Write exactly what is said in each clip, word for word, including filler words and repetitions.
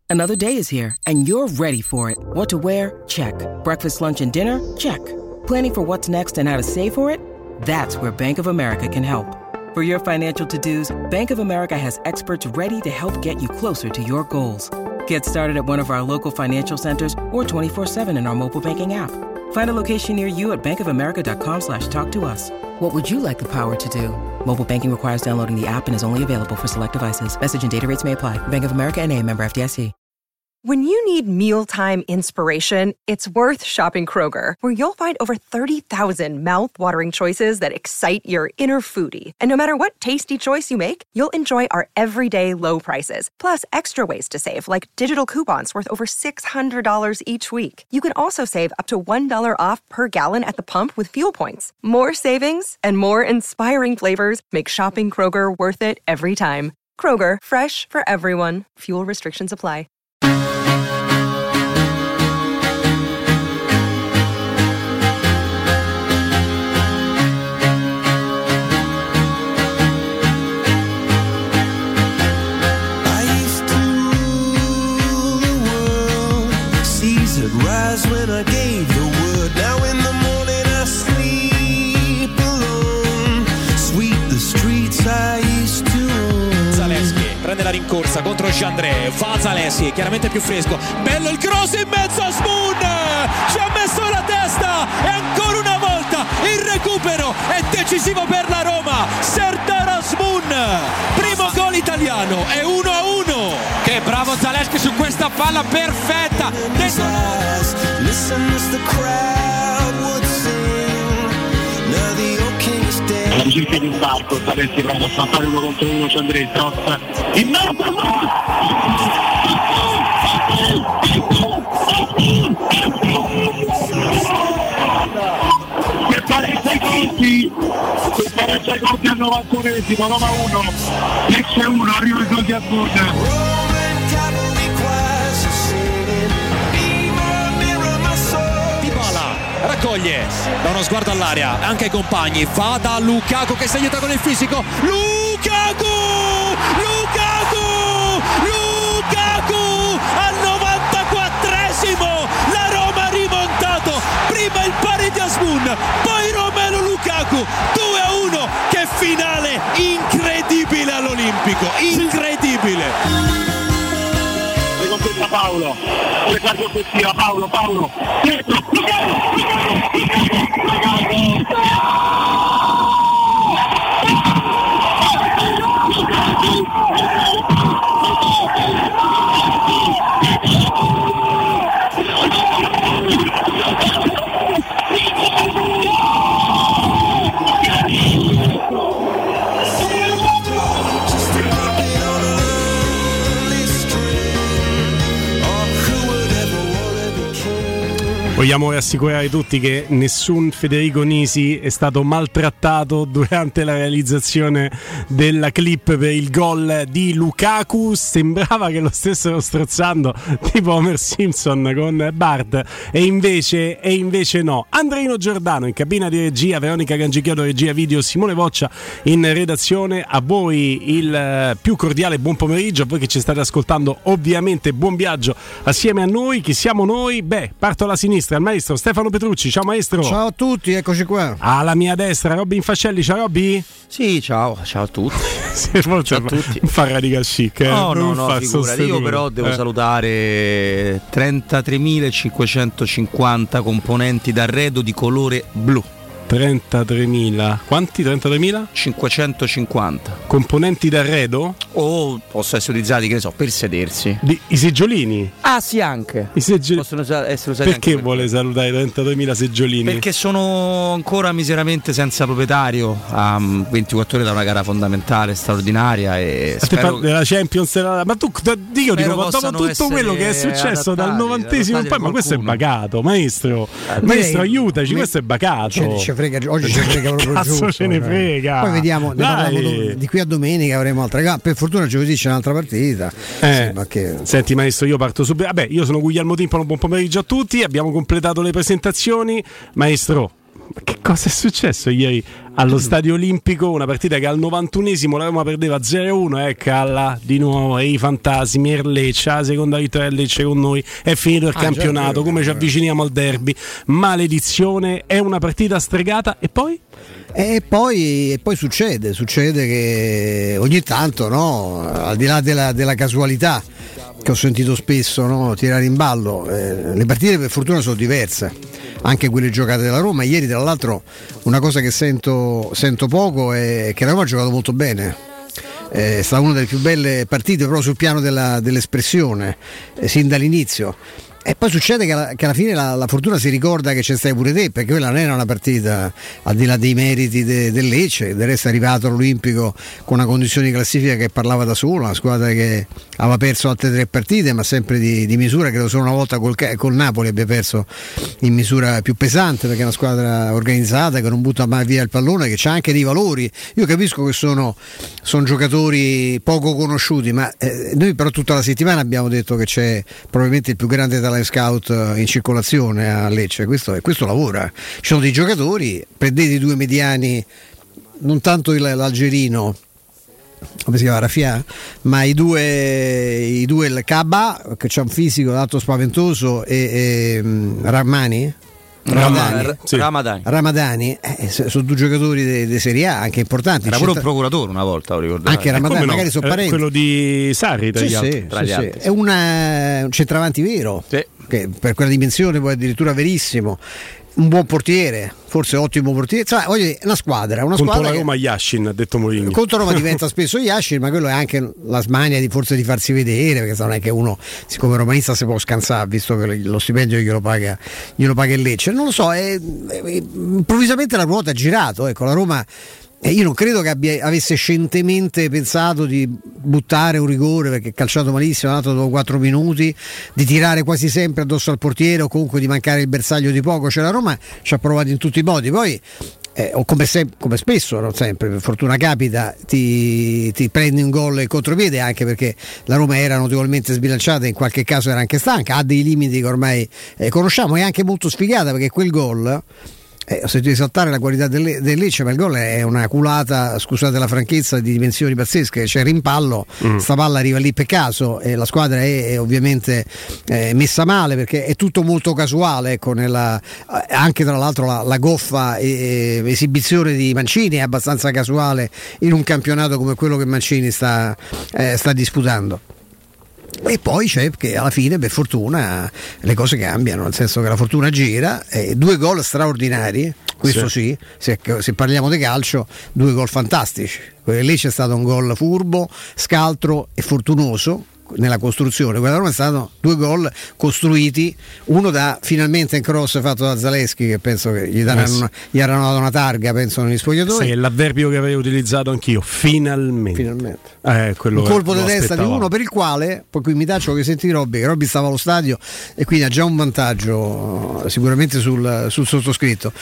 Another day is here, and you're ready for it. What to wear? Check. Breakfast, lunch, and dinner? Check. Planning for what's next and how to save for it? That's where Bank of America can help. For your financial to-dos, Bank of America has experts ready to help get you closer to your goals. Get started at one of our local financial centers or twenty-four seven in our mobile banking app. Find a location near you at bankofamerica.com slash talk to us. What would you like the power to do? Mobile banking requires downloading the app and is only available for select devices. Message and data rates may apply. Bank of America N A, member F D I C. When you need mealtime inspiration, it's worth shopping Kroger, where you'll find over thirty thousand mouth-watering choices that excite your inner foodie. And no matter what tasty choice you make, you'll enjoy our everyday low prices, plus extra ways to save, like digital coupons worth over six hundred dollars each week. You can also save up to one dollar off per gallon at the pump with fuel points. More savings and more inspiring flavors make shopping Kroger worth it every time. Kroger, fresh for everyone. Fuel restrictions apply. Rise when I gave the word. Now in the morning I sleep alone. Sweep the streets I used to. Zalewski prende la rincorsa contro Jandré. Fa Zalewski, chiaramente più fresco. Bello il cross in mezzo a Asmoun. Ci ha messo la testa e ancora una volta il recupero è decisivo per la Roma. Serdar Asmoun, primo gol italiano, è uno a uno. Che bravo Zalewski su questa palla perfetta. La ricerca di un barco, Zalewski prova a saltare uno contro uno, c'è Andrea il cross in mezzo, che pareggia i conti, che pareggia i conti al novantunesimo, Roma uno, Lecce uno, arriva i soldi a Burna. Raccoglie, da uno sguardo all'area, anche ai compagni, va da Lukaku che si aiuta con il fisico, Lukaku, Lukaku, Lukaku, al novantaquattresimo, la Roma ha rimontato, prima il pari di Asmoun, poi Romelu Lukaku, due a uno, che finale incredibile all'Olimpico, incredibile. Ricompetta Paolo, le guardie offensiva, Paolo, Paolo, dietro, Vogliamo rassicurare tutti che nessun Federico Nisi è stato maltrattato durante la realizzazione della clip per il gol di Lukaku. Sembrava che lo stessero strozzando tipo Homer Simpson con Bart, e invece, e invece no. Andreino Giordano in cabina di regia, Veronica Gangichiodo regia video, Simone Voccia in redazione. A voi il più cordiale buon pomeriggio, a voi che ci state ascoltando ovviamente buon viaggio assieme a noi. Chi siamo noi? Beh, parto alla sinistra, al maestro Stefano Petrucci. Ciao maestro. Ciao a tutti, eccoci qua. Alla mia destra Robby Infascelli. Ciao Robby. Sì, ciao, ciao a tutti. Ciao a tutti. Fa radical chic, eh? No, no, non no, fa figurati. Io però devo eh. salutare trentatremilacinquecentocinquanta componenti d'arredo di colore blu. trentatremila. Quanti? trentatremila? cinquecentocinquanta. Componenti d'arredo? O possono essere utilizzati, che ne so, per sedersi. Di, I seggiolini? Ah sì, anche. I seggiolini. Possono essere usati. Perché anche vuole per... salutare trentatremila seggiolini? Perché sono ancora miseramente senza proprietario a ventiquattro ore da una gara fondamentale, straordinaria. E a spero... te della Champions, ma tu, io dico, ma dopo tutto quello che è successo adattati, dal novantesimo in poi, ma questo è bacato, maestro. Eh, maestro, direi, aiutaci, me... questo è bacato. Cioè, ci frega, oggi ci frega proprio cazzo giusto, ce ne frega. Poi vediamo, ne parliamo di qui a domenica, avremo altre gare. Per fortuna giovedì c'è un'altra partita. Eh, sì, ma che... Senti maestro, io parto subito. Vabbè, io sono Guglielmo Timpano, buon pomeriggio a tutti. Abbiamo completato le presentazioni. Maestro, Che cosa è successo ieri allo Stadio Olimpico? Una partita che al novantunesimo la Roma perdeva zero a uno, e calla di nuovo e i fantasmi, il Lecce, la seconda vittoria del Lecce con noi, è finito il ah, campionato, già, come ci avviciniamo al derby, maledizione, è una partita stregata. E poi? E poi, e poi succede, succede che ogni tanto, no, al di là della, della casualità che ho sentito spesso, no, tirare in ballo, eh, le partite per fortuna sono diverse, anche quelle giocate dalla Roma. Ieri tra l'altro una cosa che sento, sento poco è che la Roma ha giocato molto bene, è stata una delle più belle partite proprio sul piano della, dell'espressione, eh, sin dall'inizio. E poi succede che alla, che alla fine la, la fortuna si ricorda che c'è stai pure te, perché quella non era una partita al di là dei meriti de, del Lecce, del resto è arrivato all'Olimpico con una condizione di classifica che parlava da sola, una squadra che aveva perso altre tre partite ma sempre di, di misura, credo solo una volta col, col Napoli abbia perso in misura più pesante, perché è una squadra organizzata che non butta mai via il pallone, che ha anche dei valori. Io capisco che sono, sono giocatori poco conosciuti, ma eh, noi però tutta la settimana abbiamo detto che c'è probabilmente il più grande talento scout in circolazione a Lecce, questo, questo lavora, ci sono dei giocatori, prendete i due mediani, non tanto il, l'algerino, come si chiama, Rafia, ma i due, i due il Kaba che c'ha un fisico tanto spaventoso e, e Rahmani Ramadani, sì. Ramadani, Ramadani eh, sono due giocatori di Serie A anche importanti. Era pure un procuratore una volta, lo ricordate. Anche Ramadani, no? magari sono parenti. Quello di Sarri tra sì, gli altri. sì, tra sì, gli altri. Sì. È una, un centravanti vero, sì. Che per quella dimensione poi addirittura verissimo. Un buon portiere, forse ottimo portiere, cioè, voglio dire, una squadra, una contro squadra la Roma che, Yashin, ha detto Mourinho. Contro Roma diventa spesso Yashin, ma quello è anche la smania di forse di farsi vedere, perché non è che uno, siccome romanista, si può scansare, visto che lo stipendio glielo paga, glielo paga il Lecce. Non lo so, è, è, improvvisamente la ruota è girato, ecco, la Roma. E io non credo che abbia, avesse scientemente pensato di buttare un rigore, perché calciato malissimo, ha dato dopo quattro minuti, di tirare quasi sempre addosso al portiere o comunque di mancare il bersaglio di poco. Cioè la Roma ci ha provato in tutti i modi, poi eh, o come, se, come spesso, non sempre, per fortuna capita, ti, ti prendi un gol in contropiede, anche perché la Roma era notevolmente sbilanciata, in qualche caso era anche stanca, ha dei limiti che ormai eh, conosciamo, è anche molto sfigata, perché quel gol... Eh, ho sentito esaltare la qualità del, del Lecce, ma il gol è una culata, scusate la franchezza, di dimensioni pazzesche. C'è il rimpallo, mm. sta palla arriva lì per caso e la squadra è, è ovviamente eh, messa male, perché è tutto molto casuale, ecco, nella, anche tra l'altro la, la goffa e, e, esibizione di Mancini è abbastanza casuale in un campionato come quello che Mancini sta, eh, sta disputando. E poi c'è che alla fine, per fortuna, le cose cambiano, nel senso che la fortuna gira, eh, due gol straordinari, questo sì, sì se, se parliamo di calcio, due gol fantastici. Quello lì c'è stato un gol furbo, scaltro e fortunoso nella costruzione. Quella Roma è stato due gol costruiti, uno da finalmente in cross fatto da Zaleschi, che penso che gli daranno una, gli avranno dato una targa, penso, negli spogliatori. Sì, è l'avverbio che avevo utilizzato anch'io, finalmente, finalmente. Eh, quello un colpo di testa di uno per il quale poi qui mi taccio che senti Robby, che Robby stava allo stadio e quindi ha già un vantaggio sicuramente sul, sul sottoscritto.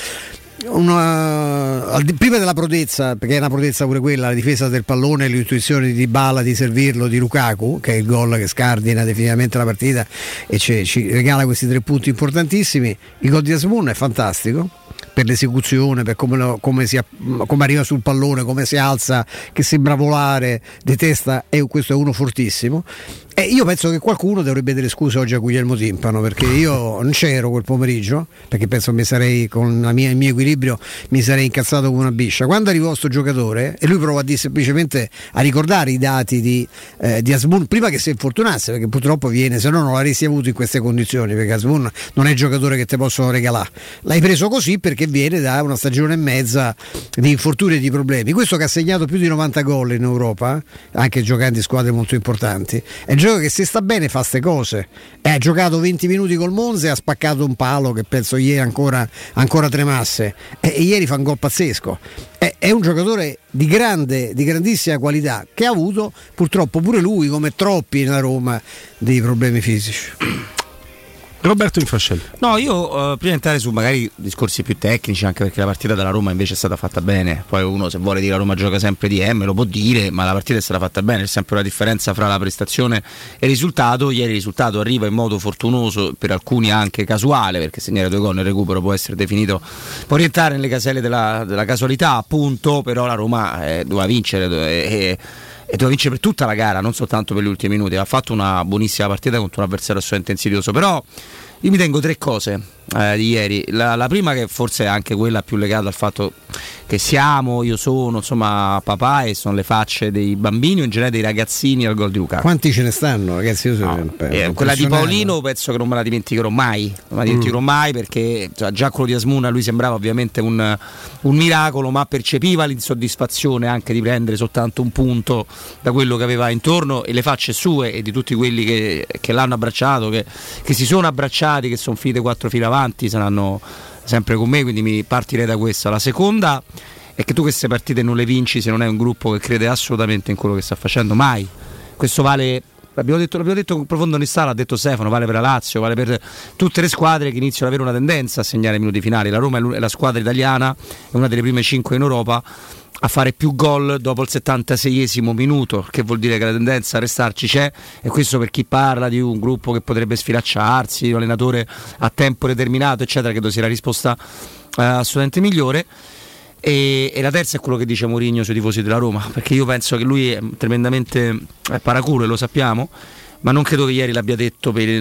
Una, prima della prodezza, perché è una prodezza pure quella, la difesa del pallone, l'intuizione di Dybala di servirlo, di Lukaku, che è il gol che scardina definitivamente la partita e ci, ci regala questi tre punti importantissimi. Il gol di Asmun è fantastico per l'esecuzione, per come, lo, come, si, come arriva sul pallone, come si alza, che sembra volare di testa, e questo è uno fortissimo. E io penso che qualcuno dovrebbe delle scuse oggi a Guglielmo Timpano, perché io non c'ero quel pomeriggio, perché penso mi sarei, con la mia, il mio equilibrio, mi sarei incazzato come una biscia. Quando arrivò sto giocatore e lui prova a dire, semplicemente a ricordare i dati di, eh, di Asmun prima che si infortunasse, perché purtroppo viene, se no non l'avresti avuto in queste condizioni, perché Asmun non è il giocatore che ti possono regalare. L'hai preso così perché viene da una stagione e mezza di infortuni e di problemi. Questo che ha segnato più di novanta gol in Europa, anche giocando in squadre molto importanti, è un che se sta bene fa ste cose. E ha giocato venti minuti col Monza e ha spaccato un palo che penso ieri ancora, ancora tremasse, e, e ieri fa un gol pazzesco. È, è un giocatore di grande, di grandissima qualità, che ha avuto purtroppo pure lui, come troppi nella Roma, dei problemi fisici. Roberto Infascelli. No, io uh, prima di entrare su magari discorsi più tecnici, anche perché la partita della Roma invece è stata fatta bene. Poi uno, se vuole dire la Roma gioca sempre di M, lo può dire, ma la partita è stata fatta bene. C'è sempre una differenza fra la prestazione e il risultato. Ieri il risultato arriva in modo fortunoso, per alcuni anche casuale, perché segnare due gol nel recupero può essere definito, può rientrare nelle caselle della, della casualità, appunto. Però la Roma eh, doveva vincere e, e e doveva vincere per tutta la gara, non soltanto per gli ultimi minuti. Ha fatto una buonissima partita contro un avversario assolutamente insidioso. Però io mi tengo tre cose eh, di ieri. La, la prima, che forse è anche quella più legata al fatto che siamo, io sono, insomma, papà, e sono le facce dei bambini o in generale dei ragazzini al gol di Lukaku. Quanti ce ne stanno, ragazzi? Io sono no, eh, quella di Paolino penso che non me la dimenticherò mai, non me la dimenticherò mm. mai, perché cioè, già quello di Asmuna, lui sembrava ovviamente un, un miracolo, ma percepiva l'insoddisfazione anche di prendere soltanto un punto da quello che aveva intorno, e le facce sue e di tutti quelli che, che l'hanno abbracciato, che, che si sono abbracciati, che sono finite quattro file avanti, saranno sempre con me, quindi mi partirei da questa. La seconda è che tu queste partite non le vinci se non hai un gruppo che crede assolutamente in quello che sta facendo, mai. Questo vale, l'abbiamo detto, l'abbiamo detto con profonda onestà, l'ha detto Stefano, vale per la Lazio, vale per tutte le squadre che iniziano ad avere una tendenza a segnare minuti finali. La Roma è la squadra italiana, è una delle prime cinque in Europa a fare più gol dopo il settantaseiesimo minuto, che vuol dire che la tendenza a restarci c'è, e questo per chi parla di un gruppo che potrebbe sfilacciarsi, un allenatore a tempo determinato eccetera, credo sia la risposta eh, assolutamente migliore. E, e la terza è quello che dice Mourinho sui tifosi della Roma, perché io penso che lui è tremendamente è paraculo, e lo sappiamo, ma non credo che ieri l'abbia detto per,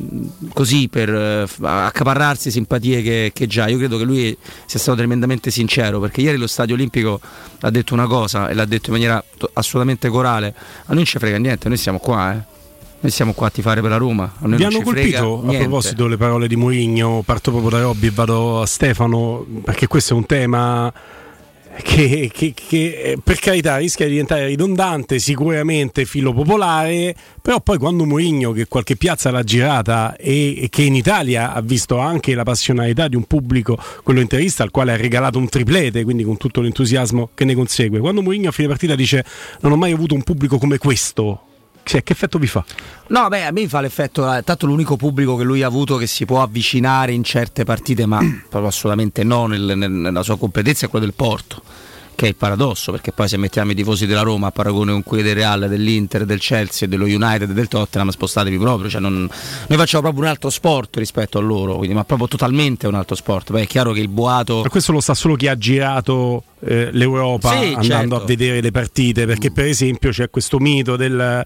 così per uh, accaparrarsi simpatie che, che già. Io credo che lui sia stato tremendamente sincero, perché ieri lo Stadio Olimpico ha detto una cosa e l'ha detto in maniera to- assolutamente corale: a noi non ci frega niente, noi siamo qua, eh. Noi siamo qua a tifare per la Roma. A noi Vi non hanno ci colpito frega a proposito le parole di Mourinho? Parto proprio da Robby e vado a Stefano, perché questo è un tema Che, che, che per carità rischia di diventare ridondante, sicuramente filo popolare, però poi quando Mourinho, che qualche piazza l'ha girata e, e che in Italia ha visto anche la passionalità di un pubblico, quello interista, al quale ha regalato un triplete, quindi con tutto l'entusiasmo che ne consegue, quando Mourinho a fine partita dice non ho mai avuto un pubblico come questo, cioè, che effetto vi fa? No, beh, a me fa l'effetto, tanto l'unico pubblico che lui ha avuto che si può avvicinare in certe partite, ma proprio assolutamente no nel, nel, nella sua competenza, è quello del Porto, che è il paradosso, perché poi se mettiamo i tifosi della Roma a paragone con quelli del Real, dell'Inter, del Chelsea, dello United e del Tottenham, spostatevi proprio, cioè non, noi facciamo proprio un altro sport rispetto a loro, quindi, ma proprio totalmente un altro sport. Poi è chiaro che il boato, ma questo lo sa solo chi ha girato eh, l'Europa, sì, andando certo. a vedere le partite, perché per esempio c'è questo mito del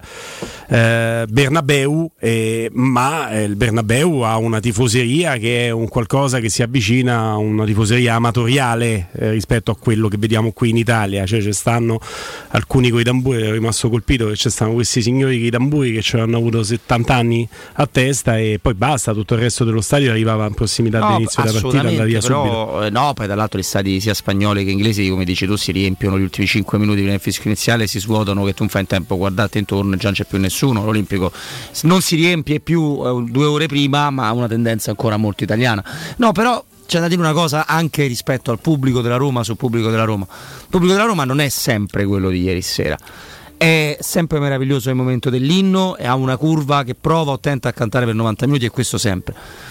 eh, Bernabeu, eh, ma eh, il Bernabeu ha una tifoseria che è un qualcosa che si avvicina a una tifoseria amatoriale eh, rispetto a quello che vediamo qui in Italia, cioè ci stanno alcuni coi tamburi, ero rimasto colpito che ci stanno questi signori coi tamburi che ci hanno avuto settanta anni a testa, e poi basta, tutto il resto dello stadio arrivava in prossimità no, dell'inizio della partita, andava via però, subito. Eh, no, poi dall'altro gli stadi sia spagnoli che inglesi, come dici tu, si riempiono gli ultimi cinque minuti prima del fischio iniziale, si svuotano, che tu fai in tempo a guardarti intorno e già non c'è più nessuno. L'Olimpico non si riempie più eh, due ore prima, ma ha una tendenza ancora molto italiana. No, però c'è da dire una cosa anche rispetto al pubblico della Roma, sul pubblico della Roma. Il pubblico della Roma non è sempre quello di ieri sera, è sempre meraviglioso nel momento dell'inno e ha una curva che prova o tenta a cantare per novanta minuti, e questo sempre,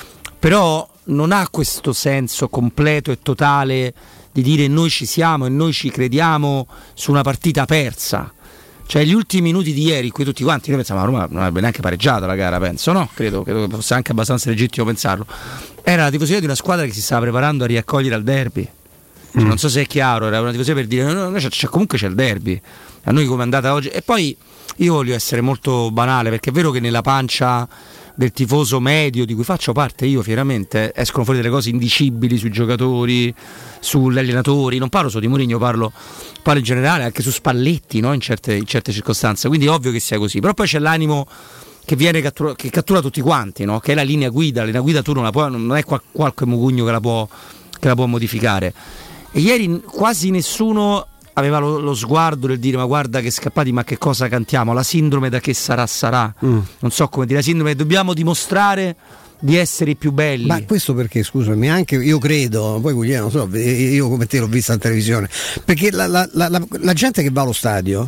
però non ha questo senso completo e totale di dire noi ci siamo e noi ci crediamo su una partita persa. Cioè gli ultimi minuti di ieri, qui tutti quanti noi pensavamo Roma non avrebbe neanche pareggiata la gara, penso, no? Credo, credo che fosse anche abbastanza legittimo pensarlo. Era la tifoseria di una squadra che si stava preparando a riaccogliere al derby. Cioè, mm. Non so se è chiaro, era una tifoseria per dire no, no, c'è, c'è, comunque c'è il derby. A noi come è andata oggi. E poi io voglio essere molto banale, perché è vero che nella pancia del tifoso medio, di cui faccio parte io fieramente, escono fuori delle cose indicibili sui giocatori, sugli allenatori. Non parlo solo di Mourinho, parlo, parlo in generale anche su Spalletti, no? in, certe, in certe circostanze, quindi è ovvio che sia così. Però poi c'è l'animo che viene cattura, che cattura tutti quanti, no? Che è la linea guida. La linea guida tu non la puoi, non è qual, qualche mugugno che la può, che la può modificare. E ieri quasi nessuno aveva lo, lo sguardo del dire ma guarda che scappati, ma che cosa cantiamo, la sindrome da che sarà sarà, mm. non so come dire, la sindrome dobbiamo dimostrare di essere i più belli. Ma questo perché, scusami, anche io credo, poi Guglielmo, non so, io come te l'ho vista in televisione, perché la, la, la, la, la gente che va allo stadio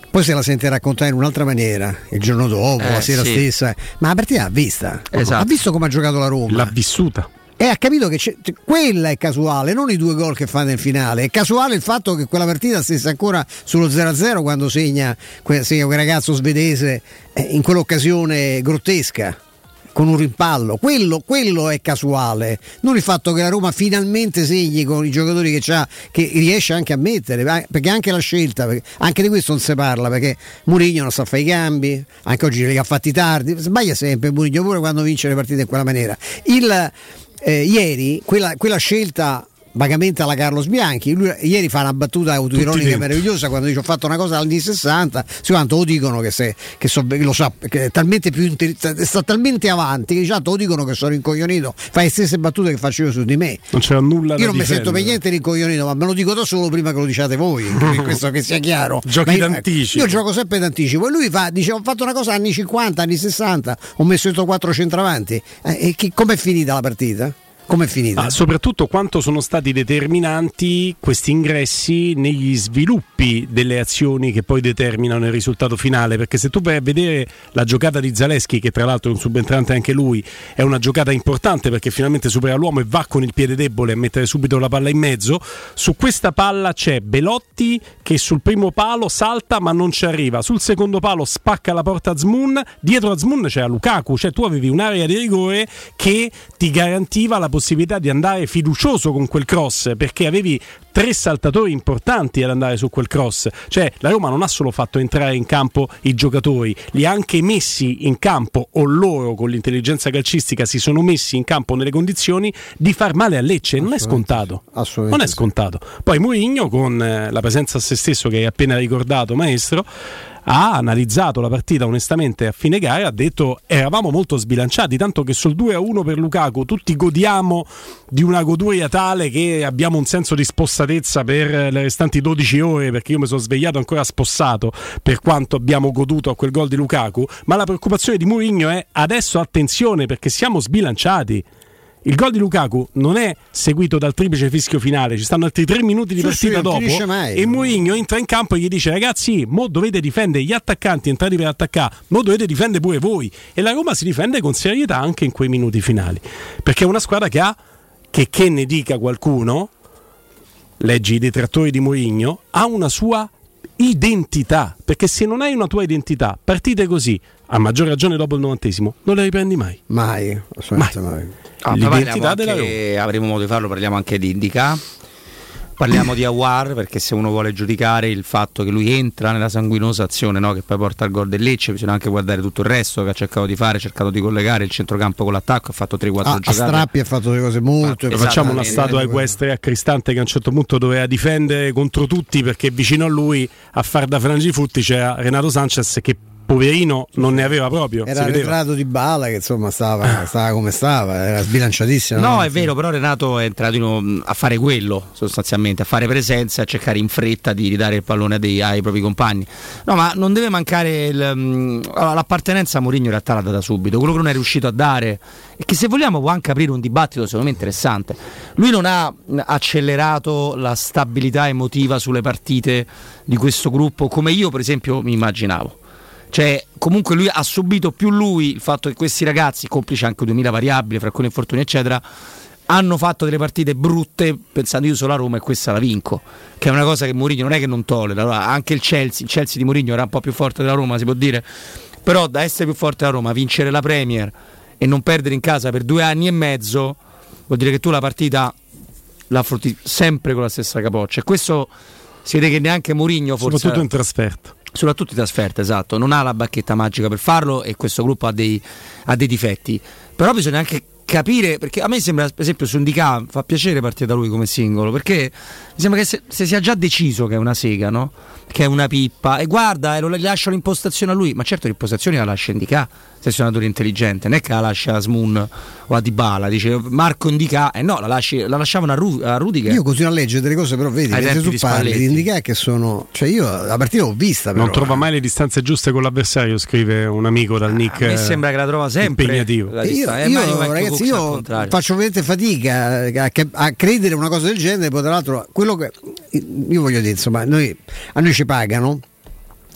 poi se la sente raccontare in un'altra maniera il giorno dopo, eh, la sera sì. stessa, ma la partita l'ha vista, esatto. ha visto come ha giocato la Roma, l'ha vissuta e ha capito che c'è, quella è casuale, non i due gol che fa nel finale. È casuale il fatto che quella partita stesse ancora sullo zero a zero quando segna, segna quel ragazzo svedese eh, in quell'occasione grottesca con un rimpallo. Quello, quello è casuale, non il fatto che la Roma finalmente segni con i giocatori che c'ha, che riesce anche a mettere, perché anche la scelta, anche di questo non si parla, perché Mourinho non sa fare i cambi, anche oggi li ha fatti tardi, sbaglia sempre Mourinho pure quando vince le partite in quella maniera. Il Eh, ieri quella, quella scelta vagamente alla Carlos Bianchi, lui ieri fa una battuta autoironica meravigliosa quando dice ho fatto una cosa agli anni sessanta, si quanto lo dicono che, se, che, so, che lo sa, che è talmente più intelligente, sta talmente avanti che già lo dicono che sono rincoglionito, fa le stesse battute che faccio io su di me, non c'era nulla da io non difendere. mi sento per niente rincoglionito, ma me lo dico da solo prima che lo diciate voi, questo che sia chiaro. Giochi io, d'anticipo. Io gioco sempre d'anticipo e lui fa, dice ho fatto una cosa anni cinquanta, anni sessanta, ho messo dentro quattro centravanti eh, e che, com'è finita la partita? Come è finita? Ah, soprattutto quanto sono stati determinanti questi ingressi negli sviluppi delle azioni che poi determinano il risultato finale, perché se tu vai a vedere la giocata di Zalewski, che tra l'altro è un subentrante anche lui, è una giocata importante perché finalmente supera l'uomo e va con il piede debole a mettere subito la palla in mezzo. Su questa palla c'è Belotti che sul primo palo salta ma non ci arriva, sul secondo palo spacca la porta a Zmoun, dietro a Zmoun c'era Lukaku, cioè tu avevi un'area di rigore che ti garantiva la possibilità possibilità di andare fiducioso con quel cross, perché avevi tre saltatori importanti ad andare su quel cross, cioè la Roma non ha solo fatto entrare in campo i giocatori, li ha anche messi in campo, o loro con l'intelligenza calcistica si sono messi in campo nelle condizioni di far male a Lecce. Non è scontato, non è scontato. Poi Mourinho, con la presenza a se stesso che hai appena ricordato maestro, ha analizzato la partita onestamente a fine gara, ha detto eravamo molto sbilanciati, tanto che sul due a uno per Lukaku tutti godiamo di una goduria tale che abbiamo un senso di spossatezza per le restanti dodici ore, perché io mi sono svegliato ancora spossato per quanto abbiamo goduto a quel gol di Lukaku, ma la preoccupazione di Mourinho è adesso attenzione perché siamo sbilanciati. Il gol di Lukaku non è seguito dal triplice fischio finale, ci stanno altri tre minuti di partita sì, dopo e Mourinho entra in campo e gli dice ragazzi, mo dovete difendere gli attaccanti entrati per attaccare, mo dovete difendere pure voi, e la Roma si difende con serietà anche in quei minuti finali, perché è una squadra che ha, che che ne dica qualcuno, leggi i detrattori di Mourinho, ha una sua identità, perché se non hai una tua identità, partite così, a maggior ragione dopo il novantesimo, non le riprendi mai. Mai, assolutamente mai. mai. Ah, l'identità della anche, Roma. Avremo modo di farlo, parliamo anche di Indica, parliamo di Aouar, perché se uno vuole giudicare il fatto che lui entra nella sanguinosa azione, no, che poi porta al gol del Lecce, bisogna anche guardare tutto il resto che ha cercato di fare, ha cercato di collegare il centrocampo con l'attacco, ha fatto tre quattro ah, giocate. A strappi ha fatto delle cose molto ah, facciamo una statua a Equestre a Cristante che a un certo punto doveva difendere contro tutti, perché vicino a lui a far da Frangifutti c'era Renato Sanchez che poverino non ne aveva proprio, era il retrato di Bala che insomma stava, stava come stava, era sbilanciatissimo. No, no, è vero, però Renato è entrato in, a fare quello sostanzialmente, a fare presenza, a cercare in fretta di ridare il pallone dei, ai propri compagni. No, ma non deve mancare il, allora, l'appartenenza a Mourinho in realtà l'ha data subito, quello che non è riuscito a dare, e che se vogliamo può anche aprire un dibattito secondo me interessante. Lui non ha accelerato la stabilità emotiva sulle partite di questo gruppo come io per esempio mi immaginavo. Cioè, comunque lui ha subito più lui il fatto che questi ragazzi, complice anche duemila variabili, fra alcuni infortuni eccetera, hanno fatto delle partite brutte pensando io sono la Roma e questa la vinco, che è una cosa che Mourinho non è che non tollera. Allora, anche il Chelsea, il Chelsea di Mourinho era un po' più forte della Roma, si può dire, però da essere più forte della Roma, vincere la Premier e non perdere in casa per due anni e mezzo vuol dire che tu la partita la affronti sempre con la stessa capoccia, e questo si vede che neanche Mourinho forse, soprattutto in trasferta. Soprattutto in trasferta, esatto, non ha la bacchetta magica per farlo e questo gruppo ha dei, ha dei difetti, però bisogna anche capire, perché a me sembra per esempio su Ndicà fa piacere partire da lui come singolo, perché mi sembra che se, se sia già deciso che è una sega, no? Che è una pippa, e guarda, e lo lascio l'impostazione a lui, ma certo l'impostazione la lascia Ndicà se sei un allenatore intelligente, non è che la lascia a Smoon o a Dybala, dice Marco Ndicà, e eh no, la, lasci, la lasciavano a, Ru, a Rudiger. Io continuo a leggere delle cose, però vedi, mentre tu parli di Ndicà che sono, cioè io la partita l'ho vista però, non trova mai le distanze giuste con l'avversario, scrive un amico dal nick. A me sembra che la trova sempre impegnativo. la io, eh, io ragazzi io faccio veramente fatica a, a, a credere una cosa del genere, poi tra l'altro quello che io voglio dire, insomma, noi, a noi ci pagano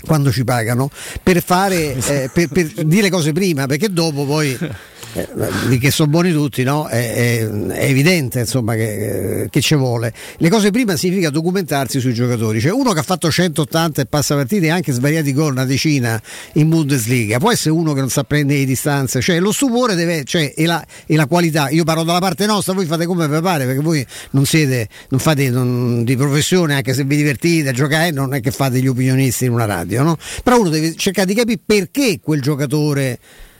quando ci pagano per fare eh, per, per dire cose prima, perché dopo poi eh, di che sono buoni tutti, no? È, è, è evidente insomma che, che ci vuole. Le cose prima significa documentarsi sui giocatori, cioè uno che ha fatto centottanta e passa partite e anche svariati gol, una decina in Bundesliga, può essere uno che non sa prendere le distanze, cioè lo stupore deve, cioè, e, la, e la qualità. Io parlo dalla parte nostra, voi fate come vi pare, perché voi non siete, non fate non, di professione, anche se vi divertite a giocare, non è che fate gli opinionisti in una radio, no? Però uno deve cercare di capire perché quel giocatore,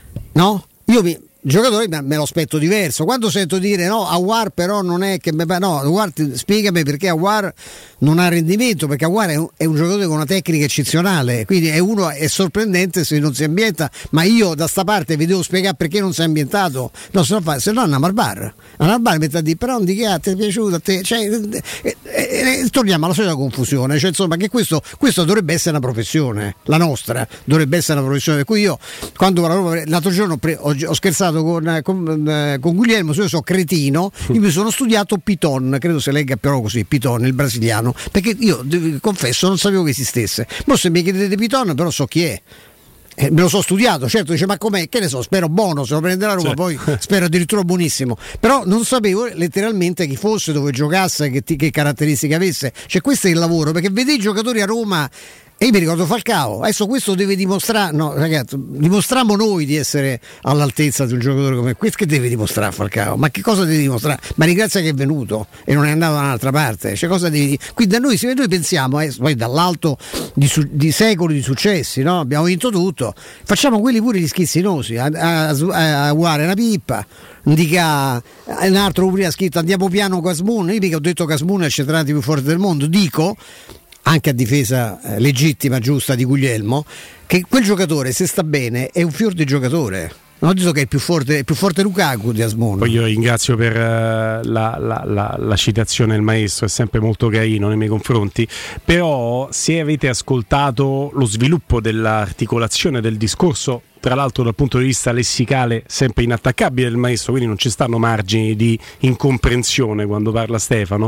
no? Io mi il giocatore me lo aspetto diverso. Quando sento dire no, Aouar però non è che me... no, Aouar, spiegami perché Aouar non ha rendimento, perché Aouar è un, è un giocatore con una tecnica eccezionale, quindi è uno è sorprendente se non si ambienta, ma io da sta parte vi devo spiegare perché non si è ambientato. No, se no, fa, se no andiamo al bar. Andiamo al bar e mette a dire però di che ti è piaciuto a te? Cioè, eh, eh, eh, torniamo alla solita confusione, cioè insomma che questo, questo dovrebbe essere una professione, la nostra dovrebbe essere una professione, per cui io quando l'altro giorno pre, ho, ho scherzato Con, con, con Guglielmo, se io sono cretino, io mi sono studiato Piton, credo si legga però così, Piton, il brasiliano, perché io confesso non sapevo che esistesse, ma se mi chiedete Piton però so chi è. Eh, me lo so studiato, certo, dice ma com'è, che ne so, spero buono, se lo prende la Roma, sì. Poi spero addirittura buonissimo, però non sapevo letteralmente chi fosse, dove giocasse, che, che caratteristiche avesse, cioè questo è il lavoro, perché vedere i giocatori a Roma. E io mi ricordo Falcao, adesso questo deve dimostrare, no ragazzi, dimostriamo noi di essere all'altezza di un giocatore come questo, che deve dimostrare Falcao, ma che cosa deve dimostrare? Ma ringrazia che è venuto e non è andato da un'altra parte, cioè cosa devi dire? Quindi da noi, se noi pensiamo, eh, poi dall'alto di, su, di secoli di successi, no? Abbiamo vinto tutto, facciamo quelli pure gli schizzinosi, a, a, a, a guardare una pippa. Dica un altro prima ha scritto andiamo piano Casmun, io mica ho detto Casmun è il centravanti più forte del mondo, dico anche a difesa eh, legittima, giusta di Guglielmo, che quel giocatore se sta bene è un fior di giocatore. Non ho detto che è il più forte, è più forte Lukaku di Asmun. Poi io ringrazio per uh, la, la, la, la citazione del maestro, è sempre molto carino nei miei confronti, però se avete ascoltato lo sviluppo dell'articolazione del discorso, tra l'altro dal punto di vista lessicale sempre inattaccabile del maestro, quindi non ci stanno margini di incomprensione quando parla Stefano,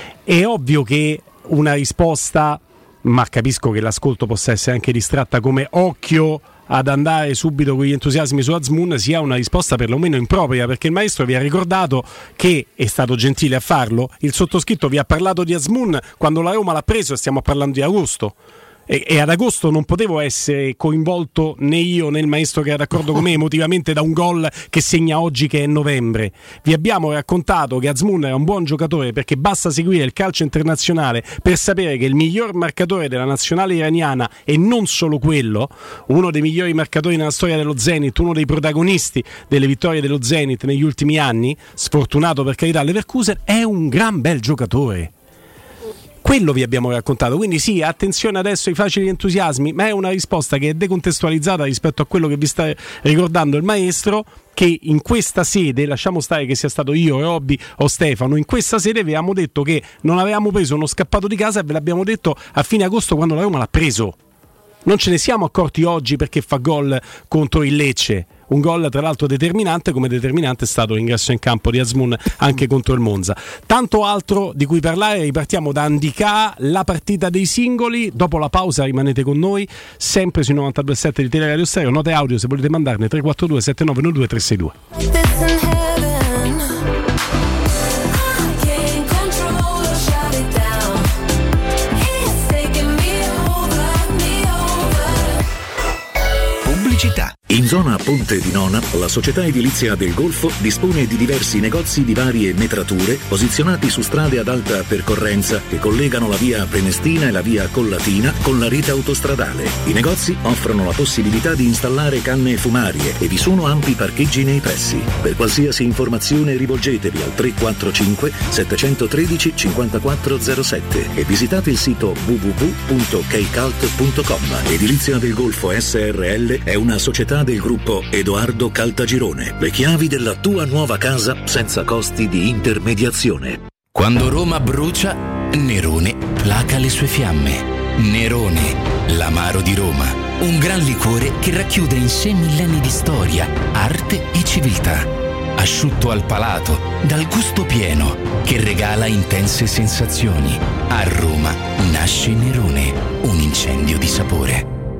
è ovvio che una risposta, ma capisco che l'ascolto possa essere anche distratta come occhio ad andare subito con gli entusiasmi su Azmoun, sia una risposta perlomeno impropria, perché il maestro vi ha ricordato che è stato gentile a farlo, il sottoscritto vi ha parlato di Azmoun quando la Roma l'ha preso e stiamo parlando di agosto. E, e ad agosto non potevo essere coinvolto né io né il maestro che era d'accordo con me emotivamente da un gol che segna oggi che è novembre. Vi abbiamo raccontato che Azmoun era un buon giocatore perché basta seguire il calcio internazionale per sapere che il miglior marcatore della nazionale iraniana, e non solo quello, uno dei migliori marcatori nella storia dello Zenit, uno dei protagonisti delle vittorie dello Zenit negli ultimi anni, sfortunato per carità Leverkusen, è un gran bel giocatore. Quello vi abbiamo raccontato, quindi sì, attenzione adesso ai facili entusiasmi, ma è una risposta che è decontestualizzata rispetto a quello che vi sta ricordando il maestro, che in questa sede, lasciamo stare che sia stato io, Robby o Stefano, in questa sede avevamo detto che non avevamo preso uno scappato di casa e ve l'abbiamo detto a fine agosto quando la Roma l'ha preso. Non ce ne siamo accorti oggi perché fa gol contro il Lecce, un gol tra l'altro determinante, come determinante è stato l'ingresso in campo di Azmoun anche contro il Monza. Tanto altro di cui parlare, ripartiamo da Andicà, la partita dei singoli, dopo la pausa rimanete con noi, sempre sui novantadue virgola sette di Teleradio Stereo, note audio se volete mandarne tre quattro due sette nove uno due tre sei due. In zona Ponte di Nona, la società edilizia del Golfo dispone di diversi negozi di varie metrature posizionati su strade ad alta percorrenza che collegano la via Prenestina e la via Collatina con la rete autostradale. I negozi offrono la possibilità di installare canne fumarie e vi sono ampi parcheggi nei pressi. Per qualsiasi informazione rivolgetevi al tre quattro cinque sette uno tre cinque zero sette e visitate il sito w w w punto keicalt punto com. Edilizia del Golfo S R L è una società del gruppo Edoardo Caltagirone. Le chiavi della tua nuova casa senza costi di intermediazione. Quando Roma brucia, Nerone placa le sue fiamme. Nerone, l'amaro di Roma. Un gran liquore che racchiude in sé millenni di storia, arte e civiltà. Asciutto al palato, dal gusto pieno, che regala intense sensazioni. A Roma nasce Nerone, un incendio di sapore.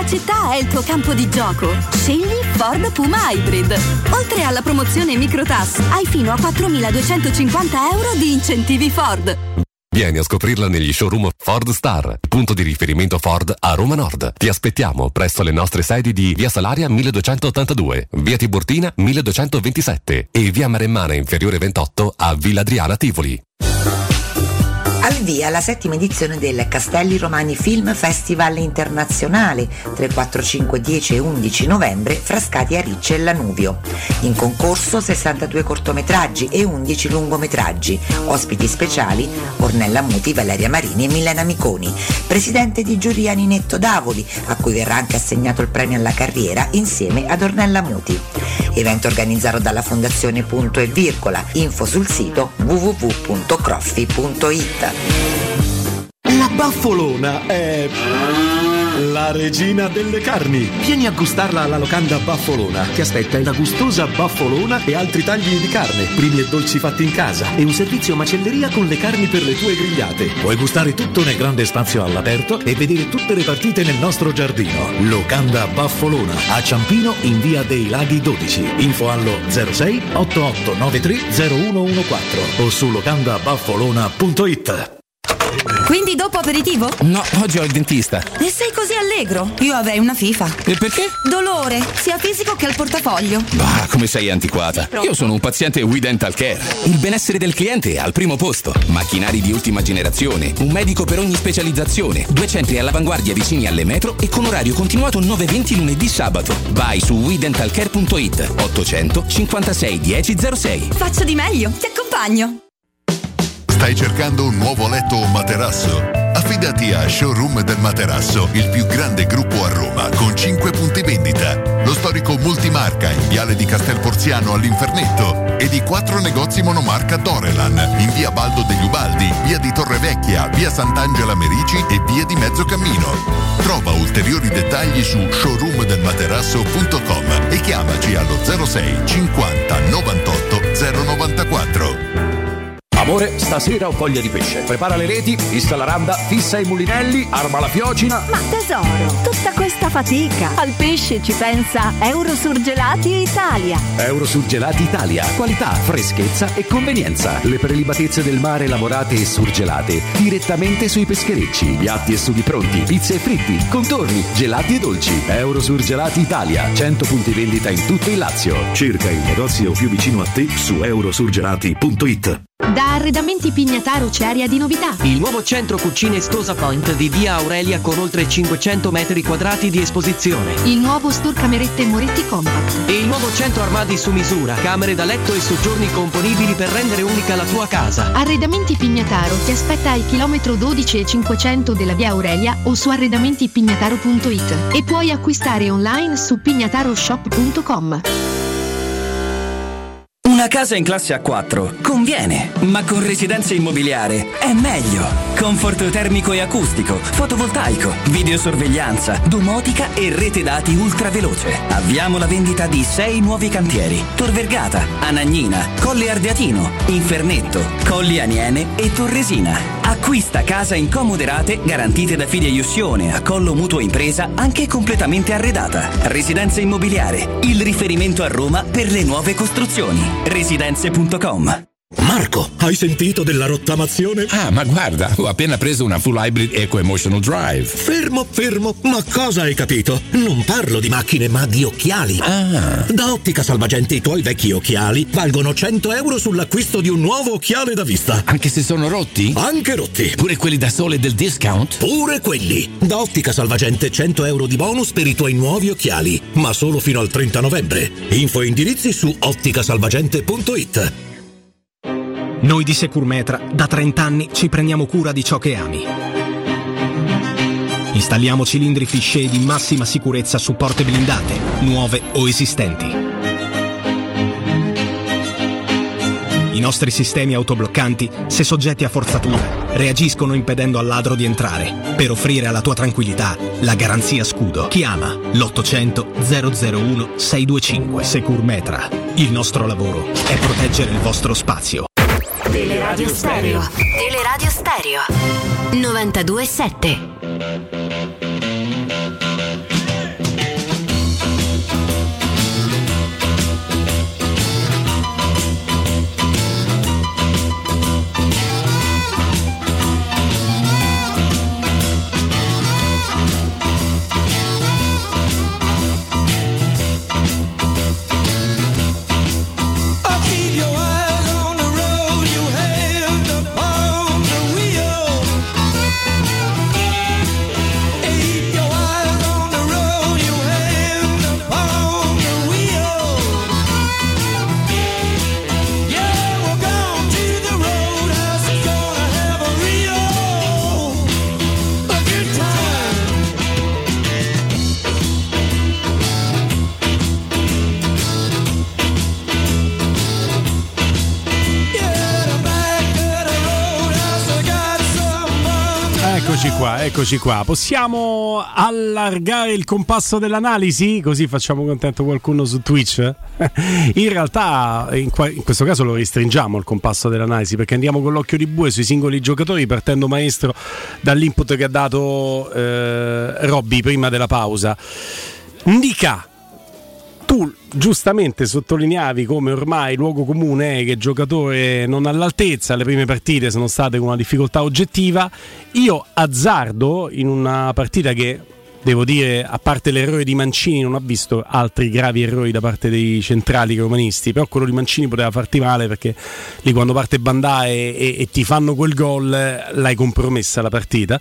città è il tuo campo di gioco. Scegli Ford Puma Hybrid. Oltre alla promozione Microtax, hai fino a quattromiladuecentocinquanta euro di incentivi Ford. Vieni a scoprirla negli showroom Ford Star, punto di riferimento Ford a Roma Nord. Ti aspettiamo presso le nostre sedi di Via Salaria milleduecentottantadue, Via Tiburtina milleduecentoventisette e Via Maremmana Inferiore ventotto a Villa Adriana Tivoli. Al via la settima edizione del Castelli Romani Film Festival Internazionale tre, quattro, cinque, dieci e undici novembre, Frascati a Ricci e Lanuvio. In concorso sessantadue cortometraggi e undici lungometraggi. Ospiti speciali Ornella Muti, Valeria Marini e Milena Miconi. Presidente di giuria Ninetto Davoli, a cui verrà anche assegnato il premio alla carriera insieme ad Ornella Muti. Evento organizzato dalla Fondazione Punto e Virgola. Info sul sito w w w punto croffi punto it. La Baffolona è la regina delle carni. Vieni a gustarla alla locanda Baffolona. Ti aspetta una gustosa baffolona e altri tagli di carne, primi e dolci fatti in casa e un servizio macelleria con le carni per le tue grigliate. Puoi gustare tutto nel grande spazio all'aperto e vedere tutte le partite nel nostro giardino. Locanda Baffolona a Ciampino in via dei Laghi dodici. Info allo zero sei otto otto nove tre zero uno uno quattro o su locanda baffolona punto it. Quindi dopo aperitivo? No, oggi ho il dentista. E sei così allegro? Io avrei una FIFA. E perché? Dolore, sia fisico che al portafoglio. Bah, come sei antiquata. Io sono un paziente We Dental Care. Il benessere del cliente è al primo posto. Macchinari di ultima generazione, un medico per ogni specializzazione, due centri all'avanguardia vicini alle metro e con orario continuato nove venti lunedì sabato. Vai su we dental care punto it ottocento cinquantasei dieci zero sei. Faccio di meglio, ti accompagno. Stai cercando un nuovo letto o materasso? Affidati a Showroom del Materasso, il più grande gruppo a Roma, con cinque punti vendita. Lo storico multimarca in Viale di Castel Porziano all'Infernetto e di quattro negozi monomarca Dorelan in Via Baldo degli Ubaldi, Via di Torrevecchia, Via Sant'Angela Merici e Via di Mezzocammino. Trova ulteriori dettagli su showroom del materasso punto com e chiamaci allo zero sei cinquanta novantotto zero novantaquattro. Amore, stasera ho voglia di pesce. Prepara le reti, fissa la randa, fissa i mulinelli, arma la fiocina. Ma tesoro, tutta questa fatica. Al pesce ci pensa Eurosurgelati Italia. Eurosurgelati Italia. Qualità, freschezza e convenienza. Le prelibatezze del mare lavorate e surgelate direttamente sui pescherecci. Piatti e sughi pronti, pizze e fritti, contorni, gelati e dolci. Eurosurgelati Italia. cento punti vendita in tutto il Lazio. Cerca il negozio più vicino a te su eurosurgelati punto it. Da Arredamenti Pignataro c'è aria di novità. Il nuovo centro cucine Stosa Point di via Aurelia con oltre cinquecento metri quadrati di esposizione. Il nuovo store camerette Moretti Compact. E il nuovo centro armadi su misura, camere da letto e soggiorni componibili per rendere unica la tua casa. Arredamenti Pignataro ti aspetta al chilometro dodici e cinquecento della via Aurelia o su arredamenti pignataro punto it e puoi acquistare online su pignataroshop punto com. Una casa in classe A quattro conviene, ma con Residenza Immobiliare è meglio. Conforto termico e acustico, fotovoltaico, videosorveglianza, domotica e rete dati ultraveloce. Avviamo la vendita di sei nuovi cantieri: Tor Vergata, Anagnina, Colle Ardeatino, Infernetto, Colli Aniene e Torresina. Acquista casa in comode rate garantite da fideiussione, accollo mutuo impresa anche completamente arredata. Residenza Immobiliare, il riferimento a Roma per le nuove costruzioni. Residenze punto com. Marco, hai sentito della rottamazione? Ah, ma guarda, ho appena preso una full hybrid Eco Emotional Drive. Fermo, fermo, ma cosa hai capito? Non parlo di macchine, ma di occhiali. Ah. Da Ottica Salvagente i tuoi vecchi occhiali valgono cento euro sull'acquisto di un nuovo occhiale da vista. Anche se sono rotti? Anche rotti. Pure quelli da sole del discount? Pure quelli. Da Ottica Salvagente cento euro di bonus per i tuoi nuovi occhiali, ma solo fino al trenta novembre. Info e indirizzi su ottica salvagente punto it. Noi di Securmetra da trenta anni ci prendiamo cura di ciò che ami. Installiamo cilindri Fichet di massima sicurezza su porte blindate, nuove o esistenti. I nostri sistemi autobloccanti, se soggetti a forzatura, reagiscono impedendo al ladro di entrare, per offrire alla tua tranquillità la garanzia scudo. Chiama l'ottocento zero zero uno sei due cinque. Securmetra. Il nostro lavoro è proteggere il vostro spazio. Teleradio Stereo. Teleradio Stereo. novantadue sette. Eccoci qua, eccoci qua. Possiamo allargare il compasso dell'analisi? Così facciamo contento qualcuno su Twitch? In realtà, in, qua, in questo caso lo restringiamo il compasso dell'analisi, perché andiamo con l'occhio di bue sui singoli giocatori, partendo, maestro, dall'input che ha dato eh, Robby prima della pausa. Ndicà, tu giustamente sottolineavi come ormai luogo comune è che il giocatore non all'altezza, le prime partite sono state con una difficoltà oggettiva. Io azzardo in una partita che, devo dire, a parte l'errore di Mancini, non ha visto altri gravi errori da parte dei centrali romanisti, però quello di Mancini poteva farti male, perché lì quando parte Bandà e, e, e ti fanno quel gol l'hai compromessa la partita.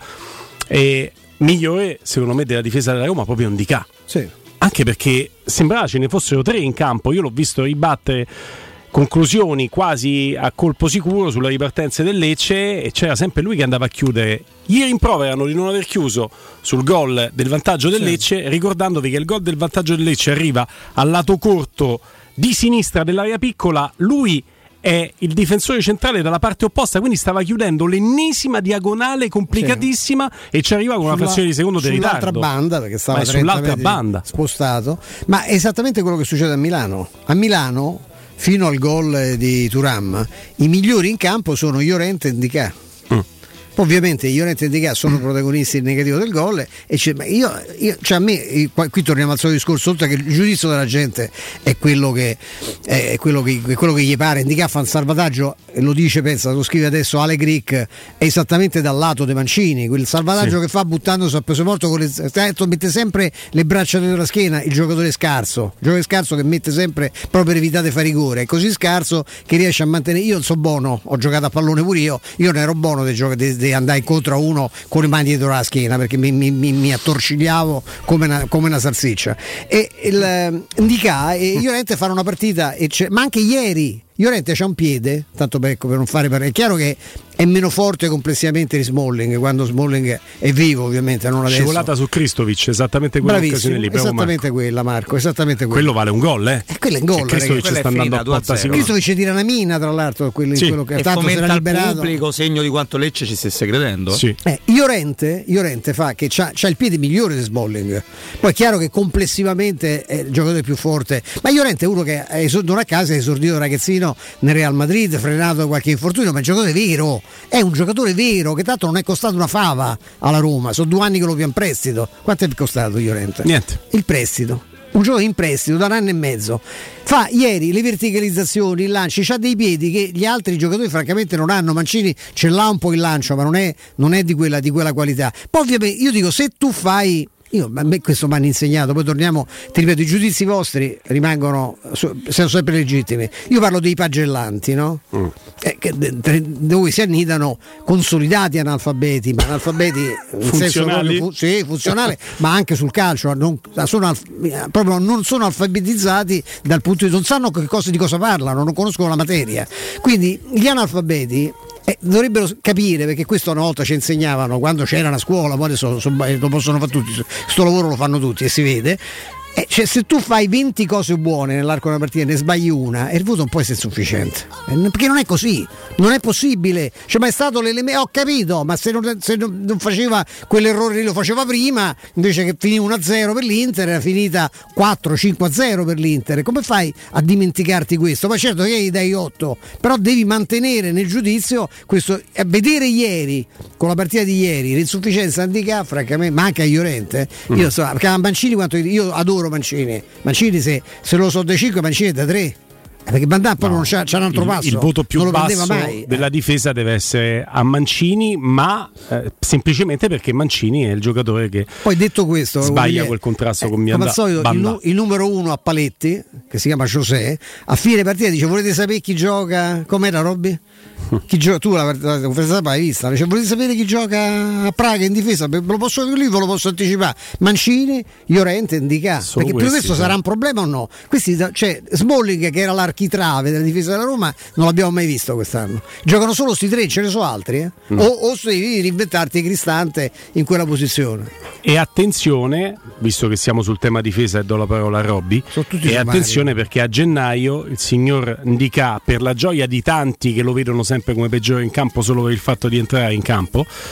E migliore secondo me della difesa della Roma proprio Ndicà. Sì. Anche perché sembrava ce ne fossero tre in campo. Io l'ho visto ribattere conclusioni quasi a colpo sicuro sulla ripartenza del Lecce, e c'era sempre lui che andava a chiudere. Gli rimproverano di non aver chiuso sul gol del vantaggio del Lecce, ricordandovi che il gol del vantaggio del Lecce arriva al lato corto di sinistra dell'area piccola. Lui è il difensore centrale dalla parte opposta, quindi stava chiudendo l'ennesima diagonale complicatissima, sì. E ci arriva con una Sulla, frazione di secondo di ritardo. Sull'altra banda, perché stava sull'altra banda spostato. Ma è esattamente quello che succede a Milano. A Milano, fino al gol di Thuram, i migliori in campo sono Llorente e Ndicà. Mm. Ovviamente Llorente e Ndicà sono protagonisti negativi del gol, e c'è, io, io, cioè a me, qui torniamo al solito discorso, oltre che il giudizio della gente è quello che è quello che, è quello che gli pare. Ndicà fa un salvataggio, e lo dice, pensa, lo scrive adesso Ale Crick, è esattamente dal lato dei Mancini, quel salvataggio, sì, che fa buttandosi a peso morto con le, mette sempre le braccia dietro la schiena. Il giocatore scarso, il giocatore scarso che mette sempre, proprio per evitare di fare rigore, è così scarso che riesce a mantenere. Io non so buono, ho giocato a pallone pure io, io non ero buono dei giocatori, andai incontro a uno con le mani dietro la schiena, perché mi, mi, mi, mi attorcigliavo come una, come una salsiccia. E il Ndicà e Llorente fanno una partita, e ma anche ieri Llorente c'ha un piede, tanto per, ecco, per non fare per... è chiaro che è meno forte complessivamente di Smalling, quando Smalling è vivo, ovviamente, non adesso. Scivolata su Kristovic, esattamente quella occasione lì, esattamente Marco. quella Marco, esattamente quella. Quello vale un gol, eh? E quello è un gol, Kristovic sta andando a porta sicura. Kristovic tira una mina, tra l'altro, quello, sì, quello che e tanto fomenta si era liberato. Il pubblico, segno di quanto Lecce ci stesse credendo. Sì. Eh, Llorente, Llorente fa che c'ha, c'ha il piede migliore di Smalling. Poi è chiaro che complessivamente è il giocatore più forte, ma Llorente è uno che è, non a caso è esordito ragazzino nel Real Madrid, frenato da qualche infortunio, ma è un giocatore vero, è un giocatore vero, che tanto non è costato una fava alla Roma, sono due anni che lo più in prestito. Quanto è costato Llorente? Niente. Il prestito, un giocatore in prestito da un anno e mezzo, fa ieri le verticalizzazioni, il lancio, c'ha dei piedi che gli altri giocatori francamente non hanno. Mancini ce l'ha un po' il lancio, ma non è, non è di quella, di quella qualità. Poi ovviamente io dico, se tu fai, io, a me questo mi hanno insegnato, poi torniamo, ti ripeto, i giudizi vostri rimangono, sono sempre legittimi. Io parlo dei pagellanti, no? Mm. Eh, che, dove si annidano consolidati analfabeti, ma analfabeti in senso proprio fu, sì, funzionale, ma anche sul calcio non sono, proprio non sono alfabetizzati dal punto di vista, non sanno che cosa, di cosa parlano, non conoscono la materia. Quindi gli analfabeti Eh, dovrebbero capire, perché questo una volta ci insegnavano quando c'era una scuola, poi adesso so, lo possono fare tutti, questo lavoro lo fanno tutti e si vede. Eh, cioè, se tu fai venti cose buone nell'arco di una partita e ne sbagli una, il voto non può essere sufficiente, eh, perché non è così, non è possibile. Cioè, ma è stato l'elemento, ho capito, ma se, non, se non, non faceva quell'errore lì, lo faceva prima, invece che finì uno a zero per l'Inter, era finita quattro cinque a zero per l'Inter. Come fai a dimenticarti questo? Ma certo che gli dai otto, però devi mantenere nel giudizio questo. A vedere ieri, con la partita di ieri, l'insufficienza Ndicà, francamente, ma anche a Llorente, mm. io so, perché a Mancini, quanto io adoro Mancini, Mancini se, se lo so da cinque, Mancini è da tre, perché Bandà poi no, non c'ha, c'ha un altro il, passo, il voto più non lo basso mai. della difesa deve essere a Mancini, ma eh, semplicemente perché Mancini è il giocatore che poi, detto questo, sbaglia dire, quel contrasto eh, con Bandà. Il, nu- il numero uno a Paletti, che si chiama José, a fine partita dice: volete sapere chi gioca? Com'era Robby? Chi gioca? Tu la conferenza l'hai vista? Cioè, volete sapere chi gioca a Praga in difesa? Ve lo posso dire, ve lo posso anticipare. Mancini, Llorente, Ndicà. Perché più questo sì. sarà un problema o no? Questi, cioè, Smalling, che era l'architrave della difesa della Roma, non l'abbiamo mai visto quest'anno. Giocano solo sti tre, ce ne sono altri, eh? mm. o, o devi reinventarti Cristante in quella posizione. E attenzione, visto che siamo sul tema difesa e do la parola a Robby, e attenzione perché a gennaio il signor Ndicà, per la gioia di tanti che lo vedono sempre come peggiore in campo solo per il fatto di entrare in campo,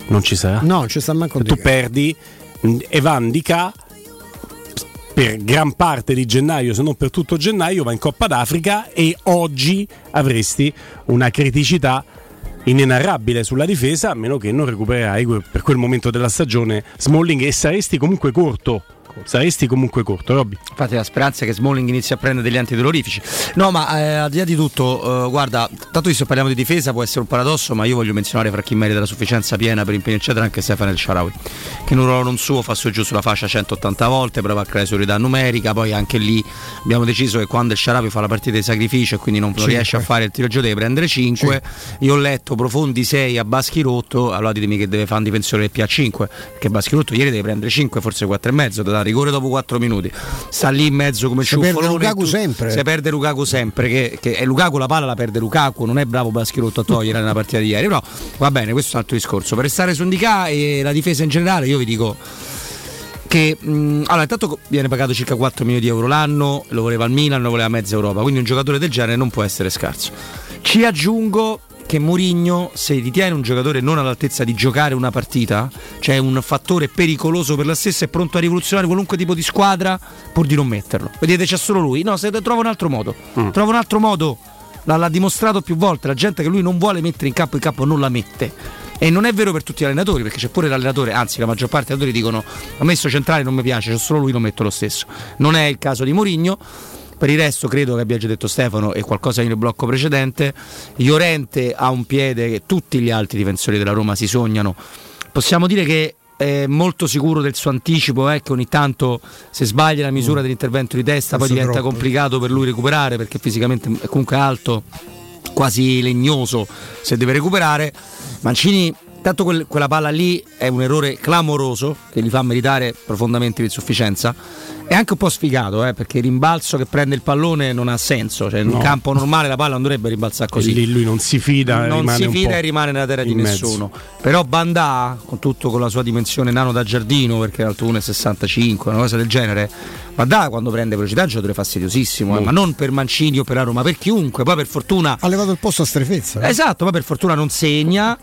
non ci sarà. No, non ci sta manco. Tu perdi Evan Dika per gran parte di gennaio, se non per tutto gennaio, va in Coppa d'Africa e oggi avresti una criticità inenarrabile sulla difesa, a meno che non recupererai per quel momento della stagione Smalling, e saresti comunque corto. Saresti comunque corto, Robby. Infatti la speranza è che Smalling inizi a prendere degli antidolorifici. No, ma eh, al di là di tutto, eh, guarda, tanto se parliamo di difesa può essere un paradosso, ma io voglio menzionare fra chi merita la sufficienza piena per impegno eccetera anche Stefano El Shaarawy, che in un ruolo non suo fa su e giù sulla fascia centottanta volte, prova a creare superiorità numerica. Poi anche lì abbiamo deciso che quando El Shaarawy fa la partita di sacrificio e quindi non cinque. riesce a fare il tiro giù deve prendere cinque. Sì. Io ho letto profondi sei a Baschirotto, allora ditemi che deve fare un difensore del P A cinque, perché Baschirotto ieri deve prendere cinque, forse quattro e mezzo, da rigore dopo quattro minuti, sta lì in mezzo come ciuffolone. Se perde Lukaku sempre. Se perde Lukaku sempre, che, che è Lukaku, la palla la perde Lukaku, non è bravo Baschirotto a togliere nella partita di ieri, però va bene, questo è un altro discorso. Per restare su Ndicà e la difesa in generale, io vi dico che mh, allora intanto viene pagato circa quattro milioni di euro l'anno, lo voleva il Milan, lo voleva mezza Europa, quindi un giocatore del genere non può essere scarso. Ci aggiungo che Mourinho, se ritiene un giocatore non all'altezza di giocare una partita, cioè un fattore pericoloso per la stessa, è pronto a rivoluzionare qualunque tipo di squadra pur di non metterlo. Vedete, c'è solo lui. No, se trova un altro modo. Mm. Trova un altro modo. L'ha, l'ha dimostrato più volte. La gente che lui non vuole mettere in campo, in campo non la mette. E non è vero per tutti gli allenatori, perché c'è pure l'allenatore, anzi la maggior parte degli allenatori dicono: a me sto centrale non mi piace, c'è solo lui, lo metto lo stesso. Non è il caso di Mourinho. Per il resto credo che abbia già detto Stefano e qualcosa nel blocco precedente. Llorente ha un piede che tutti gli altri difensori della Roma si sognano. Possiamo dire che è molto sicuro del suo anticipo, eh, che ogni tanto se sbaglia la misura mm. dell'intervento di testa poi diventa troppo complicato per lui recuperare, perché fisicamente è comunque alto, quasi legnoso se deve recuperare. Mancini, tanto quel, quella palla lì è un errore clamoroso che gli fa meritare profondamente l'insufficienza. È anche un po' sfigato, eh, perché il rimbalzo che prende il pallone non ha senso, cioè in no. un campo normale la palla non dovrebbe rimbalzare così. E lì lui non si fida, non rimane si fida un po' e rimane nella terra di nessuno. Però Bandà, con tutto con la sua dimensione nano da giardino, perché è alto uno virgola sessantacinque, una cosa del genere, Bandà quando prende velocità è un giocatore fastidiosissimo, eh, ma non per Mancini o per Roma, ma per chiunque. Poi per fortuna ha levato il posto a Strefezza. Eh? Esatto, poi per fortuna non segna.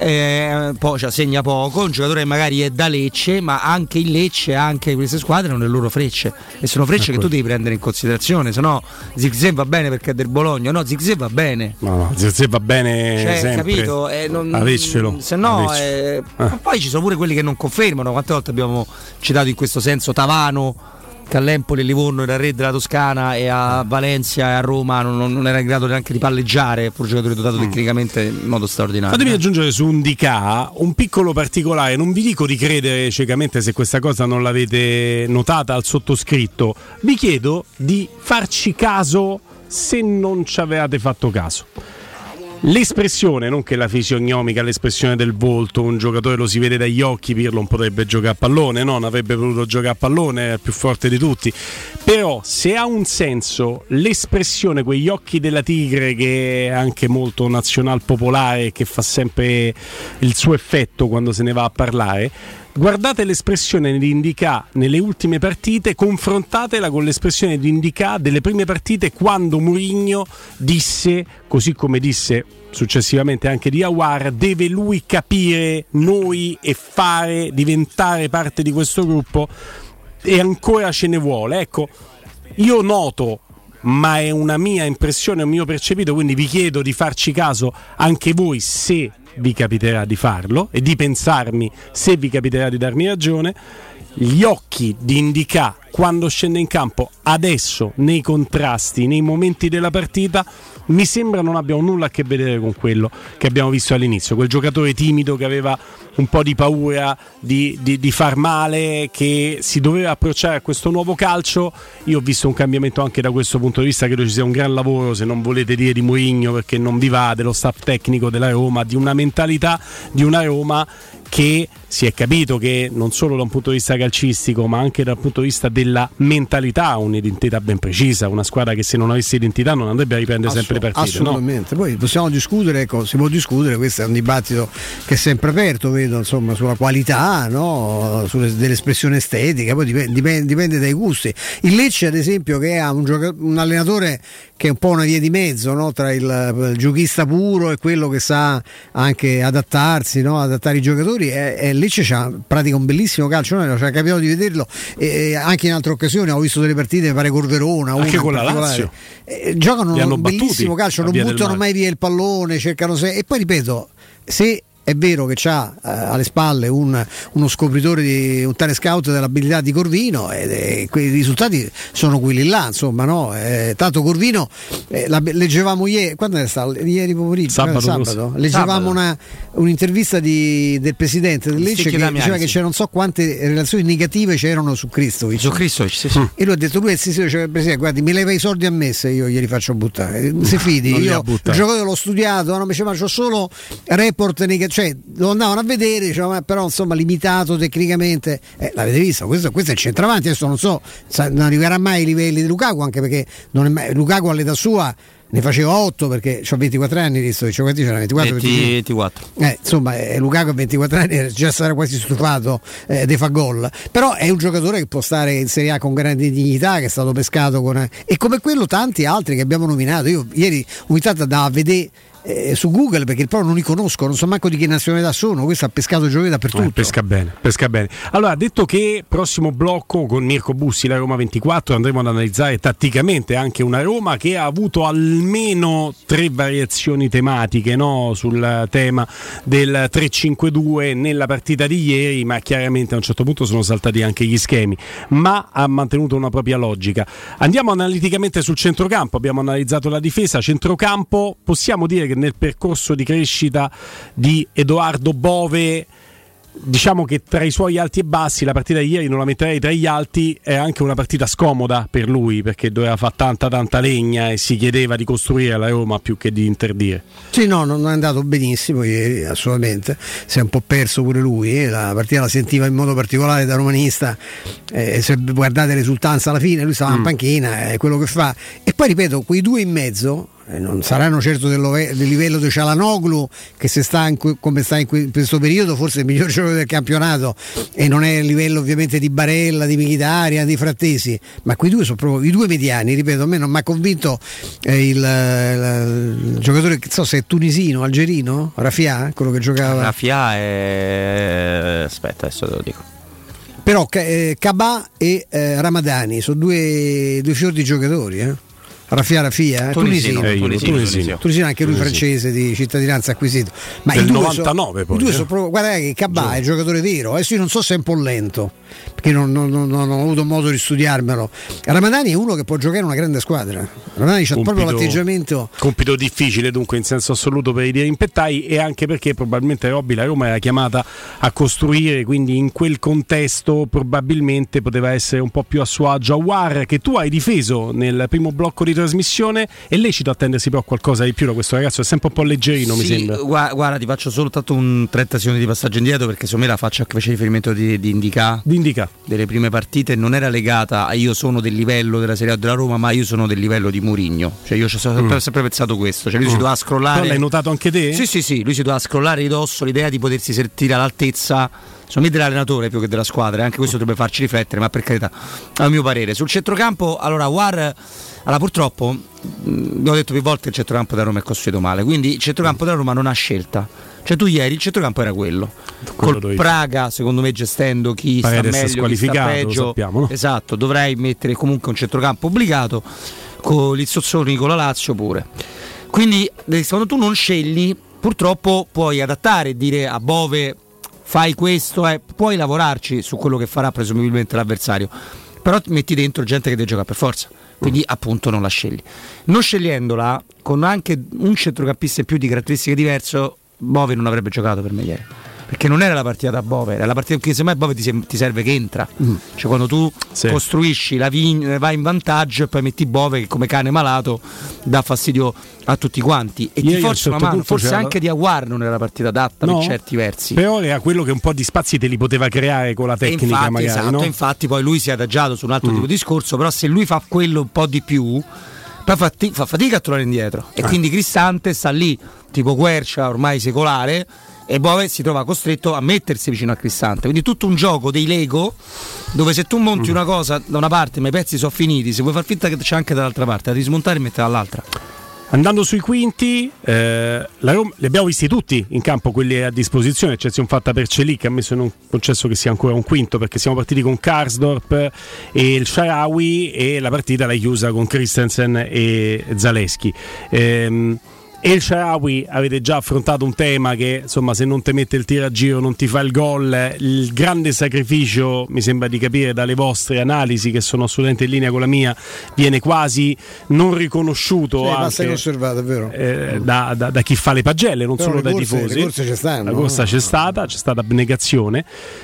Eh, poi cioè, segna poco, un giocatore che magari è da Lecce, ma anche il Lecce, anche queste squadre hanno le loro frecce, e sono frecce ecco. che tu devi prendere in considerazione, se no Zirkzee va bene perché è del Bologna, no, Zirkzee va bene, no, no, Zirkzee va bene, cioè, sempre capito? Eh, non, avescelo, se no eh, ah. poi ci sono pure quelli che non confermano. Quante volte abbiamo citato in questo senso Tavano, che all'Empoli, Livorno era re della Toscana, e a Valencia e a Roma non, non era in grado neanche di palleggiare, pur giocatore dotato mm. tecnicamente in modo straordinario. Fatemi aggiungere su Ndicà un piccolo particolare, non vi dico di credere ciecamente se questa cosa non l'avete notata al sottoscritto, vi chiedo di farci caso se non ci avevate fatto caso. L'espressione, non che la fisionomica, l'espressione del volto, un giocatore lo si vede dagli occhi, Pirlo non potrebbe giocare a pallone, no, non avrebbe voluto giocare a pallone, è il più forte di tutti, però se ha un senso l'espressione, quegli occhi della tigre, che è anche molto nazional popolare, che fa sempre il suo effetto quando se ne va a parlare, guardate l'espressione di Ndicà nelle ultime partite, confrontatela con l'espressione di Ndicà delle prime partite, quando Mourinho disse, così come disse successivamente anche di Aouar, deve lui capire noi e fare, diventare parte di questo gruppo, e ancora ce ne vuole. Ecco, io noto, ma è una mia impressione, un mio percepito, quindi vi chiedo di farci caso anche voi se vi capiterà di farlo, e di pensarmi se vi capiterà di darmi ragione. Gli occhi di Ndicà quando scende in campo adesso, nei contrasti, nei momenti della partita, mi sembra non abbiano nulla a che vedere con quello che abbiamo visto all'inizio, quel giocatore timido che aveva un po' di paura di, di, di far male, che si doveva approcciare a questo nuovo calcio. Io ho visto un cambiamento anche da questo punto di vista, credo ci sia un gran lavoro, se non volete dire di Mourinho perché non vi va, dello staff tecnico della Roma, di una mentalità di una Roma che si è capito che non solo da un punto di vista calcistico ma anche dal punto di vista del della mentalità, un'identità ben precisa, una squadra che se non avesse identità non andrebbe a riprendere Assolut- sempre le partite. Assolutamente, no? poi possiamo discutere, ecco, si può discutere, questo è un dibattito che è sempre aperto, vedo, insomma, sulla qualità, no? Sulle, dell'espressione estetica, poi dipende, dipende, dipende dai gusti. Il Lecce ad esempio, che ha un, gioca- un allenatore che è un po' una via di mezzo, no? Tra il, il giochista puro e quello che sa anche adattarsi, no? Adattare i giocatori, e, e Lecce c'ha pratica un bellissimo calcio, no? Ci è capitato di vederlo e anche in altre occasioni, ho visto delle partite, mi pare col Verona, anche con la Lazio, eh, giocano un bellissimo calcio, non buttano mai via il pallone, cercano se... e poi ripeto, se è vero che c'ha eh, alle spalle un, uno scopritore, di, un tale scout dell'abilità di Corvino, ed eh, quei risultati sono quelli là, insomma, no? Eh, tanto Corvino, eh, la, leggevamo ieri, quando è stato? Ieri pomeriggio, sabato, sabato leggevamo sabato. Una, un'intervista di, del presidente del Lecce che Damiani, diceva sì. che c'era non so quante relazioni negative c'erano su Kristovic. Su Kristovic, sì, sì. E lui ha detto, lui è il presidente, guardi, mi leva i soldi a me se io glieli faccio buttare. Si fidi, non io il giocatore l'ho studiato, no? Mi diceva, c'ho solo report negativi, cioè lo andavano a vedere, diceva, ma però insomma limitato tecnicamente, eh, l'avete visto, questo, questo è il centravanti, adesso non so, non arriverà mai ai livelli di Lukaku, anche perché non è mai, Lukaku all'età sua ne faceva otto, perché ho ventiquattro anni, visto che quanti c'era, ventiquattro, ventiquattro. Eh, insomma, eh, Lukaku a ventiquattro anni già sarà quasi stufato eh, di fa gol, però è un giocatore che può stare in Serie A con grande dignità, che è stato pescato con, eh, e come quello tanti altri che abbiamo nominato. Io ieri ogni tanto andavo a vedere Eh, su Google, perché però non li conosco, non so manco di che nazionalità sono. Questo ha pescato giovedì dappertutto. Eh, pesca bene, pesca bene. Allora, detto che prossimo blocco con Mirko Bussi, la Roma ventiquattro, andremo ad analizzare tatticamente anche una Roma che ha avuto almeno tre variazioni tematiche, no? Sul tema del tre cinque due nella partita di ieri, ma chiaramente a un certo punto sono saltati anche gli schemi, ma ha mantenuto una propria logica. Andiamo analiticamente sul centrocampo, abbiamo analizzato la difesa. Centrocampo, possiamo dire che nel percorso di crescita di Edoardo Bove, diciamo che tra i suoi alti e bassi la partita di ieri non la metterei tra gli alti, è anche una partita scomoda per lui, perché doveva fare tanta tanta legna e si chiedeva di costruire la Roma più che di interdire. Sì, no, non è andato benissimo ieri, assolutamente, si è un po' perso pure lui, eh. La partita la sentiva in modo particolare da romanista, eh, se guardate l'esultanza alla fine lui stava mm. in panchina, è quello che fa, e poi ripeto, quei due in mezzo non saranno certo del, del livello di Cialanoglu, che se sta in, come sta in, in questo periodo forse è il miglior giocatore del campionato, e non è il livello ovviamente di Barella, di Mkhitaryan, di Frattesi, ma quei due sono proprio i due mediani. Ripeto, a me non mi ha convinto eh, il, il, il giocatore, che so se è tunisino, algerino, Rafia, quello che giocava. Rafia è... aspetta, adesso te lo dico. Però eh, Kabà e eh, Ramadani sono due, due fior di giocatori, eh. Rafia Rafia, eh? tunisino, tunisino, tunisino, tunisino, tunisino, anche lui tunisino. Francese di cittadinanza acquisito. Ma del i due novantanove so, poi. I due eh? sono proprio, guarda che Kabà è il giocatore vero, adesso io non so se è un po' lento, perché non, non, non, non ho avuto modo di studiarmelo. Ramadani è uno che può giocare in una grande squadra. Ramadani ha proprio l'atteggiamento. Compito difficile dunque in senso assoluto per i dirimpettai, e anche perché probabilmente Robby la Roma era chiamata a costruire, quindi in quel contesto probabilmente poteva essere un po' più a suo agio. Aouar, che tu hai difeso nel primo blocco di trasmissione, è lecito attendersi però qualcosa di più da questo ragazzo, è sempre un po' leggerino, sì, mi sembra. Guarda, guarda, ti faccio soltanto un trenta secondi di passaggio indietro, perché secondo me la faccia che faceva riferimento di, di Indica, di Indica delle prime partite non era legata a io sono del livello della Serie A della Roma, ma io sono del livello di Mourinho, cioè io ho sempre, mm. sempre pensato questo, cioè lui mm. si doveva scrollare. Però l'hai notato anche te? Sì sì sì, lui si doveva scrollare di dosso l'idea di potersi sentire all'altezza, secondo me, dell'allenatore più che della squadra, e anche questo dovrebbe farci riflettere, ma per carità, a mio parere. Sul centrocampo, allora War, allora purtroppo abbiamo detto più volte che il centrocampo della Roma è costruito male, quindi il centrocampo della Roma non ha scelta. Cioè tu ieri il centrocampo era quello, quello col Praga secondo me gestendo chi Paredes sta meglio, chi sta peggio, sappiamo, no? Esatto, dovrei mettere comunque un centrocampo obbligato, con il Sozzoni con la Lazio pure. Quindi secondo tu non scegli, purtroppo puoi adattare e dire a Bove fai questo, eh, puoi lavorarci su quello che farà presumibilmente l'avversario, però metti dentro gente che deve giocare per forza, quindi appunto non la scegli. Non scegliendola, con anche un centrocampista in più di caratteristiche diverse, Bove non avrebbe giocato per me ieri. perché non era la partita da Bove, era la partita in cui semmai Bove ti, ti serve che entra, mm. cioè quando tu sì. costruisci la vin- vai in vantaggio e poi metti Bove che come cane malato dà fastidio a tutti quanti e Ieri ti forza una mano, forse c'era... anche di Aguar non era la partita adatta no, per certi versi, però era quello che un po' di spazi te li poteva creare con la tecnica, infatti, magari esatto, no? Infatti poi lui si è adagiato su un altro mm. tipo di discorso, però se lui fa quello un po' di più poi fa, t- fa fatica a tornare indietro e ah. quindi Cristante sta lì tipo Quercia ormai secolare e Bove si trova costretto a mettersi vicino a Cristante, quindi tutto un gioco dei Lego dove se tu monti mm. una cosa da una parte ma i pezzi sono finiti, se vuoi far finta che c'è anche dall'altra parte, da rismontare e mettere dall'altra. Andando sui quinti, eh, la Roma, li abbiamo visti tutti in campo, quelli a disposizione, eccezione fatta per Celic, a me sono concesso che sia ancora un quinto perché siamo partiti con Karsdorp e il Shaarawy e la partita l'hai chiusa con Christensen e Zalewski. Ehm, e il Shaarawy avete già affrontato un tema che insomma se non ti mette il tiro a giro non ti fa il gol, il grande sacrificio mi sembra di capire dalle vostre analisi che sono assolutamente in linea con la mia, viene quasi non riconosciuto sì, anche, osservato, è vero. Eh, da, da, da chi fa le pagelle, non però solo dai corse, tifosi. Le corse c'è stanno, la corsa no? c'è stata, c'è stata abnegazione.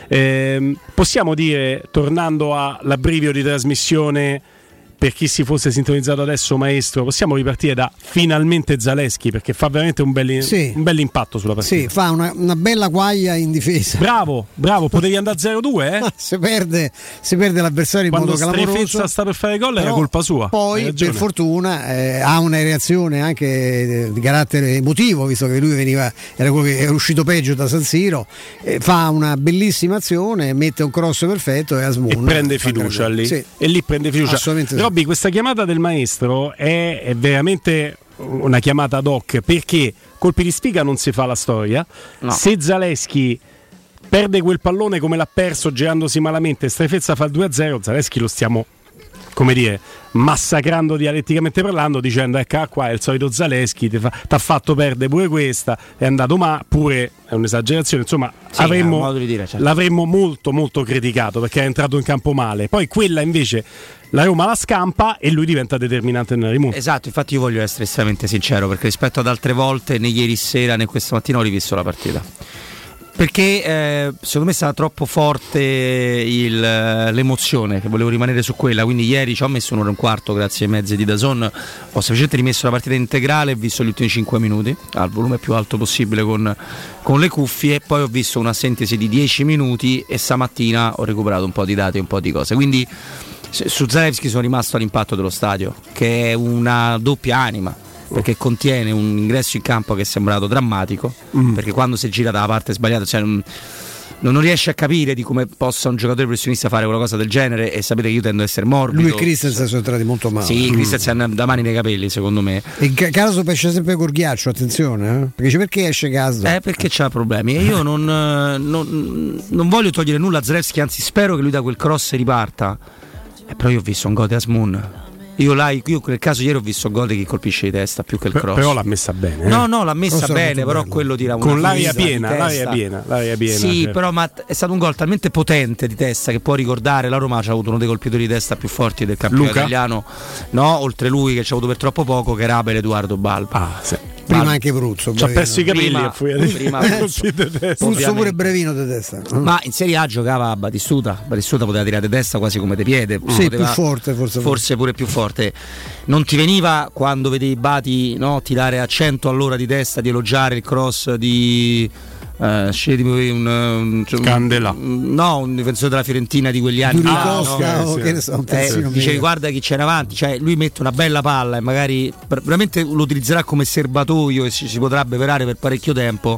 Eh, possiamo dire, tornando all'abbrivio di trasmissione, per chi si fosse sintonizzato adesso, maestro, possiamo ripartire da finalmente Zalewski perché fa veramente un bel, sì. un bel impatto sulla partita. Sì, fa una, una bella quaglia in difesa. Bravo, bravo, potevi andare a zero due, eh? si, perde, si perde l'avversario in quando modo clamoroso. Quando Strefezza sta per fare gol è colpa sua. Poi per fortuna eh, ha una reazione anche di carattere emotivo, visto che lui veniva, era quello che era uscito peggio da San Siro, eh, fa una bellissima azione, mette un cross perfetto e Asmun e prende fiducia lì. Sì. E lì prende fiducia. Assolutamente sì. Robby, questa chiamata del maestro è, è veramente una chiamata ad hoc perché colpi di sfiga non si fa la storia. No. Se Zalewski perde quel pallone come l'ha perso girandosi malamente, Strefezza fa il due a zero, Zalewski lo stiamo, come dire, massacrando dialetticamente parlando, dicendo ecco qua è il solito Zalewski, ti ha fatto perdere pure questa, è andato ma pure è un'esagerazione, insomma sì, avremmo, modo di dire, certo. l'avremmo molto molto criticato perché è entrato in campo male, poi quella invece la Roma la scampa e lui diventa determinante nella rimonta. Esatto, infatti io voglio essere estremamente sincero perché rispetto ad altre volte né ieri sera né questa mattina ho rivisto la partita perché eh, secondo me è stata troppo forte il, l'emozione, che volevo rimanere su quella, quindi ieri ci ho messo un'ora e un quarto grazie ai mezzi di D A Z N, ho semplicemente rimesso la partita integrale e visto gli ultimi cinque minuti al volume più alto possibile con, con le cuffie, poi ho visto una sintesi di dieci minuti e stamattina ho recuperato un po' di dati e un po' di cose, quindi su Zalewski sono rimasto all'impatto dello stadio che è una doppia anima perché contiene un ingresso in campo che è sembrato drammatico mm. perché quando si gira dalla parte sbagliata cioè, non, non riesce a capire di come possa un giocatore professionista fare una cosa del genere e sapete che io tendo ad essere morbido. Lui e Christensen sono entrati molto male. Sì, mm. Christensen ha da mani nei capelli secondo me e Caso esce sempre col ghiaccio, attenzione eh? Perché dice perché esce Caso? Eh perché c'ha problemi e io non, non, non voglio togliere nulla a Zalewski, anzi spero che lui da quel cross riparta eh, però io ho visto un gol di Asmun. Io, là, io nel caso ieri ho visto gol di chi colpisce di testa più che il cross. Però l'ha messa bene. Eh? No, no, l'ha messa Cross bene, però bello. Quello tira una con l'aria piena, l'aria piena, l'aria piena. Sì, certo. però ma è stato un gol talmente potente di testa che può ricordare la Roma ha avuto uno dei colpitori di testa più forti del campionato Luca? italiano. No, oltre lui che ci ha avuto per troppo poco che era Abel Eduardo Balba. Ah, sì. Prima anche Bruzzo ci ha perso i capelli prima, prima Bruzzo pure Brevino di testa, ma in Serie A giocava Batistuta Batistuta poteva tirare di testa quasi come di piede, sì, poteva, più forte forse, forse pure più forte. Non ti veniva quando vedevi Bati no, tirare a cento all'ora di testa di elogiare il cross di Uh, scegli un, un, un Candela no un difensore della Fiorentina di quegli anni ah, no, no, che ne so, eh, dicevi guarda chi c'era avanti, cioè lui mette una bella palla e magari veramente lo utilizzerà come serbatoio e si, si potrà beverare per parecchio tempo.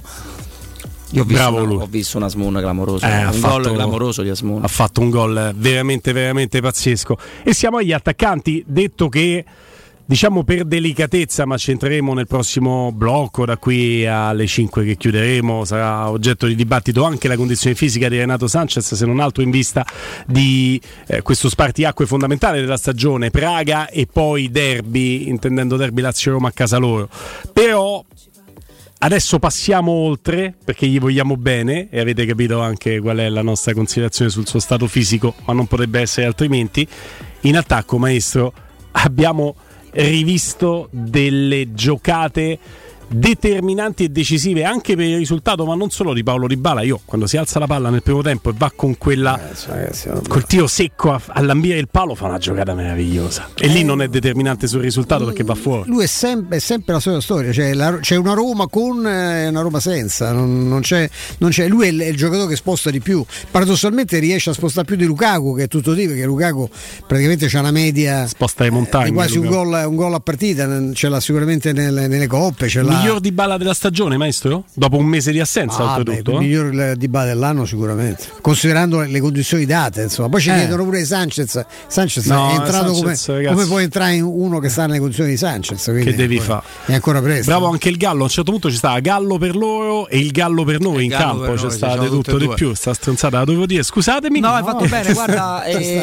Io ho visto, una, ho visto una Asmun clamoroso, eh, un gol clamoroso di Asmun. Ha fatto un gol veramente veramente pazzesco. E siamo agli attaccanti, detto che diciamo per delicatezza, ma ci entreremo nel prossimo blocco, da qui alle cinque che chiuderemo, sarà oggetto di dibattito anche la condizione fisica di Renato Sanchez, se non altro in vista di eh, questo spartiacque fondamentale della stagione, Praga e poi derby, intendendo derby Lazio-Roma a casa loro. Però adesso passiamo oltre, perché gli vogliamo bene e avete capito anche qual è la nostra considerazione sul suo stato fisico, ma non potrebbe essere altrimenti. In attacco, maestro, abbiamo rivisto delle giocate determinanti e decisive anche per il risultato, ma non solo, di Paolo Dybala. Io quando si alza la palla nel primo tempo e va con quella eh, col tiro secco a, a lambire il palo, fa una giocata meravigliosa e eh, lì non è determinante sul risultato lui, perché va fuori. Lui è sempre, è sempre la sua storia, cioè la, c'è una Roma con e una Roma senza, non, non, c'è, non c'è, lui è il, è il giocatore che sposta di più, paradossalmente riesce a spostare più di Lukaku, che è tutto lì, perché Lukaku praticamente c'ha una media sposta le montagne, eh, quasi un gol, un gol a partita, ce l'ha sicuramente nelle, nelle coppe, ce l'ha. Miglior Dybala della stagione, maestro? Dopo un mese di assenza, ah, oltretutto. Beh, il miglior Dybala dell'anno sicuramente, considerando le condizioni date, insomma. Poi ci eh. chiedono pure di Sanchez. Sanchez no, è entrato Sanchez, come, come può entrare in uno che sta nelle condizioni di Sanchez, che devi fare? È ancora presto. Bravo anche il Gallo, a un certo punto ci stava Gallo per loro e il Gallo per noi in campo, c'è stato di tutto di più, sta stronzata la dovevo dire, scusatemi. No, hai no, fatto bene, guarda,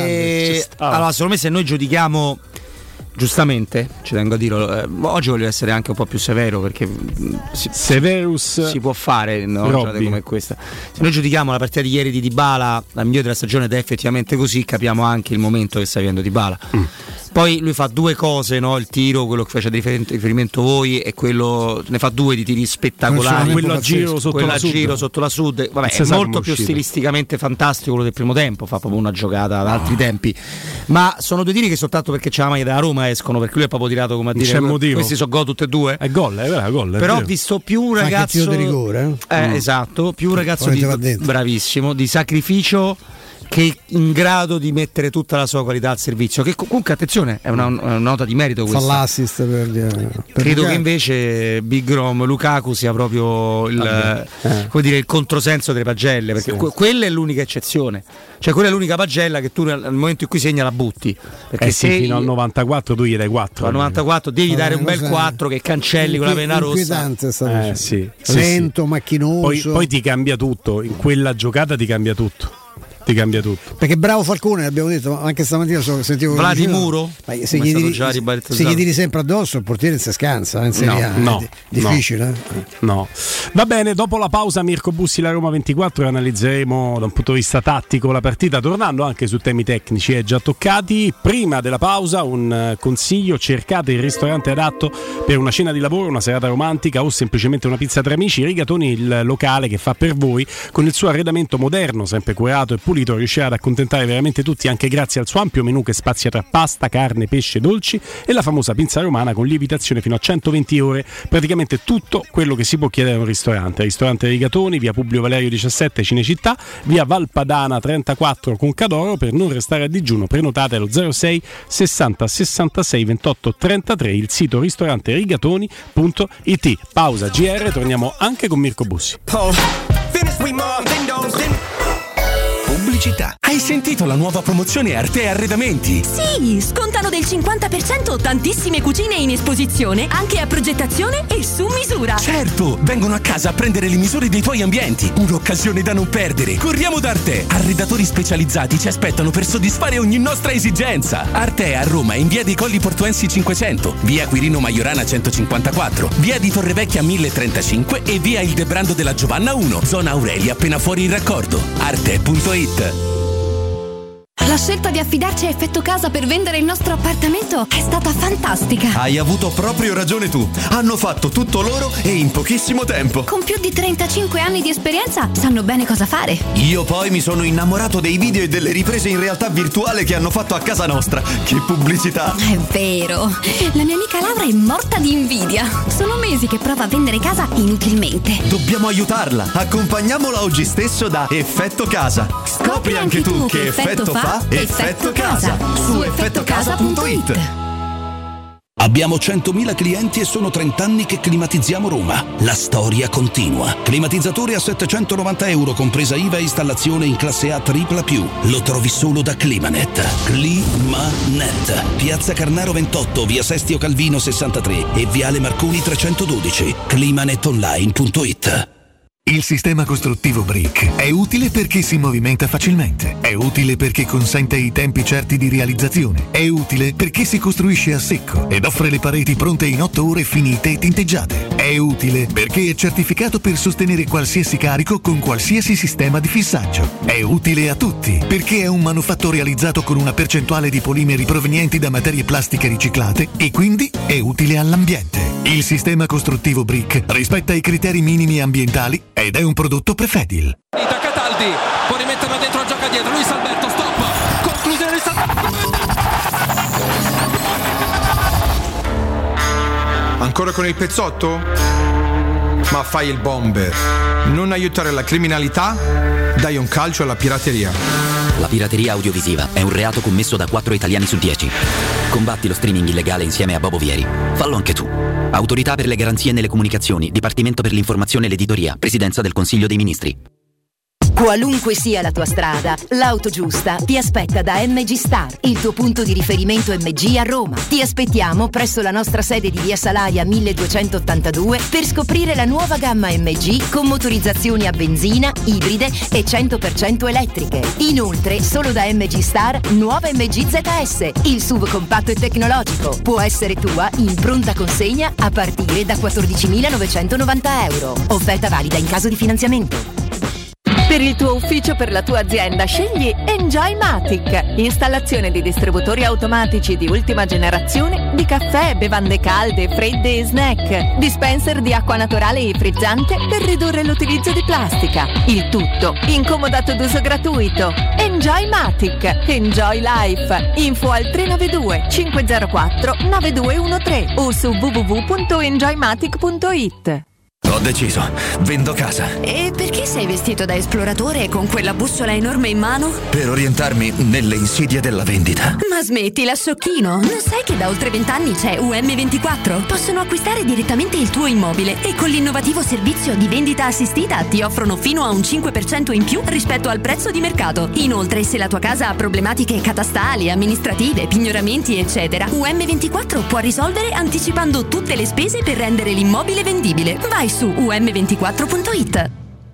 eh, allora secondo me se noi giudichiamo giustamente, ci tengo a dirlo, eh, oggi voglio essere anche un po' più severo, perché si, Severus si può fare, no, giornate come questa. Se noi giudichiamo la partita di ieri di Dybala la migliore della stagione ed è effettivamente così, capiamo anche il momento che sta vivendo Dybala. Mm. Poi lui fa due cose, no? Il tiro, quello che faceva riferimento voi, e quello ne fa due di tiri spettacolari. Quello a giro sotto quello la a sud. giro sotto la sud. Vabbè, è molto più uscito. Stilisticamente fantastico quello del primo tempo, fa proprio una giocata ad altri tempi. Ma sono due tiri che soltanto perché c'è la maglia della Roma escono, perché lui è proprio tirato come a dire. C'è motivo. Questi sono gol tutte e due. È gol, è vero, gol. È Però vero. ho visto più un ragazzo tiro di rigore, eh? Eh, mm. esatto, più un ragazzo di, bravissimo, di sacrificio, che è in grado di mettere tutta la sua qualità al servizio, che comunque attenzione è una, una nota di merito questa. Fa l'assist per, per credo che invece Big Rom Lukaku sia proprio il, eh. come dire, il controsenso delle pagelle, perché sì. que- quella è l'unica eccezione, cioè quella è l'unica pagella che tu nel momento in cui segna la butti, perché eh se sì, fino al novantaquattro tu gli dai quattro, al novantaquattro devi dare un bel quattro che cancelli con la penna rossa, eh, sì. lento, sì, macchinoso, poi, poi ti cambia tutto, in quella giocata ti cambia tutto. Ti cambia tutto. Perché bravo Falcone, abbiamo detto, anche stamattina so, sentivo Vladi Muro, ma se, gli tiri, se gli tiri sempre addosso il portiere si scansa, in Serie A, no, è difficile. No, eh? no. Va bene, dopo la pausa Mirko Bussi, la Roma ventiquattro, analizzeremo da un punto di vista tattico la partita, tornando anche su temi tecnici eh, già toccati. Prima della pausa un consiglio: cercate il ristorante adatto per una cena di lavoro, una serata romantica o semplicemente una pizza tra amici. Rigatoni, il locale che fa per voi, con il suo arredamento moderno, sempre curato e pulito, riuscirà ad accontentare veramente tutti, anche grazie al suo ampio menù che spazia tra pasta, carne, pesce, dolci e la famosa pinza romana con lievitazione fino a centoventi ore. Praticamente tutto quello che si può chiedere a un ristorante. Ristorante Rigatoni, via Publio Valerio diciassette, Cinecittà, via Valpadana trentaquattro con Cadoro. Per non restare a digiuno prenotate allo zero sei sessanta sessantasei ventotto trentatré, il sito ristorante rigatoni punto it. Pausa G R, torniamo anche con Mirko Bussi. Pubblicità. Hai sentito la nuova promozione Arte Arredamenti? Sì, scontano del cinquanta per cento tantissime cucine in esposizione, anche a progettazione e su misura. Certo, vengono a casa a prendere le misure dei tuoi ambienti. Un'occasione da non perdere. Corriamo da Arte. Arredatori specializzati ci aspettano per soddisfare ogni nostra esigenza. Arte a Roma, in via dei Colli Portuensi cinquecento, via Quirino Maiorana centocinquantaquattro, via di Torrevecchia mille trentacinque e via Il Debrando della Giovanna uno, zona Aurelia, appena fuori il raccordo. arte punto it. La scelta di affidarci a Effetto Casa per vendere il nostro appartamento è stata fantastica. Hai avuto proprio ragione tu. Hanno fatto tutto loro e in pochissimo tempo. Con più di trentacinque anni di esperienza sanno bene cosa fare. Io poi mi sono innamorato dei video e delle riprese in realtà virtuale che hanno fatto a casa nostra. Che pubblicità! È vero. La mia amica Laura è morta di invidia. Sono mesi che prova a vendere casa inutilmente. Dobbiamo aiutarla. Accompagniamola oggi stesso da Effetto Casa. Scopri, Scopri anche, anche tu che effetto fa Effetto Casa su effetto casa punto it. Abbiamo centomila clienti e sono trenta anni che climatizziamo Roma. La storia continua. Climatizzatore a settecentonovanta euro, compresa I V A e installazione in classe A tripla più. Lo trovi solo da Climanet. Climanet. Piazza Carnaro ventotto, via Sestio Calvino sessantatré e viale Marconi trecentododici. climanet online punto it. Il sistema costruttivo Brick è utile perché si movimenta facilmente, è utile perché consente i tempi certi di realizzazione, è utile perché si costruisce a secco ed offre le pareti pronte in otto ore finite e tinteggiate, è utile perché è certificato per sostenere qualsiasi carico con qualsiasi sistema di fissaggio, è utile a tutti perché è un manufatto realizzato con una percentuale di polimeri provenienti da materie plastiche riciclate e quindi è utile all'ambiente. Il sistema costruttivo Brick rispetta i criteri minimi ambientali ed è un prodotto Prefedil. Cataldi può rimetterla dentro, gioca dietro, Luis Alberto, stop, conclusione di Ancora con il pezzotto? Ma fai il bomber. Non aiutare la criminalità? Dai un calcio alla pirateria. La pirateria audiovisiva è un reato commesso da quattro italiani su dieci. Combatti lo streaming illegale insieme a Bobo Vieri. Fallo anche tu. Autorità per le garanzie nelle comunicazioni, Dipartimento per l'informazione e l'editoria, Presidenza del Consiglio dei Ministri. Qualunque sia la tua strada, l'auto giusta ti aspetta da M G Star, il tuo punto di riferimento M G a Roma. Ti aspettiamo presso la nostra sede di Via Salaria milleduecentottantadue per scoprire la nuova gamma M G con motorizzazioni a benzina, ibride e cento per cento elettriche. Inoltre, solo da M G Star, nuova M G Z S, il S U V compatto e tecnologico. Può essere tua in pronta consegna a partire da quattordicimilanovecentonovanta euro. Offerta valida in caso di finanziamento. Per il tuo ufficio, per la tua azienda, scegli Enjoymatic. Installazione di distributori automatici di ultima generazione di caffè, bevande calde, fredde e snack. Dispenser di acqua naturale e frizzante per ridurre l'utilizzo di plastica. Il tutto incomodato d'uso gratuito. Enjoymatic. Enjoy Life. Info al tre nove due cinque zero quattro nove due uno tre o su w w w punto enjoymatic punto it. Ho deciso, vendo casa. E perché sei vestito da esploratore con quella bussola enorme in mano? Per orientarmi nelle insidie della vendita. Ma smettila, sciocchino. Non sai che da oltre vent'anni c'è U M ventiquattro? Possono acquistare direttamente il tuo immobile e con l'innovativo servizio di vendita assistita ti offrono fino a un cinque per cento in più rispetto al prezzo di mercato. Inoltre, se la tua casa ha problematiche catastali, amministrative, pignoramenti, eccetera, U M ventiquattro può risolvere anticipando tutte le spese per rendere l'immobile vendibile. Vai su u m ventiquattro punto it.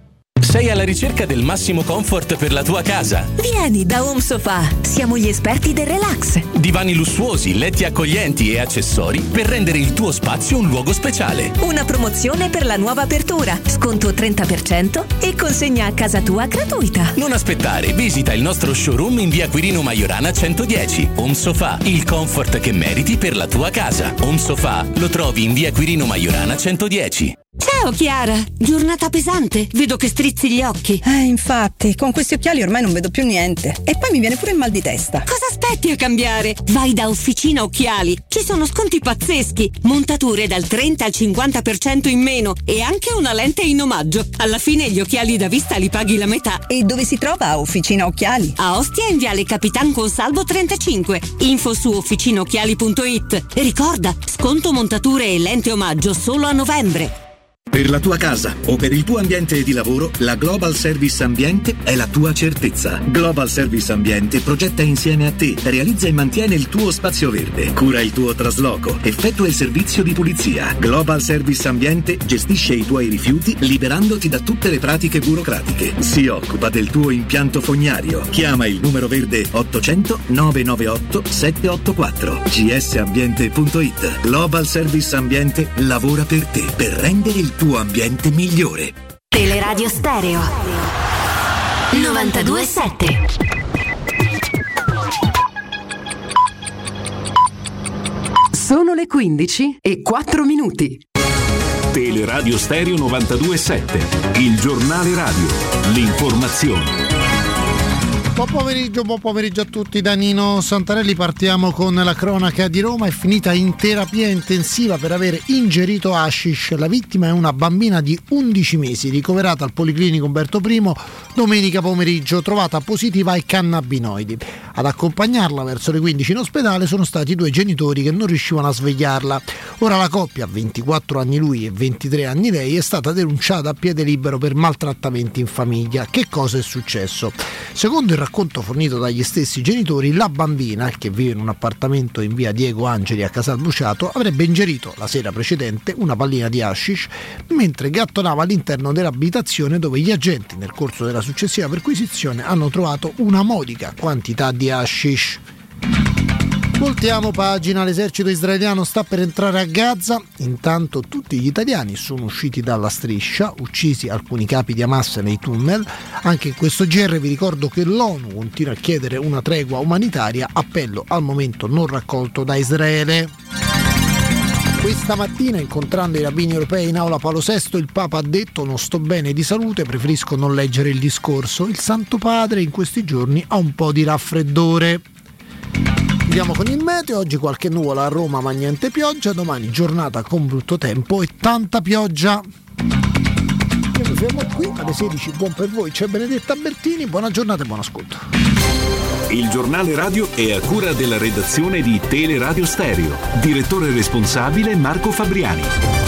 Sei alla ricerca del massimo comfort per la tua casa? Vieni da Home Sofa, siamo gli esperti del relax. Divani lussuosi, letti accoglienti e accessori per rendere il tuo spazio un luogo speciale. Una promozione per la nuova apertura, sconto trenta per cento e consegna a casa tua gratuita. Non aspettare, visita il nostro showroom in via Quirino Maiorana centodieci. Home Sofa, il comfort che meriti per la tua casa. Home Sofa lo trovi in via Quirino Maiorana centodieci. Ciao Chiara, giornata pesante, vedo che strizzi gli occhi. Eh, infatti, con questi occhiali ormai non vedo più niente. E poi mi viene pure il mal di testa. Cosa aspetti a cambiare? Vai da Officina Occhiali, ci sono sconti pazzeschi, montature dal trenta al cinquanta per cento in meno e anche una lente in omaggio. Alla fine gli occhiali da vista li paghi la metà. E dove si trova Officina Occhiali? A Ostia in viale Capitan Consalvo trentacinque. Info su officinaocchiali punto it. E ricorda, sconto montature e lente omaggio solo a novembre. Per la tua casa o per il tuo ambiente di lavoro, la Global Service Ambiente è la tua certezza. Global Service Ambiente progetta insieme a te, realizza e mantiene il tuo spazio verde, cura il tuo trasloco, effettua il servizio di pulizia. Global Service Ambiente gestisce i tuoi rifiuti liberandoti da tutte le pratiche burocratiche. Si occupa del tuo impianto fognario. Chiama il numero verde ottocento nove nove otto sette otto quattro g s ambiente punto it. Global Service Ambiente lavora per te per rendere il tuo ambiente migliore. Teleradio Stereo novantadue sette. Sono le quindici e quattro minuti. Teleradio Stereo novantadue sette, il giornale radio, l'informazione. Buon pomeriggio, buon pomeriggio a tutti da Nino Santarelli. Partiamo con la cronaca di Roma. È finita in terapia intensiva per aver ingerito hashish. La vittima è una bambina di undici mesi, ricoverata al Policlinico Umberto I domenica pomeriggio, trovata positiva ai cannabinoidi. Ad accompagnarla verso le quindici in ospedale sono stati due genitori che non riuscivano a svegliarla. Ora la coppia, ventiquattro anni lui e ventitré anni lei, è stata denunciata a piede libero per maltrattamenti in famiglia. Che cosa è successo? Secondo il racconto fornito dagli stessi genitori, la bambina, che vive in un appartamento in via Diego Angeli a Casalbruciato, avrebbe ingerito la sera precedente una pallina di hashish mentre gattonava all'interno dell'abitazione, dove gli agenti nel corso della successiva perquisizione hanno trovato una modica quantità di hashish. Voltiamo pagina, l'esercito israeliano sta per entrare a Gaza, intanto tutti gli italiani sono usciti dalla striscia, uccisi alcuni capi di Hamas nei tunnel. Anche in questo G R vi ricordo che l'ONU continua a chiedere una tregua umanitaria, appello al momento non raccolto da Israele. Questa mattina, incontrando i rabbini europei in aula Paolo sesto, il Papa ha detto: non sto bene di salute, preferisco non leggere il discorso. Il Santo Padre in questi giorni ha un po' di raffreddore. Andiamo con il meteo. Oggi qualche nuvola a Roma ma niente pioggia. Domani giornata con brutto tempo e tanta pioggia. Io mi fermo qui, alle sedici buon per voi, c'è Benedetta Bertini, buona giornata e buon ascolto. Il giornale radio è a cura della redazione di Teleradio Stereo. Direttore responsabile Marco Fabriani.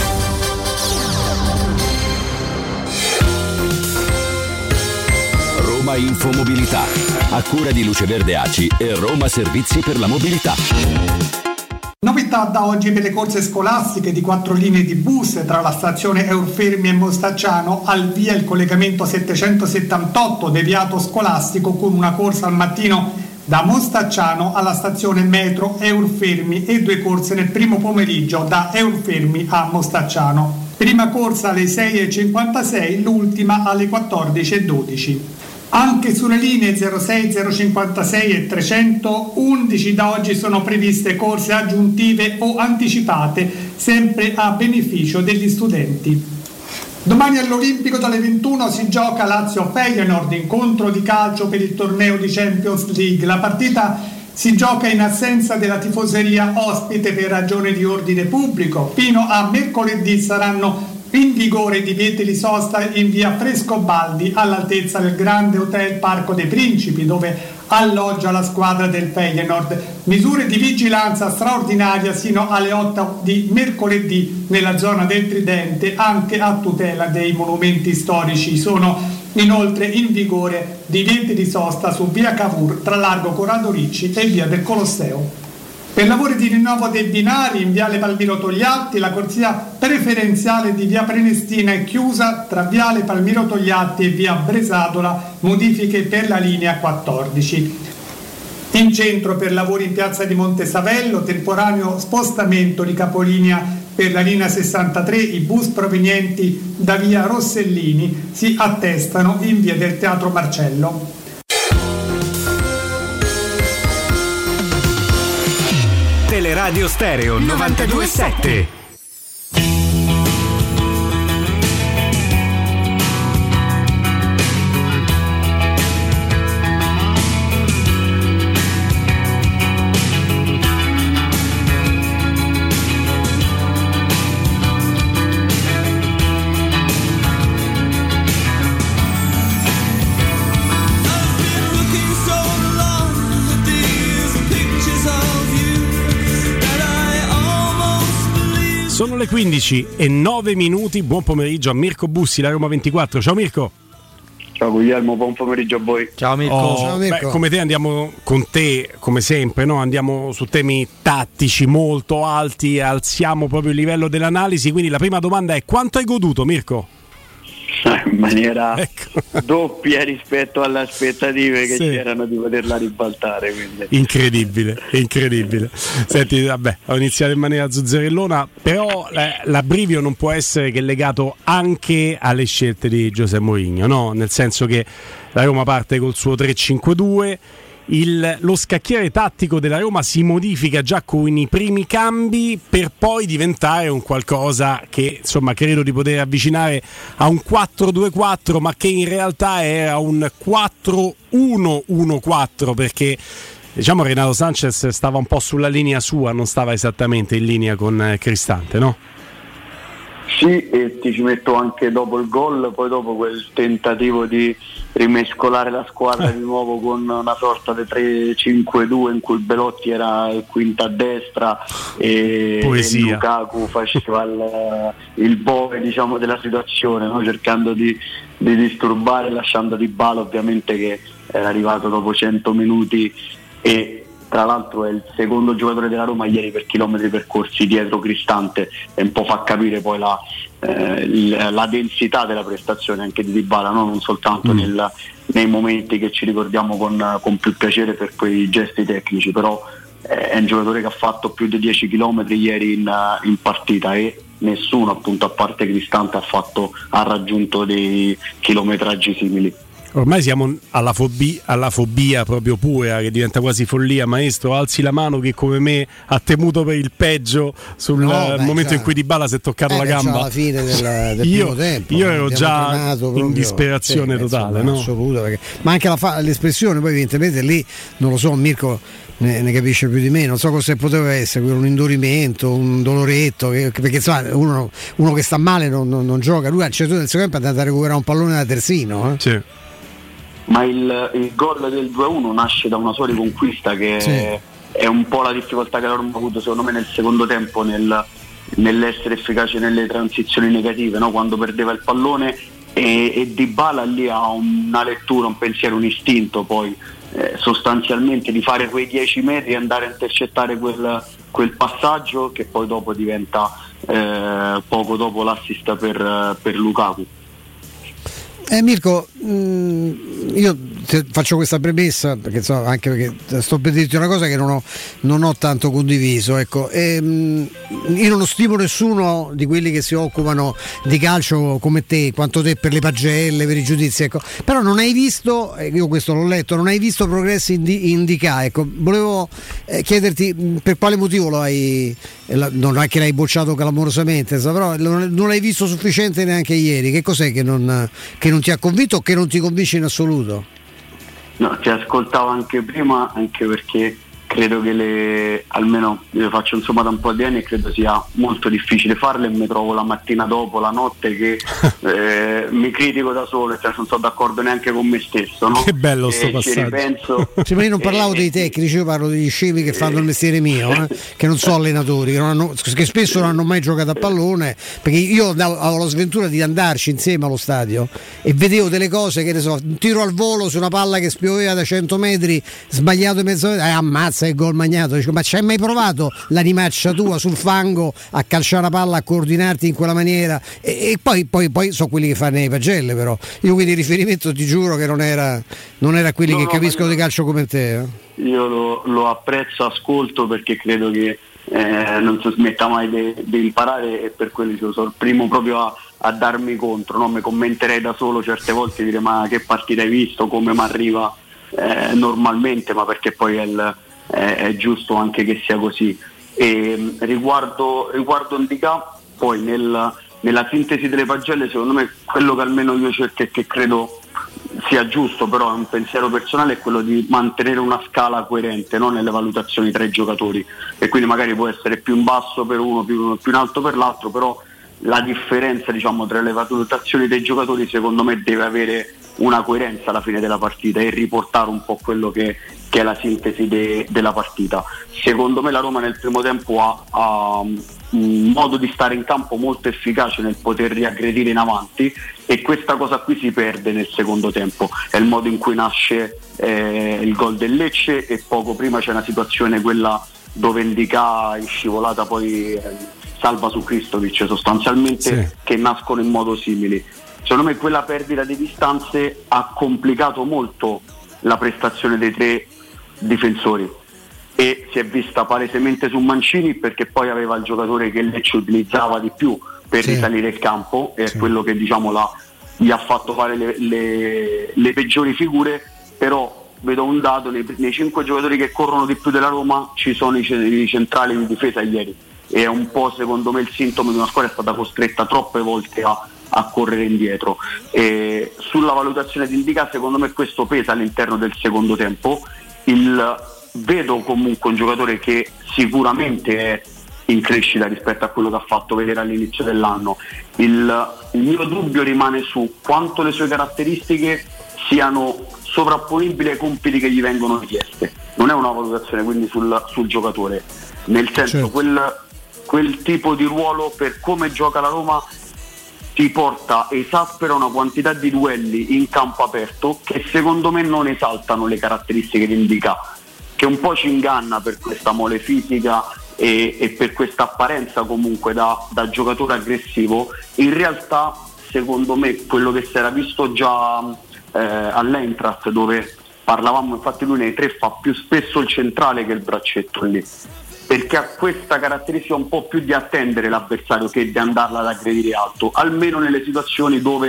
Roma Infomobilità, a cura di Luce Verde A C I e Roma Servizi per la Mobilità. Novità da oggi per le corse scolastiche di quattro linee di bus tra la stazione Eurfermi e Mostacciano, al via il collegamento settecentosettantotto deviato scolastico con una corsa al mattino da Mostacciano alla stazione metro Eurfermi e due corse nel primo pomeriggio da Eurfermi a Mostacciano. Prima corsa alle sei e cinquantasei, l'ultima alle quattordici e dodici. Anche sulle linee zero sei, zero cinquantasei e trecentoundici da oggi sono previste corse aggiuntive o anticipate, sempre a beneficio degli studenti. Domani all'Olimpico dalle ventuno si gioca Lazio-Feyenoord, incontro di calcio per il torneo di Champions League. La partita si gioca in assenza della tifoseria ospite per ragioni di ordine pubblico. Fino a mercoledì saranno in vigore i divieti di sosta in via Frescobaldi all'altezza del grande hotel Parco dei Principi, dove alloggia la squadra del Feyenoord. Misure di vigilanza straordinaria sino alle otto di mercoledì nella zona del Tridente, anche a tutela dei monumenti storici. Sono inoltre in vigore divieti di sosta su via Cavour tra largo Corrado Ricci e via del Colosseo. Per lavori di rinnovo dei binari in viale Palmiro Togliatti, la corsia preferenziale di via Prenestina è chiusa tra viale Palmiro Togliatti e via Bresadola, modifiche per la linea quattordici. In centro per lavori in piazza di Montesavello, temporaneo spostamento di capolinea per la linea sessantatré, i bus provenienti da via Rossellini si attestano in via del Teatro Marcello. Teleradio Stereo novantadue sette. Sono le quindici e nove minuti, buon pomeriggio a Mirko Bussi, la Roma ventiquattro. Ciao Mirko. Ciao Guglielmo, buon pomeriggio a voi. Ciao Mirko. Oh, Ciao Mirko. Beh, come te andiamo con te, come sempre, no? Andiamo su temi tattici molto alti, alziamo proprio il livello dell'analisi, quindi la prima domanda è: quanto hai goduto, Mirko? In maniera ecco. doppia rispetto alle aspettative che sì. c'erano di poterla ribaltare, quindi. Incredibile, incredibile. Senti, vabbè, ho iniziato in maniera zuzzerellona, però l'abbrivio non può essere che legato anche alle scelte di José Mourinho, no? Nel senso che la Roma parte col suo tre cinque due, il, lo scacchiere tattico della Roma si modifica già con i primi cambi per poi diventare un qualcosa che insomma credo di poter avvicinare a un quattro due quattro, ma che in realtà era un quattro uno uno quattro, perché diciamo Renato Sanchez stava un po' sulla linea sua, non stava esattamente in linea con Cristante, no? Sì, e ti ci metto anche dopo il gol, poi dopo quel tentativo di rimescolare la squadra di nuovo con una sorta di tre cinque due in cui Belotti era il quinto a destra e, e Lukaku faceva il, il boe, diciamo, della situazione, no? Cercando di, di disturbare, lasciando Dybala ovviamente che era arrivato dopo cento minuti e tra l'altro è il secondo giocatore della Roma ieri per chilometri percorsi dietro Cristante, e un po' fa capire poi la, eh, il, la densità della prestazione anche di Dybala, no? Non soltanto mm. nel, nei momenti che ci ricordiamo con, con più piacere per quei gesti tecnici, però eh, è un giocatore che ha fatto più di dieci chilometri ieri in, in partita, e nessuno appunto a parte Cristante ha, fatto, ha raggiunto dei chilometraggi simili. Ormai siamo alla fobia, alla fobia proprio pura, che diventa quasi follia. Maestro, alzi la mano che come me ha temuto per il peggio sul no, beh, momento cioè, in cui Dybala si è toccato eh, la gamba alla fine del, del io, primo tempo. Io ero già proprio, in disperazione sì, totale, insomma, no? assoluta, perché, ma anche la fa, l'espressione, poi evidentemente lì, non lo so, Mirko ne, ne capisce più di me, non so cosa poteva essere, un indurimento, un doloretto, che, perché insomma uno, uno che sta male non, non, non gioca, lui al centro del secondo tempo è andato a recuperare un pallone da terzino. Eh? Sì. Ma il, il gol del due a uno nasce da una sua riconquista che sì. è, è un po' la difficoltà che la Roma ha avuto secondo me nel secondo tempo nel, nell'essere efficace nelle transizioni negative, no? Quando perdeva il pallone e, e Dybala lì ha una lettura, un pensiero, un istinto poi eh, sostanzialmente di fare quei dieci metri e andare a intercettare quel, quel passaggio che poi dopo diventa eh, poco dopo l'assist per, per Lukaku. Eh, Mirko, mh, io faccio questa premessa perché so, anche perché sto per dirti una cosa che non ho, non ho tanto condiviso, ecco. E, mh, io non stimo nessuno di quelli che si occupano di calcio come te, quanto te per le pagelle, per i giudizi, ecco. Però non hai visto, io questo l'ho letto, non hai visto progressi in, di, in D K, ecco. Volevo eh, chiederti per quale motivo lo hai, eh, non è che l'hai bocciato clamorosamente, però non, non l'hai visto sufficiente neanche ieri. Che cos'è che non, che non ti ha convinto o che non ti convince in assoluto? No, ti ascoltavo anche prima, anche perché credo che le, almeno io faccio insomma da un po' di anni e credo sia molto difficile farle, e mi trovo la mattina dopo, la notte che eh, mi critico da solo, cioè non sono d'accordo neanche con me stesso, no? Che bello sto e passaggio. Ci ripenso. Sì, ma io non parlavo dei tecnici, io parlo degli scemi che fanno il mestiere mio, eh? Che non sono allenatori, che, non hanno, che spesso non hanno mai giocato a pallone, perché io avevo la sventura di andarci insieme allo stadio e vedevo delle cose, che ne so, un tiro al volo su una palla che spioveva da cento metri, sbagliato mezzo, eh, ammazza il gol magnato. Dico, ma ci hai mai provato l'animaccia tua sul fango a calciare la palla, a coordinarti in quella maniera? E, e poi, poi, poi sono quelli che fanno le pagelle, però io quindi riferimento ti giuro che non era, non era quelli no, che no, capiscono di calcio come te. Eh? Io lo, lo apprezzo, ascolto, perché credo che eh, non si smetta mai di imparare, e per quello sono il primo proprio a, a darmi contro, no? Mi commenterei da solo certe volte, dire ma che partita hai visto, come mi arriva eh, normalmente, ma perché poi è il è giusto anche che sia così. E riguardo, riguardo D K, poi nel, nella sintesi delle pagelle, secondo me quello che almeno io cerco e che credo sia giusto, però è un pensiero personale, è quello di mantenere una scala coerente, no? Nelle valutazioni tra i giocatori, e quindi magari può essere più in basso per uno, più, più in alto per l'altro, però la differenza, diciamo, tra le valutazioni dei giocatori secondo me deve avere una coerenza alla fine della partita e riportare un po' quello che, che è la sintesi de, della partita. Secondo me la Roma nel primo tempo ha, ha un modo di stare in campo molto efficace nel poter riaggredire in avanti, e questa cosa qui si perde nel secondo tempo. È il modo in cui nasce eh, il gol del Lecce, e poco prima c'è una situazione, quella dove Ndicà è scivolata poi eh, salva su Kristovic sostanzialmente, sì, che nascono in modo simile. Secondo me quella perdita di distanze ha complicato molto la prestazione dei tre difensori, e si è vista palesemente su Mancini, perché poi aveva il giocatore che Lecce utilizzava di più per sì. risalire il campo, e sì. è quello che, diciamo, la, gli ha fatto fare le, le, le peggiori figure. Però vedo un dato, nei, nei cinque giocatori che corrono di più della Roma ci sono i, i centrali di difesa ieri, e è un po' secondo me il sintomo di una squadra che è stata costretta troppe volte a a correre indietro. E sulla valutazione di Ndicà, secondo me questo pesa all'interno del secondo tempo. Il, vedo comunque un giocatore che sicuramente è in crescita rispetto a quello che ha fatto vedere all'inizio dell'anno. Il, il mio dubbio rimane su quanto le sue caratteristiche siano sovrapponibili ai compiti che gli vengono richieste. Non è una valutazione quindi sul, sul giocatore, nel senso, certo, quel, quel tipo di ruolo, per come gioca la Roma, ti porta, esaspera una quantità di duelli in campo aperto che secondo me non esaltano le caratteristiche di Ndicà, che un po' ci inganna per questa mole fisica e, e per questa apparenza comunque da, da giocatore aggressivo. In realtà secondo me quello che si era visto già eh, all'Eintracht, dove parlavamo, infatti lui nei tre fa più spesso il centrale che il braccetto lì, perché ha questa caratteristica un po' più di attendere l'avversario che di andarla ad aggredire alto, almeno nelle situazioni dove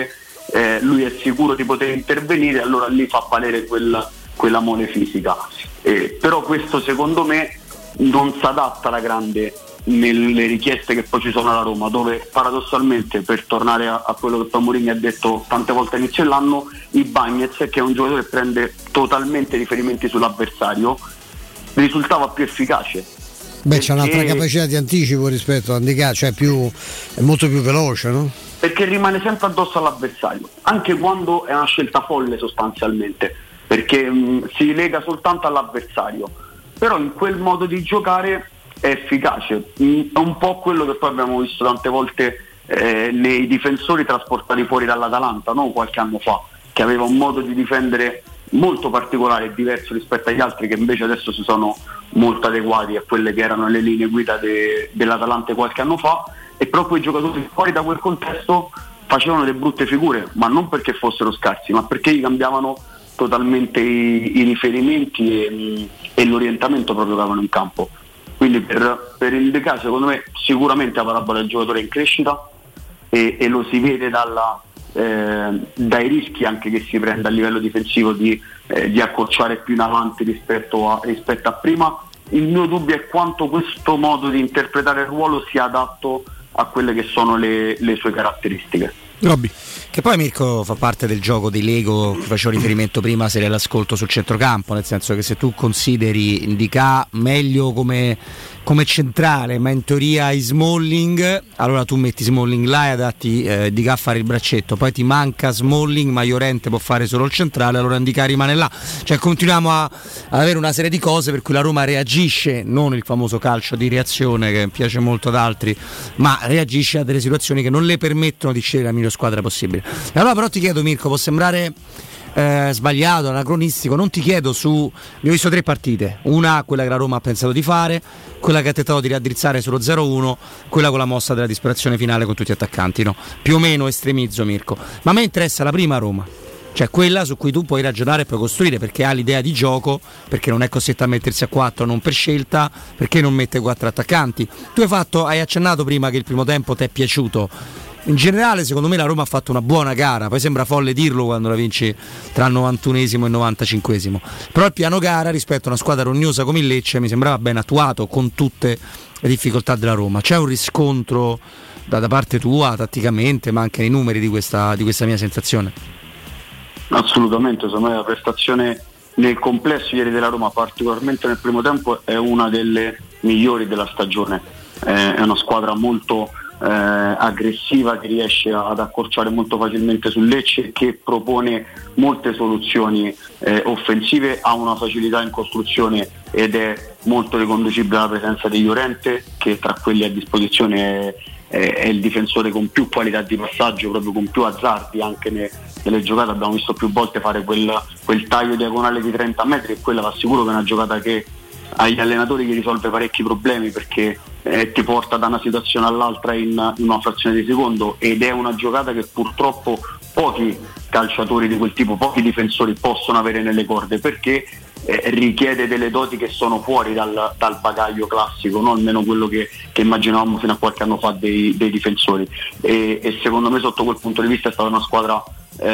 eh, lui è sicuro di poter intervenire, allora lì fa valere quel, quella mole fisica. Eh, però questo secondo me non si adatta alla grande nelle richieste che poi ci sono alla Roma, dove paradossalmente, per tornare a, a quello che poi Mourinho ha detto tante volte all'inizio dell'anno, Ibañez, che è un giocatore che prende totalmente riferimenti sull'avversario, risultava più efficace. Beh, c'è un'altra capacità di anticipo rispetto a Ndicà, cioè più, è molto più veloce, no? Perché rimane sempre addosso all'avversario, anche quando è una scelta folle sostanzialmente, perché mh, si lega soltanto all'avversario, però in quel modo di giocare è efficace. È un po' quello che poi abbiamo visto tante volte eh, nei difensori trasportati fuori dall'Atalanta, no? Qualche anno fa, che aveva un modo di difendere molto particolare e diverso rispetto agli altri, che invece adesso si sono molto adeguati a quelle che erano le linee guida de, dell'Atalanta qualche anno fa, e proprio i giocatori fuori da quel contesto facevano delle brutte figure, ma non perché fossero scarsi, ma perché gli cambiavano totalmente i, i riferimenti e, e l'orientamento proprio che avevano in campo. Quindi per, per il De Gea, secondo me, sicuramente la parabola del giocatore è in crescita, e, e lo si vede dalla, eh, dai rischi anche che si prende a livello difensivo di, eh, di accorciare più in avanti rispetto a, rispetto a prima. Il mio dubbio è quanto questo modo di interpretare il ruolo sia adatto a quelle che sono le, le sue caratteristiche. Robby. Che poi Mirko fa parte del gioco dei Lego, che facevo riferimento prima se l'ascolto sul centrocampo, nel senso che se tu consideri Ndicà meglio come, come centrale, ma in teoria hai Smalling, allora tu metti Smalling là e adatti eh, Ndicà a fare il braccetto, poi ti manca Smalling ma Llorente può fare solo il centrale, allora Ndicà rimane là, cioè continuiamo a, ad avere una serie di cose per cui la Roma reagisce, non il famoso calcio di reazione che piace molto ad altri, ma reagisce a delle situazioni che non le permettono di scegliere la miglior squadra possibile. E allora però ti chiedo, Mirko, può sembrare eh, sbagliato, anacronistico, non ti chiedo su, ne ho visto tre partite, una quella che la Roma ha pensato di fare, quella che ha tentato di raddrizzare sullo zero uno, quella con la mossa della disperazione finale con tutti gli attaccanti, no? Più o meno estremizzo, Mirko, ma a me interessa la prima Roma, cioè quella su cui tu puoi ragionare e puoi costruire, perché ha l'idea di gioco, perché non è costretta a mettersi a quattro non per scelta, perché non mette quattro attaccanti. Tu hai fatto, hai accennato prima che il primo tempo ti è piaciuto. In generale secondo me la Roma ha fatto una buona gara, poi sembra folle dirlo quando la vinci tra il novantunesimo e il novantacinquesimo, però il piano gara rispetto a una squadra rognosa come il Lecce mi sembrava ben attuato con tutte le difficoltà della Roma. C'è un riscontro da, da parte tua tatticamente, ma anche nei numeri di questa, di questa mia sensazione? Assolutamente, secondo me la prestazione nel complesso ieri della Roma, particolarmente nel primo tempo, è una delle migliori della stagione. È una squadra molto Eh, aggressiva, che riesce ad accorciare molto facilmente sul Lecce, che propone molte soluzioni eh, offensive, ha una facilità in costruzione ed è molto riconducibile alla presenza di Llorente, che tra quelli a disposizione è, è, è il difensore con più qualità di passaggio, proprio con più azzardi anche ne, nelle giocate. Abbiamo visto più volte fare quel, quel taglio diagonale di trenta metri, e quella va sicuro che è una giocata che agli allenatori gli risolve parecchi problemi, perché eh, ti porta da una situazione all'altra in, in una frazione di secondo, ed è una giocata che purtroppo pochi calciatori di quel tipo, pochi difensori possono avere nelle corde, perché eh, richiede delle doti che sono fuori dal, dal bagaglio classico, no? Almeno quello che, che immaginavamo fino a qualche anno fa dei, dei difensori, e, e secondo me sotto quel punto di vista è stata una squadra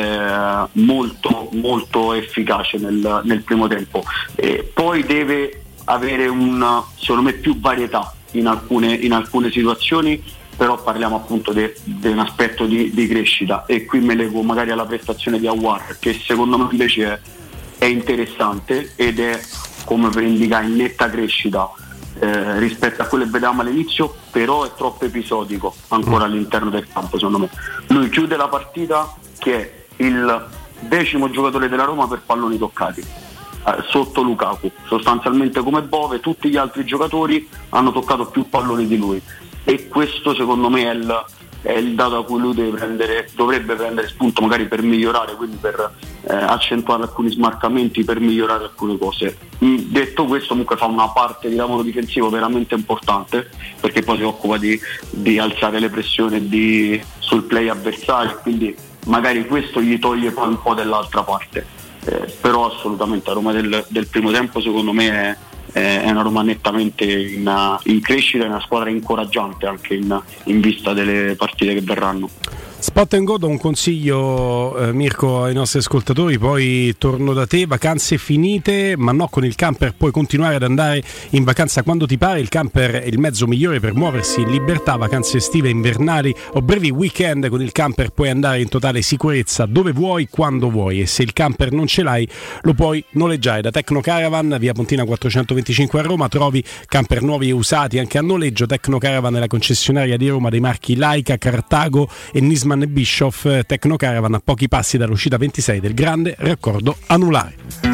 eh, molto molto efficace nel, nel primo tempo. E poi deve avere un, secondo me, più varietà in alcune, in alcune situazioni, però parliamo appunto di un aspetto di, di crescita, e qui me leggo magari alla prestazione di Aouar, che secondo me invece è, è interessante ed è, come per indicare, in netta crescita eh, rispetto a quello che vedevamo all'inizio, però è troppo episodico ancora all'interno del campo. Secondo me lui chiude la partita che è il decimo giocatore della Roma per palloni toccati, sotto Lukaku, sostanzialmente come Bove. Tutti gli altri giocatori hanno toccato più palloni di lui, e questo secondo me è il, è il dato a cui lui deve prendere, dovrebbe prendere spunto, magari per migliorare, quindi per eh, accentuare alcuni smarcamenti, per migliorare alcune cose. Detto questo, comunque fa una parte di lavoro difensivo veramente importante, perché poi si occupa di, di alzare le pressioni di, sul play avversario, quindi magari questo gli toglie poi un po' dell'altra parte. Eh, però assolutamente la Roma del, del primo tempo secondo me è, è una Roma nettamente in, in crescita, è una squadra incoraggiante anche in, in vista delle partite che verranno. Spot and Go, do un consiglio eh, Mirko ai nostri ascoltatori, poi torno da te. Vacanze finite, ma no, con il camper puoi continuare ad andare in vacanza quando ti pare. Il camper è il mezzo migliore per muoversi in libertà. Vacanze estive, invernali o brevi weekend, con il camper puoi andare in totale sicurezza dove vuoi, quando vuoi, e se il camper non ce l'hai lo puoi noleggiare da Tecno Caravan, via Pontina quattrocentoventicinque a Roma. Trovi camper nuovi e usati anche a noleggio. Tecno Caravan è la concessionaria di Roma dei marchi Laika, Cartago e Nisman e Bischoff. Tecno Caravan a pochi passi dall'uscita ventisei del grande raccordo anulare.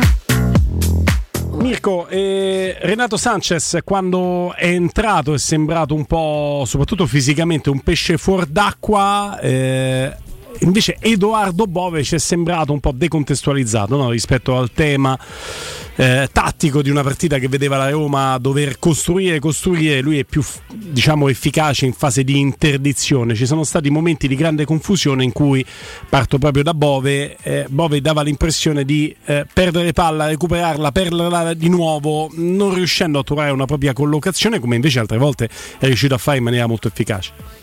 Mirko, eh, Renato Sanchez quando è entrato è sembrato un po', soprattutto fisicamente, un pesce fuor d'acqua. eh, Invece Edoardo Bove ci è sembrato un po' decontestualizzato, no? Rispetto al tema eh, tattico di una partita che vedeva la Roma dover costruire costruire. Lui è più, diciamo, efficace in fase di interdizione. Ci sono stati momenti di grande confusione in cui, parto proprio da Bove, eh, Bove dava l'impressione di eh, perdere palla, recuperarla, perderla di nuovo, non riuscendo a trovare una propria collocazione, come invece altre volte è riuscito a fare in maniera molto efficace.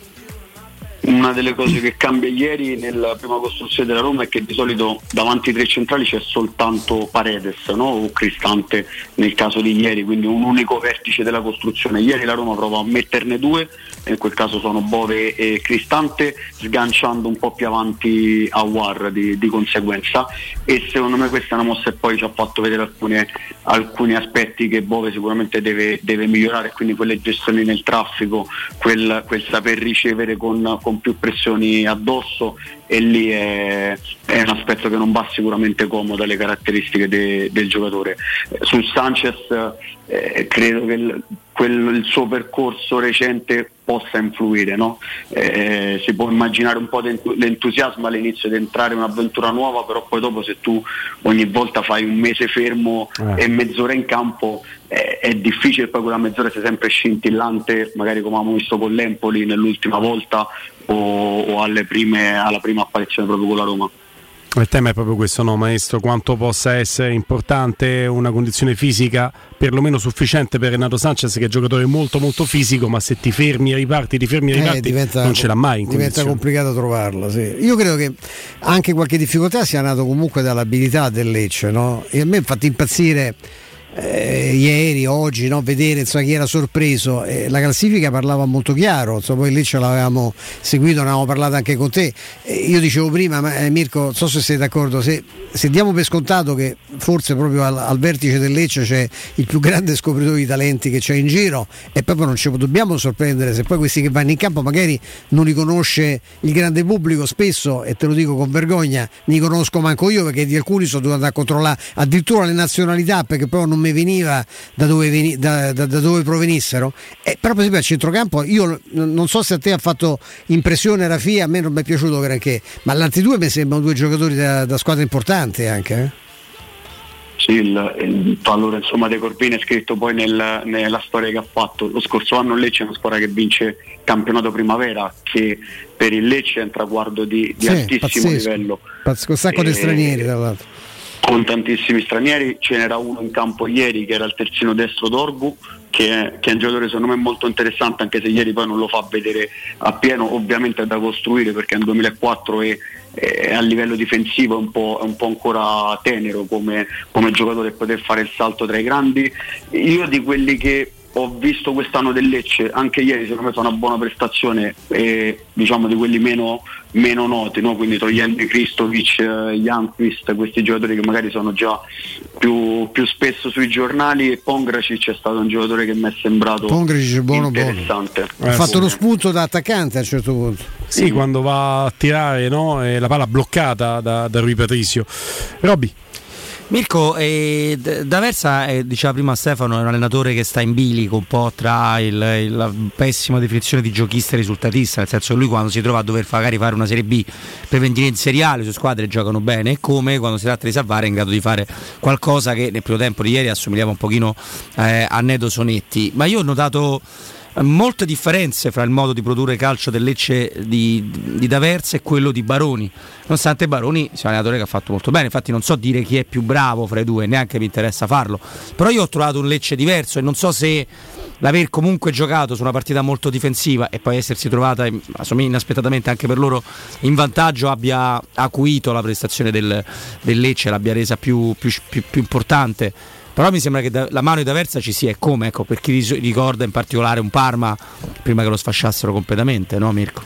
Una delle cose che cambia ieri nella prima costruzione della Roma è che di solito davanti ai tre centrali c'è soltanto Paredes, no? O Cristante nel caso di ieri, quindi un unico vertice della costruzione. Ieri la Roma prova a metterne due, e in quel caso sono Bove e Cristante, sganciando un po' più avanti Aouar di, di conseguenza, e secondo me questa è una mossa che poi ci ha fatto vedere alcune, alcuni aspetti che Bove sicuramente deve, deve migliorare, quindi quelle gestioni nel traffico, quel, quel saper ricevere con, con più pressioni addosso, e lì è, è un aspetto che non va sicuramente comodo alle caratteristiche de, del giocatore. Eh, su Sanchez eh, credo che il, quel, il suo percorso recente possa influire, no? Eh, si può immaginare un po' l'entusiasmo all'inizio di entrare in un'avventura nuova, però poi dopo, se tu ogni volta fai un mese fermo eh. e mezz'ora in campo, eh, è difficile poi quella mezz'ora sia sempre scintillante, magari come abbiamo visto con l'Empoli nell'ultima volta, o, o alle prime, alla prima apparizione proprio con la Roma. Il tema è proprio questo, no, maestro? Quanto possa essere importante una condizione fisica perlomeno sufficiente per Renato Sanchez, che è un giocatore molto molto fisico, ma se ti fermi e riparti, ti fermi e riparti, eh, diventa, non ce l'ha mai in diventa complicato trovarla, sì. Io credo che anche qualche difficoltà sia nato comunque dall'abilità del Lecce, no? E a me ha fatto impazzire Eh, ieri, oggi, no? Vedere, insomma, chi era sorpreso. Eh, la classifica parlava molto chiaro, insomma, poi lì ce l'avevamo seguito, ne avevamo parlato anche con te. Eh, io dicevo prima, ma, eh, Mirko, non so se sei d'accordo, se, se diamo per scontato che forse proprio al, al vertice del Lecce c'è il più grande scopritore di talenti che c'è in giro, e proprio non ci dobbiamo sorprendere se poi questi che vanno in campo magari non li conosce il grande pubblico. Spesso, e te lo dico con vergogna, ne conosco manco io, perché di alcuni sono dovuto andare a controllare addirittura le nazionalità, perché poi non mi veniva da dove, veni, da, da, da dove provenissero. Eh, però per esempio al centrocampo, io non so se a te ha fatto impressione Rafia, a me non mi è piaciuto granché, ma l'altri due mi sembrano due giocatori da, da squadra importante anche, eh? Sì, il, il valore, insomma, De Corvini è scritto poi nel, nella storia che ha fatto. Lo scorso anno il Lecce è una squadra che vince campionato primavera, che per il Lecce è un traguardo di, di sì, altissimo pazzesco, livello, con un sacco di stranieri tra l'altro, con tantissimi stranieri. Ce n'era uno in campo ieri che era il terzino destro Dorgu, che è, che è un giocatore secondo me molto interessante, anche se ieri poi non lo fa vedere appieno. Ovviamente è da costruire, perché è un duemilaquattro e eh, a livello difensivo è un po', è un po' ancora tenero come, come giocatore, poter fare il salto tra i grandi. Io di quelli che ho visto quest'anno del Lecce, anche ieri secondo me fa una buona prestazione, e diciamo di quelli meno, meno noti, no? Quindi togliendo Kristovic, Janquist, questi giocatori che magari sono già più, più spesso sui giornali. E Pongracic è stato un giocatore che mi è sembrato buono, interessante, buono. Ha fatto lo spunto da attaccante a un certo punto, sì, sì. Quando va a tirare, no? E la palla bloccata da, da Rui Patricio. Robby. Mirko, eh, D'Aversa, eh, diceva prima Stefano, è un allenatore che sta in bilico un po' tra il, il, la pessima definizione di giochista e risultatista, nel senso che lui, quando si trova a dover magari fare una Serie B per venire in Serie A, le sue squadre giocano bene, come quando si tratta di salvare è in grado di fare qualcosa che nel primo tempo di ieri assomigliava un pochino eh, a Nedo Sonetti. Ma io ho notato molte differenze fra il modo di produrre calcio del Lecce di, di D'Aversa e quello di Baroni, nonostante Baroni sia un allenatore che ha fatto molto bene. Infatti non so dire chi è più bravo fra i due, neanche mi interessa farlo, però io ho trovato un Lecce diverso, e non so se l'aver comunque giocato su una partita molto difensiva e poi essersi trovata inaspettatamente anche per loro in vantaggio abbia acuito la prestazione del, del Lecce, l'abbia resa più, più, più, più importante. Però mi sembra che da, la mano di D'Aversa ci sia, e come, ecco, per chi ricorda in particolare un Parma prima che lo sfasciassero completamente, no Mirko?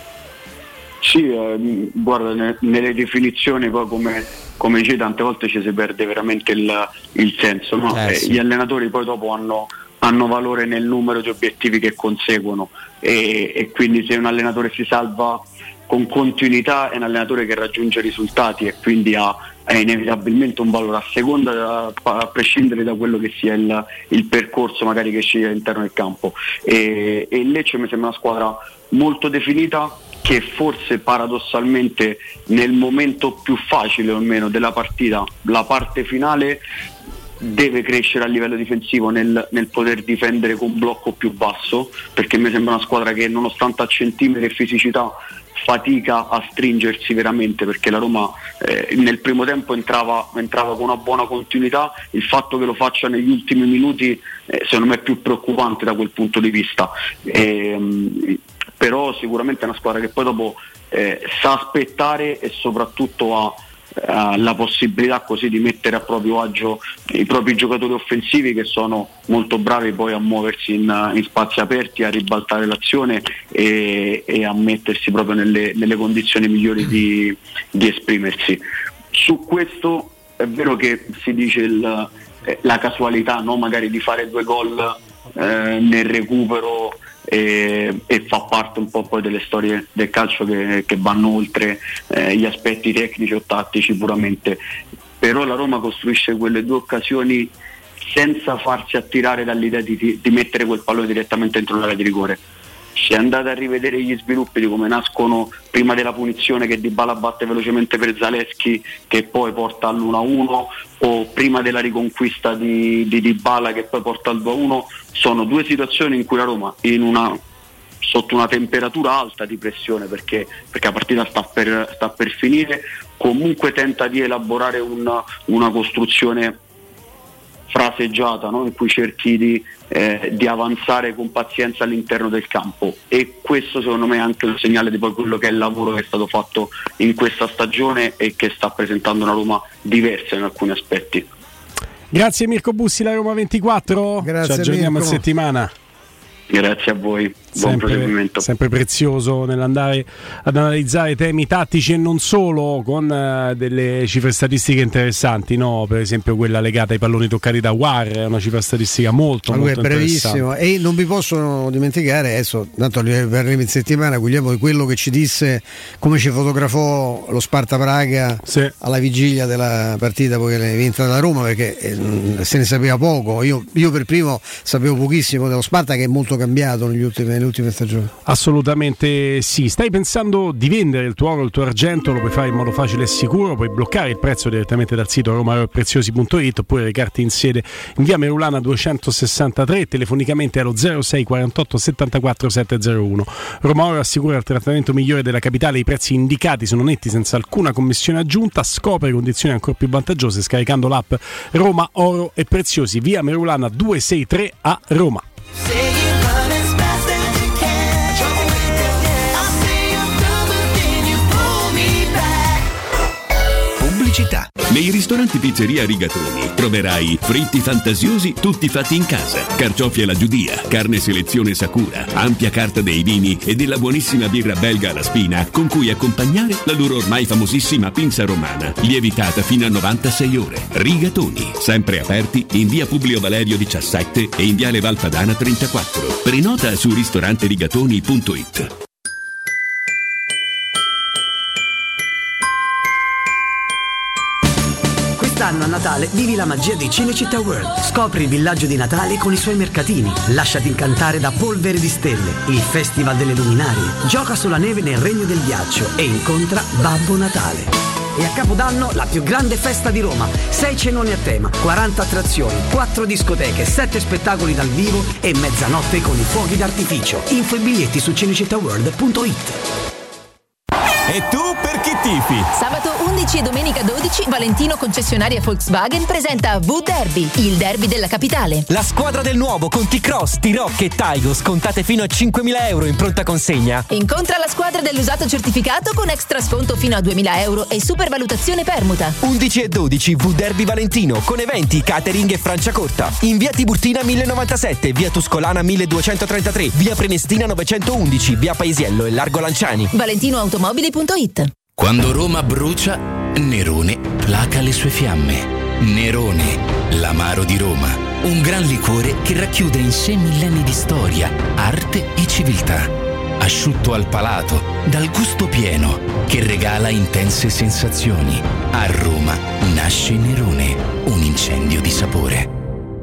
Sì, eh, guarda, ne, nelle definizioni poi come, come dici tante volte ci si perde veramente il, il senso, no? Eh, sì. Gli allenatori poi dopo hanno, hanno valore nel numero di obiettivi che conseguono e, e quindi se un allenatore si salva con continuità è un allenatore che raggiunge risultati e quindi ha, ha inevitabilmente un valore a seconda, a prescindere da quello che sia il, il percorso magari che c'è all'interno del campo. E, e il Lecce mi sembra una squadra molto definita, che forse paradossalmente nel momento più facile o meno della partita, la parte finale, deve crescere a livello difensivo nel, nel poter difendere con blocco più basso, perché mi sembra una squadra che nonostante a centimetri e fisicità fatica a stringersi veramente, perché la Roma eh, nel primo tempo entrava, entrava con una buona continuità. Il fatto che lo faccia negli ultimi minuti eh, secondo me è più preoccupante da quel punto di vista. E, però sicuramente è una squadra che poi dopo eh, sa aspettare e soprattutto ha eh, la possibilità così di mettere a proprio agio i propri giocatori offensivi, che sono molto bravi poi a muoversi in, in spazi aperti, a ribaltare l'azione e, e a mettersi proprio nelle, nelle condizioni migliori di, di esprimersi. Su questo è vero che si dice il, eh, la casualità, no? Magari di fare due gol eh, nel recupero, E, e fa parte un po' poi delle storie del calcio che, che vanno oltre eh, gli aspetti tecnici o tattici puramente. Però la Roma costruisce quelle due occasioni senza farsi attirare dall'idea di, di mettere quel pallone direttamente dentro l'area di rigore. Se andate a rivedere gli sviluppi di come nascono prima della punizione che Dybala batte velocemente per Zalewski che poi porta all'uno a uno, o prima della riconquista di, di Dybala che poi porta al due a uno, sono due situazioni in cui la Roma, in una, sotto una temperatura alta di pressione, perché, perché la partita sta per, sta per finire, comunque tenta di elaborare una, una costruzione fraseggiata, no? In cui cerchi di, eh, di avanzare con pazienza all'interno del campo, e questo secondo me è anche un segnale di poi quello che è il lavoro che è stato fatto in questa stagione e che sta presentando una Roma diversa in alcuni aspetti. Grazie Mirko Bussi, la Roma ventiquattro. Grazie, ci aggiorniamo Mirko. a settimana. Grazie a voi, buon sempre, proseguimento. Sempre prezioso nell'andare ad analizzare temi tattici e non solo, con uh, delle cifre statistiche interessanti, no? Per esempio quella legata ai palloni toccati da War, è una cifra statistica molto, Ma lui molto è brevissimo, e non vi posso dimenticare adesso, tanto arriviamo in settimana, Guglielmo, di quello che ci disse, come ci fotografò lo Sparta Praga, sì, alla vigilia della partita poi che è vinta dalla Roma, perché eh, se ne sapeva poco. Io, io per primo sapevo pochissimo dello Sparta, che è molto cambiato negli ultimi, nelle ultime stagioni. Assolutamente sì. Stai pensando di vendere il tuo oro, il tuo argento? Lo puoi fare in modo facile e sicuro, puoi bloccare il prezzo direttamente dal sito romaoroepreziosi punto it oppure recarti in sede in via Merulana duecentosessantatré, telefonicamente allo zero sei quarantotto settantaquattro settecentouno. Roma Oro assicura il trattamento migliore della capitale, i prezzi indicati sono netti senza alcuna commissione aggiunta. Scopri condizioni ancora più vantaggiose scaricando l'app Roma Oro e Preziosi, via Merulana duecentosessantatré a Roma. Pubblicità. Nei ristoranti Pizzeria Rigatoni troverai fritti fantasiosi tutti fatti in casa, carciofi alla giudia, carne selezione Sakura, ampia carta dei vini e della buonissima birra belga alla spina, con cui accompagnare la loro ormai famosissima pinza romana, lievitata fino a novantasei ore. Rigatoni, sempre aperti in via Publio Valerio diciassette e in viale Valpadana trentaquattro. Prenota su ristoranterigatoni punto it. Quest'anno a Natale vivi la magia di Cinecittà World. Scopri il villaggio di Natale con i suoi mercatini. Lasciati incantare da Polvere di Stelle, il festival delle luminarie. Gioca sulla neve nel regno del ghiaccio e incontra Babbo Natale. E a Capodanno la più grande festa di Roma. sei cenoni a tema, quaranta attrazioni, quattro discoteche, sette spettacoli dal vivo e mezzanotte con i fuochi d'artificio. Info e biglietti su cinecittà world punto it. E tu per chi Tifi. Sabato undici e domenica dodici Valentino concessionaria Volkswagen presenta V-Derby, il derby della capitale. La squadra del nuovo con T-Cross, T-Rock e Taigo scontate fino a cinquemila euro in pronta consegna. Incontra la squadra dell'usato certificato con extra sconto fino a duemila euro e supervalutazione permuta. undici e dodici V-Derby Valentino con eventi, catering e Franciacorta. In via Tiburtina mille novantasette, via Tuscolana milleduecentotrentatré, via Prenestina novecentoundici, via Paesiello e Largo Lanciani. valentinoautomobili punto it. Quando Roma brucia, Nerone placa le sue fiamme. Nerone, l'amaro di Roma. Un gran liquore che racchiude in sé millenni di storia, arte e civiltà. Asciutto al palato, dal gusto pieno, che regala intense sensazioni. A Roma nasce Nerone, un incendio di sapore.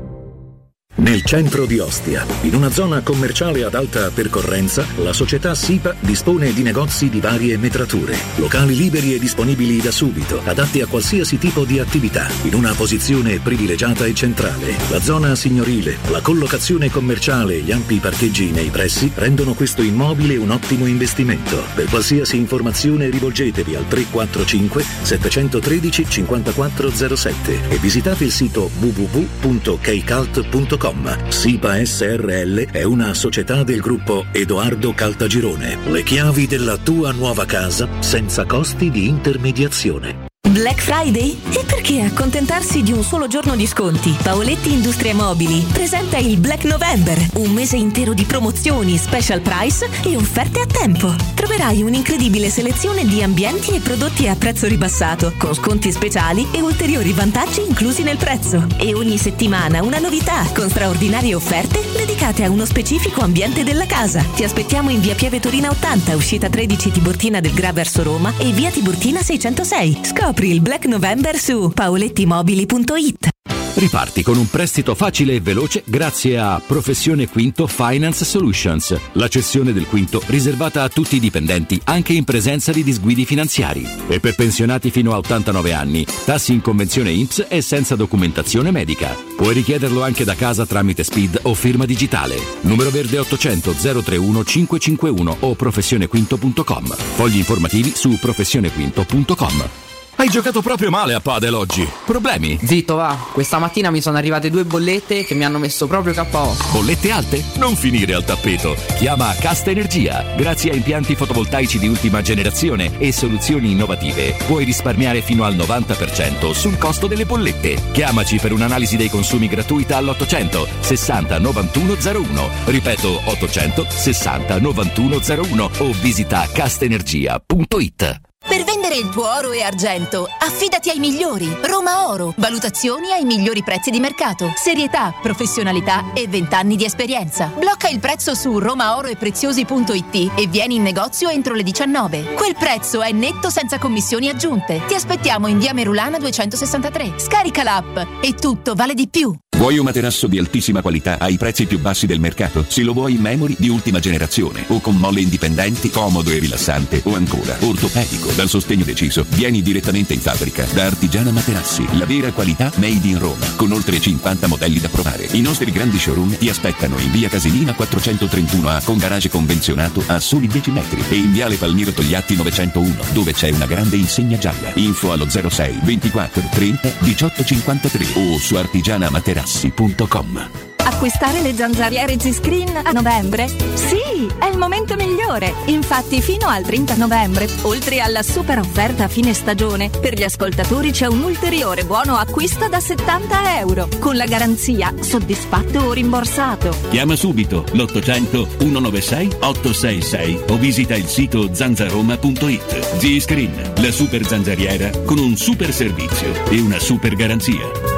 Nel centro di Ostia, in una zona commerciale ad alta percorrenza, la società SIPA dispone di negozi di varie metrature, locali liberi e disponibili da subito, adatti a qualsiasi tipo di attività, in una posizione privilegiata e centrale. La zona signorile, la collocazione commerciale e gli ampi parcheggi nei pressi rendono questo immobile un ottimo investimento. Per qualsiasi informazione rivolgetevi al tre quattro cinque sette uno tre cinque quattro zero sette e visitate il sito w w w punto keicalt punto com. SIPA S R L è una società del gruppo Edoardo Caltagirone. Le chiavi della tua nuova casa senza costi di intermediazione. Black Friday? E perché accontentarsi di un solo giorno di sconti? Paoletti Industrie Mobili presenta il Black November, un mese intero di promozioni, special price e offerte a tempo. Troverai un'incredibile selezione di ambienti e prodotti a prezzo ribassato, con sconti speciali e ulteriori vantaggi inclusi nel prezzo. E ogni settimana una novità, con straordinarie offerte dedicate a uno specifico ambiente della casa. Ti aspettiamo in via Pieve Torina ottanta, uscita tredici Tiburtina del Gra verso Roma e via Tiburtina seicentosei. Scopri il Black November su paolettimobili punto it. Riparti con un prestito facile e veloce grazie a Professione Quinto Finance Solutions, la cessione del quinto riservata a tutti i dipendenti anche in presenza di disguidi finanziari. E per pensionati fino a ottantanove anni, tassi in convenzione I N P S e senza documentazione medica. Puoi richiederlo anche da casa tramite S P I D o firma digitale. Numero verde ottocento zero trentuno cinquecentocinquantuno o professionequinto punto com. Fogli informativi su professionequinto punto com. Hai giocato proprio male a padel oggi. Problemi? Zitto, va. Questa mattina mi sono arrivate due bollette che mi hanno messo proprio K O. Bollette alte? Non finire al tappeto. Chiama Casta Energia. Grazie a impianti fotovoltaici di ultima generazione e soluzioni innovative, puoi risparmiare fino al novanta per cento sul costo delle bollette. Chiamaci per un'analisi dei consumi gratuita all'ottocento sessanta novantuno zero uno. Ripeto, ottocento sessanta novantuno zero uno o visita castenergia punto it. Per vendere il tuo oro e argento, affidati ai migliori. Roma Oro. Valutazioni ai migliori prezzi di mercato. Serietà, professionalità e vent'anni di esperienza. Blocca il prezzo su romaoroepreziosi punto it e vieni in negozio entro le diciannove. Quel prezzo è netto senza commissioni aggiunte. Ti aspettiamo in via Merulana duecentosessantatré. Scarica l'app e tutto vale di più. Vuoi un materasso di altissima qualità ai prezzi più bassi del mercato? Se lo vuoi in memory di ultima generazione o con molle indipendenti, comodo e rilassante o ancora ortopedico dal sostegno deciso, vieni direttamente in fabbrica da Artigiana Materassi, la vera qualità made in Roma, con oltre cinquanta modelli da provare. I nostri grandi showroom ti aspettano in via Casilina quattrocentotrentuno A con garage convenzionato a soli dieci metri e in viale Palmiro Togliatti novecentouno dove c'è una grande insegna gialla. Info allo zero sei ventiquattro trenta diciotto cinquantatré o su artigianamaterassi punto com. Acquistare le zanzariere Z-Screen a novembre? Sì, è il momento migliore. Infatti fino al trenta novembre, oltre alla super offerta a fine stagione, per gli ascoltatori c'è un ulteriore buono acquisto da settanta euro, con la garanzia soddisfatto o rimborsato. Chiama subito l'ottocento centonovantasei ottocentosessantasei o visita il sito zanzaroma punto it. Z-Screen, la super zanzariera con un super servizio e una super garanzia.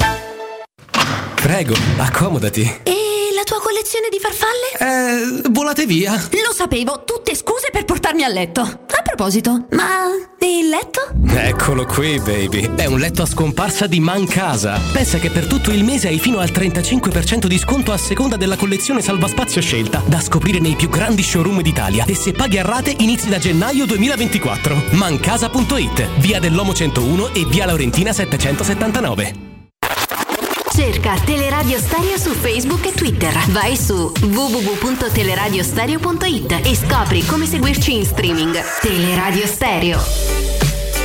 Prego, accomodati. E la tua collezione di farfalle? Eh, volate via. Lo sapevo, tutte scuse per portarmi a letto. A proposito, ma il letto? Eccolo qui, baby. È un letto a scomparsa di Mancasa. Pensa che per tutto il mese hai fino al trentacinque per cento di sconto a seconda della collezione salvaspazio scelta, da scoprire nei più grandi showroom d'Italia. E se paghi a rate inizi da gennaio duemilaventiquattro. Mancasa punto it, via dell'Omo centouno e via Laurentina settecentosettantanove. Cerca Teleradio Stereo su Facebook e Twitter. Vai su w w w punto teleradiostereo punto it e scopri come seguirci in streaming. Teleradio Stereo.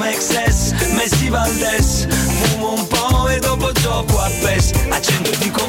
X S, Messi Valdes, fumo un po' e dopo gioco a P E S, accendo e dico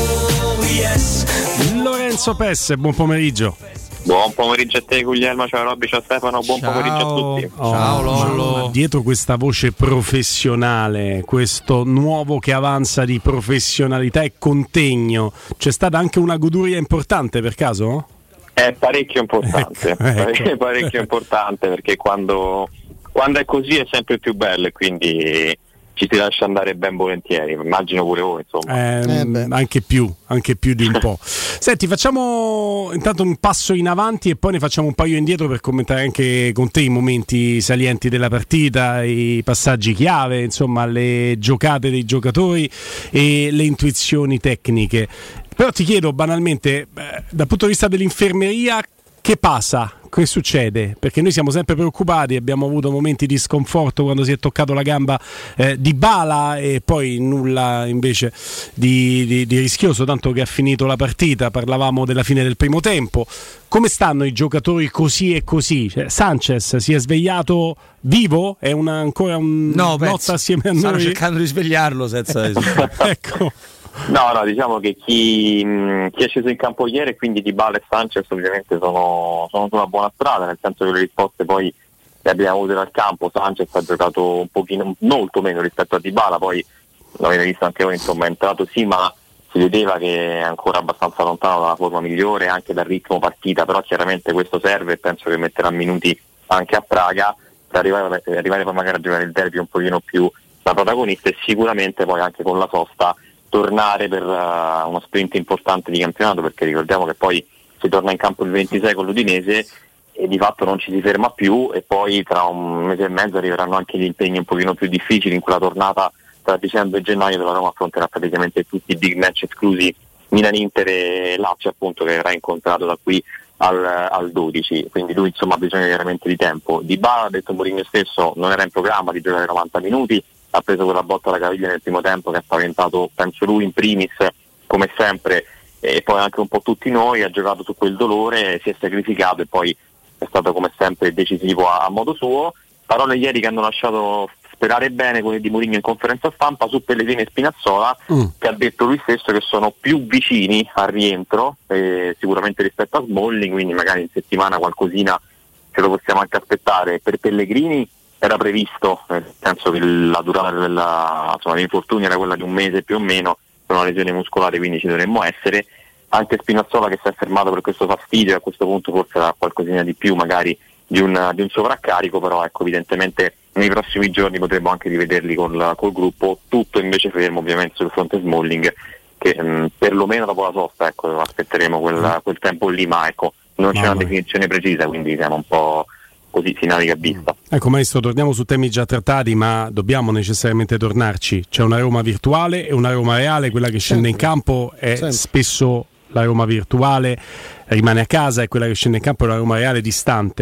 oh yes. Lorenzo Pesse, buon pomeriggio. Buon pomeriggio a te Guglielmo, ciao Robby, ciao Stefano, buon ciao. pomeriggio a tutti. Oh, ciao Lollo. Dietro questa voce professionale, questo nuovo che avanza di professionalità e contegno, c'è stata anche una goduria importante per caso? È parecchio importante, ecco, ecco. parecchio importante perché quando, quando è così è sempre più bello e quindi ci si lascia andare ben volentieri, immagino pure voi insomma. Eh, eh anche più, anche più di un po'. Senti, facciamo intanto un passo in avanti e poi ne facciamo un paio indietro per commentare anche con te i momenti salienti della partita, i passaggi chiave, insomma le giocate dei giocatori e le intuizioni tecniche. Però ti chiedo banalmente, eh, dal punto di vista dell'infermeria, che passa? Che succede? Perché noi siamo sempre preoccupati, abbiamo avuto momenti di sconforto quando si è toccato la gamba eh, di Bala e poi nulla invece di, di, di rischioso, tanto che ha finito la partita, parlavamo della fine del primo tempo. Come stanno i giocatori così e così? Cioè, Sanchez si è svegliato vivo? È una, ancora un no, lotta assieme a noi? Stanno cercando di svegliarlo senza ecco. No, no, diciamo che chi, chi è sceso in campo ieri, quindi Dybala e Sanchez ovviamente sono, sono su una buona strada, nel senso che le risposte poi le abbiamo avute dal campo. Sanchez ha giocato un pochino, molto meno rispetto a Dybala, poi l'avete visto anche voi, insomma è entrato sì, ma si vedeva che è ancora abbastanza lontano dalla forma migliore, anche dal ritmo partita, però chiaramente questo serve e penso che metterà minuti anche a Praga per arrivare, per arrivare poi magari a giocare il derby un pochino più da protagonista e sicuramente poi anche con la sosta tornare per uh, uno sprint importante di campionato, perché ricordiamo che poi si torna in campo il ventisei con l'Udinese e di fatto non ci si ferma più e poi tra un mese e mezzo arriveranno anche gli impegni un pochino più difficili in quella tornata tra dicembre e gennaio, dove la Roma affronterà praticamente tutti i big match esclusi Milan-Inter e Lazio, appunto, che verrà incontrato da qui al, al dodici, quindi lui insomma ha bisogno veramente di tempo. Dybala, ha detto Mourinho stesso, non era in programma di giocare novanta minuti, ha preso quella botta alla caviglia nel primo tempo che ha spaventato, penso lui in primis, come sempre, e poi anche un po' tutti noi, ha giocato su quel dolore, si è sacrificato e poi è stato come sempre decisivo a, a modo suo. Parole ieri che hanno lasciato sperare bene, quelle di Mourinho in conferenza stampa su Pellegrini e Spinazzola, mm. che ha detto lui stesso che sono più vicini al rientro, eh, sicuramente rispetto a Smalling, quindi magari in settimana qualcosina ce lo possiamo anche aspettare. Per Pellegrini era previsto, nel senso che la durata della, insomma, l'infortunio era quella di un mese più o meno, per una lesione muscolare, quindi ci dovremmo essere. Anche Spinazzola che si è fermato per questo fastidio, a questo punto forse era qualcosina di più magari di un, di un sovraccarico, però ecco, evidentemente nei prossimi giorni potremo anche rivederli col, col gruppo, tutto invece fermo ovviamente sul fronte Smalling, che mh, perlomeno dopo la sosta ecco, aspetteremo quel, quel tempo lì, ma ecco, non c'è una definizione precisa, quindi siamo un po' così, si naviga a vista. Ecco maestro, torniamo su temi già trattati, ma dobbiamo necessariamente tornarci. C'è una Roma virtuale e una Roma reale, quella che scende Sempre. in campo è Sempre. spesso la Roma virtuale, rimane a casa, e quella che scende in campo è la Roma reale distante.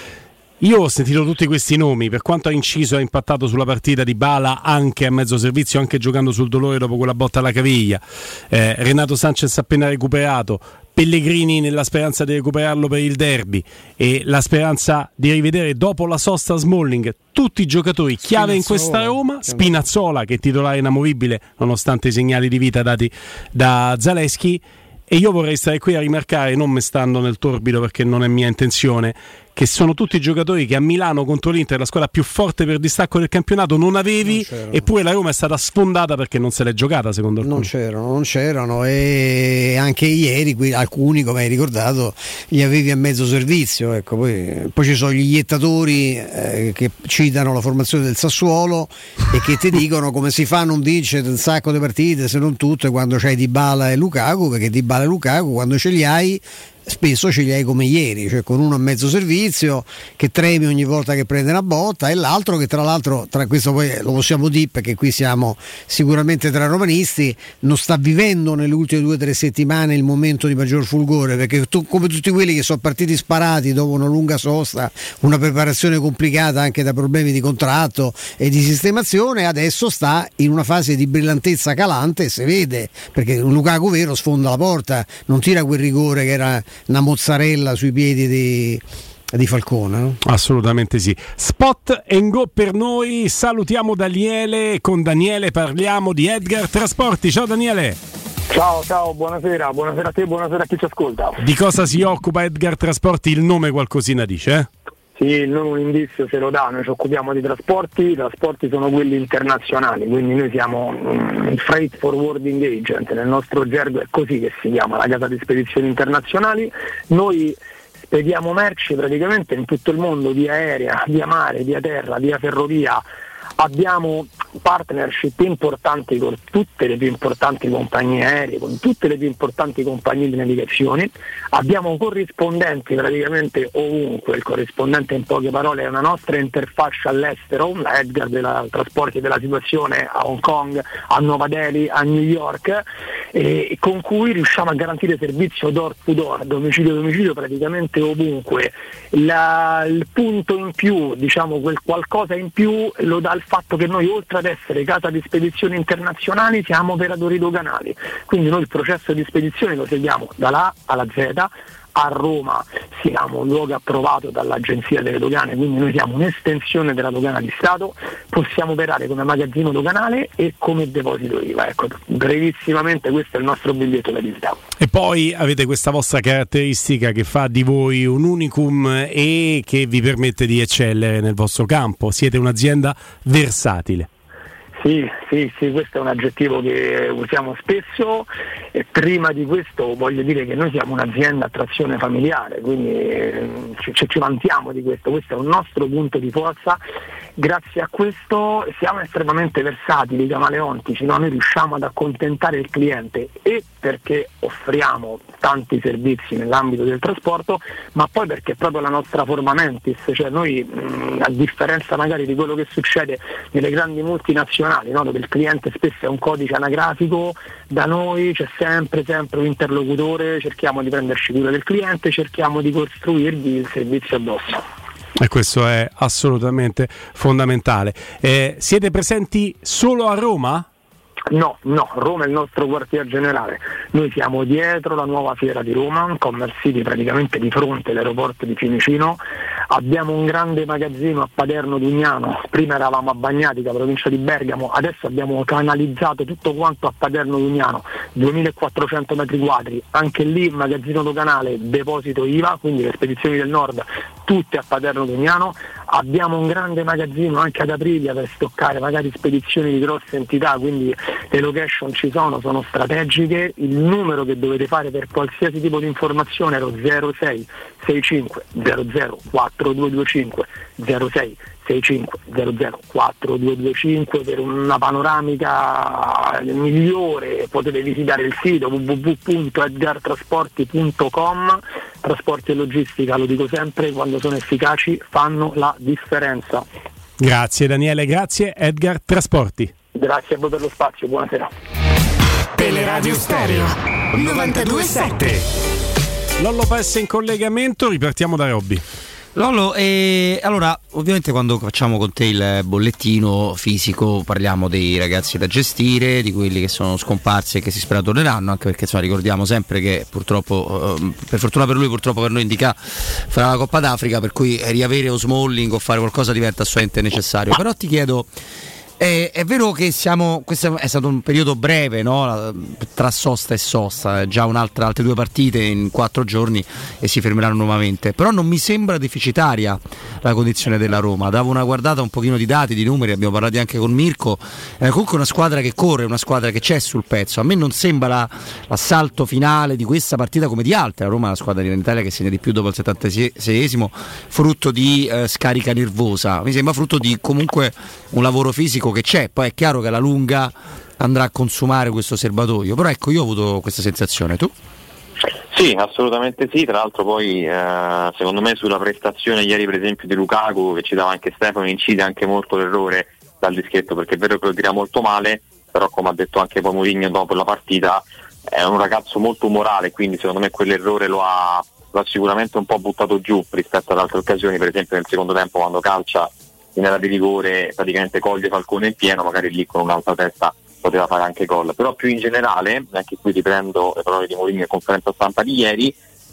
Io ho sentito tutti questi nomi, per quanto ha inciso e ha impattato sulla partita di Dybala anche a mezzo servizio, anche giocando sul dolore dopo quella botta alla caviglia, eh, Renato Sanchez appena recuperato, Pellegrini nella speranza di recuperarlo per il derby e la speranza di rivedere dopo la sosta Smalling, tutti i giocatori chiave in questa Roma, Spinazzola che è titolare inamovibile nonostante i segnali di vita dati da Zalewski. E io vorrei stare qui a rimarcare, non me stando nel torbido perché non è mia intenzione, che sono tutti giocatori che a Milano contro l'Inter, la squadra più forte per distacco del campionato, non avevi, non eppure la Roma è stata sfondata perché non se l'è giocata, secondo alcuni. Non c'erano, non c'erano e anche ieri qui, alcuni, come hai ricordato, li avevi a mezzo servizio. Ecco, poi, poi ci sono gli iettatori eh, che citano la formazione del Sassuolo e che ti dicono come si fa a non vincere un sacco di partite, se non tutte, quando c'hai Dybala e Lukaku, perché Dybala e Lukaku quando ce li hai spesso ce li hai come ieri, cioè con uno a mezzo servizio che tremi ogni volta che prende una botta e l'altro che tra l'altro, tra questo poi lo possiamo dire perché qui siamo sicuramente tra romanisti, non sta vivendo nelle ultime due o tre settimane il momento di maggior fulgore, perché tu, come tutti quelli che sono partiti sparati dopo una lunga sosta, una preparazione complicata anche da problemi di contratto e di sistemazione, adesso sta in una fase di brillantezza calante e si vede, perché un Lukaku vero sfonda la porta, non tira quel rigore che era una mozzarella sui piedi di, di Falcone, no? Assolutamente sì. Spot and go per noi. Salutiamo Daniele. Con Daniele parliamo di Edgar Trasporti. Ciao Daniele. Ciao, ciao, buonasera, buonasera a te, buonasera a chi ci ascolta. Di cosa si occupa Edgar Trasporti? Il nome qualcosina dice, eh? Sì, il nome un indizio ce lo dà, noi ci occupiamo di trasporti, i trasporti sono quelli internazionali, quindi noi siamo um, Freight Forwarding Agent, nel nostro gergo è così che si chiama, la casa di spedizioni internazionali. Noi spediamo merci praticamente in tutto il mondo, via aerea, via mare, via terra, via ferrovia. Abbiamo partnership importanti con tutte le più importanti compagnie aeree, con tutte le più importanti compagnie di navigazione, abbiamo corrispondenti praticamente ovunque. Il corrispondente in poche parole è una nostra interfaccia all'estero, la Edgar della trasporti della situazione a Hong Kong, a Nuova Delhi, a New York, e con cui riusciamo a garantire servizio door to door, domicilio a domicilio praticamente ovunque. La, il punto in più, diciamo quel qualcosa in più lo dà il fatto che noi, oltre ad essere casa di spedizioni internazionali, siamo operatori doganali, quindi noi il processo di spedizione lo seguiamo dalla A alla Z. A Roma siamo un luogo approvato dall'Agenzia delle Dogane, quindi noi siamo un'estensione della Dogana di Stato, possiamo operare come magazzino doganale e come deposito I V A. Ecco, brevissimamente questo è il nostro biglietto da visita. E poi avete questa vostra caratteristica che fa di voi un unicum e che vi permette di eccellere nel vostro campo. Siete un'azienda versatile. Sì, sì, sì, questo è un aggettivo che usiamo spesso, e prima di questo voglio dire che noi siamo un'azienda a trazione familiare, quindi eh, ci, ci vantiamo di questo, questo è un nostro punto di forza. Grazie a questo siamo estremamente versatili, camaleontici, no? Noi riusciamo ad accontentare il cliente, e perché offriamo tanti servizi nell'ambito del trasporto, ma poi perché è proprio la nostra forma mentis, cioè noi mh, a differenza magari di quello che succede nelle grandi multinazionali, no? Dove il cliente spesso è un codice anagrafico, da noi c'è sempre sempre un interlocutore, cerchiamo di prenderci cura del cliente, cerchiamo di costruirgli il servizio addosso. E questo è assolutamente fondamentale. Eh, siete presenti solo a Roma? No, no, Roma è il nostro quartier generale. Noi siamo dietro la nuova fiera di Roma, Commerce City, praticamente di fronte all'aeroporto di Fiumicino. Abbiamo un grande magazzino a Paderno Dugnano, prima eravamo a Bagnatica, provincia di Bergamo, adesso abbiamo canalizzato tutto quanto a Paderno Dugnano, duemilaquattrocento metri quadri, anche lì magazzino doganale, deposito I V A, quindi le spedizioni del nord tutte a Paderno Dugnano. Abbiamo un grande magazzino anche ad Aprilia per stoccare magari spedizioni di grosse entità, quindi le location ci sono, sono strategiche. Il numero che dovete fare per qualsiasi tipo di informazione è lo zero sei sei cinque zero zero quattro due due cinque, zero sei sei cinque zero zero quattro due due cinque. Per una panoramica migliore potete visitare il sito w w w punto edgar trasporti punto com. Trasporti e logistica, lo dico sempre, quando sono efficaci fanno la differenza. Grazie Daniele, grazie Edgar Trasporti. Grazie a voi per lo spazio, buonasera. Teleradio Stereo novantadue sette. Lollo Pesse in collegamento, ripartiamo da Robby. Lollo, eh, allora ovviamente quando facciamo con te il bollettino fisico parliamo dei ragazzi da gestire, di quelli che sono scomparsi e che si spera torneranno, anche perché insomma ricordiamo sempre che purtroppo, eh, per fortuna per lui, purtroppo per noi indica farà la Coppa d'Africa, per cui riavere o Smalling o fare qualcosa diventa assolutamente necessario. Però ti chiedo, È, è vero che siamo, questo è stato un periodo breve, no? Tra sosta e sosta, già un'altra, altre due partite in quattro giorni e si fermeranno nuovamente, però non mi sembra deficitaria la condizione della Roma. Davo una guardata un pochino di dati, di numeri, abbiamo parlato anche con Mirko, è comunque una squadra che corre, una squadra che c'è sul pezzo. A me non sembra la, l'assalto finale di questa partita come di altre. La Roma è una squadra di Italia che segna di più dopo il settantaseiesimo, frutto di eh, scarica nervosa. Mi sembra frutto di comunque un lavoro fisico che c'è, poi è chiaro che alla lunga andrà a consumare questo serbatoio, però ecco, io ho avuto questa sensazione. Tu? Sì, assolutamente sì, tra l'altro poi eh, secondo me sulla prestazione ieri per esempio di Lukaku, che ci dava anche Stefano, incide anche molto l'errore dal dischetto, perché è vero che lo tira molto male, però come ha detto anche poi Mourinho dopo la partita è un ragazzo molto umorale, quindi secondo me quell'errore lo ha, lo ha sicuramente un po' buttato giù rispetto ad altre occasioni, per esempio nel secondo tempo quando calcia in area di rigore praticamente coglie Falcone in pieno, magari lì con un'altra testa poteva fare anche gol. Però più in generale, anche qui riprendo le parole di Mourinho in conferenza stampa di ieri,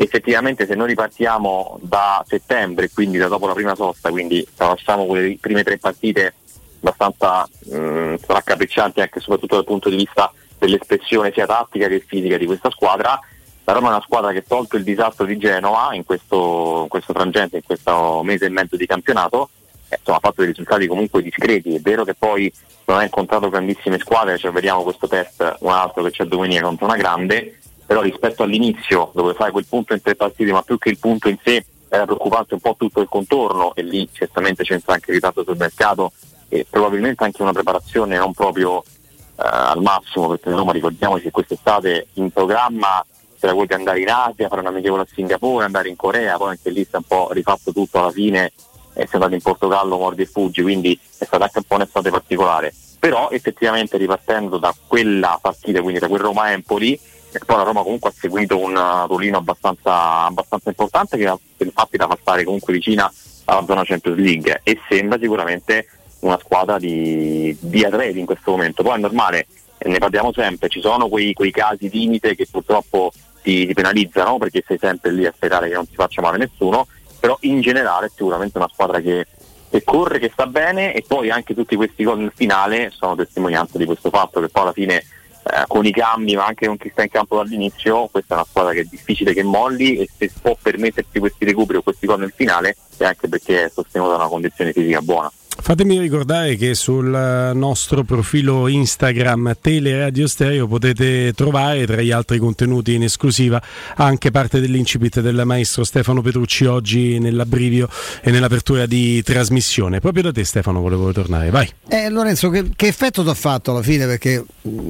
effettivamente se noi ripartiamo da settembre, quindi da dopo la prima sosta, quindi tralasciamo quelle prime tre partite abbastanza mh, raccapriccianti anche soprattutto dal punto di vista dell'espressione sia tattica che fisica di questa squadra, la Roma è una squadra che, tolto il disastro di Genova in questo, in questo frangente, in questo mese e mezzo di campionato, eh, insomma, ha fatto dei risultati comunque discreti. È vero che poi non ha incontrato grandissime squadre, cioè vediamo questo test, un altro che c'è domenica contro una grande, però rispetto all'inizio dove fai quel punto in tre partite, ma più che il punto in sé era preoccupante un po' tutto il contorno, e lì certamente c'è anche il ritardo sul mercato e probabilmente anche una preparazione non proprio eh, al massimo, perché Roma, ricordiamoci che quest'estate in programma c'era quello di andare in Asia, fare un amichevole a Singapore, andare in Corea, poi anche lì si è un po' rifatto tutto alla fine, è andato in Portogallo, mordi e fuggi, quindi è stata anche un po' un'estate particolare. Però effettivamente ripartendo da quella partita, quindi da quel Roma-Empoli, e poi la Roma comunque ha seguito un ruolino abbastanza, abbastanza importante che ha infatti da passare comunque vicina alla zona Champions League, e sembra sicuramente una squadra di, di atleti in questo momento. Poi è normale, ne parliamo sempre, ci sono quei, quei casi limite che purtroppo ti, ti penalizzano, perché sei sempre lì a sperare che non ti faccia male nessuno, però in generale è sicuramente una squadra che, che corre, che sta bene, e poi anche tutti questi gol nel finale sono testimonianza di questo fatto, che poi alla fine eh, con i cambi, ma anche con chi sta in campo dall'inizio, questa è una squadra che è difficile che molli, e se può permettersi questi recuperi o questi gol nel finale è anche perché è sostenuta da una condizione fisica buona. Fatemi ricordare che sul nostro profilo Instagram Teleradio Stereo potete trovare, tra gli altri contenuti in esclusiva, anche parte dell'incipit del maestro Stefano Petrucci oggi nell'abbrivio e nell'apertura di trasmissione. Proprio da te, Stefano, volevo tornare, vai. Eh, Lorenzo, che, che effetto ti ha fatto alla fine? Perché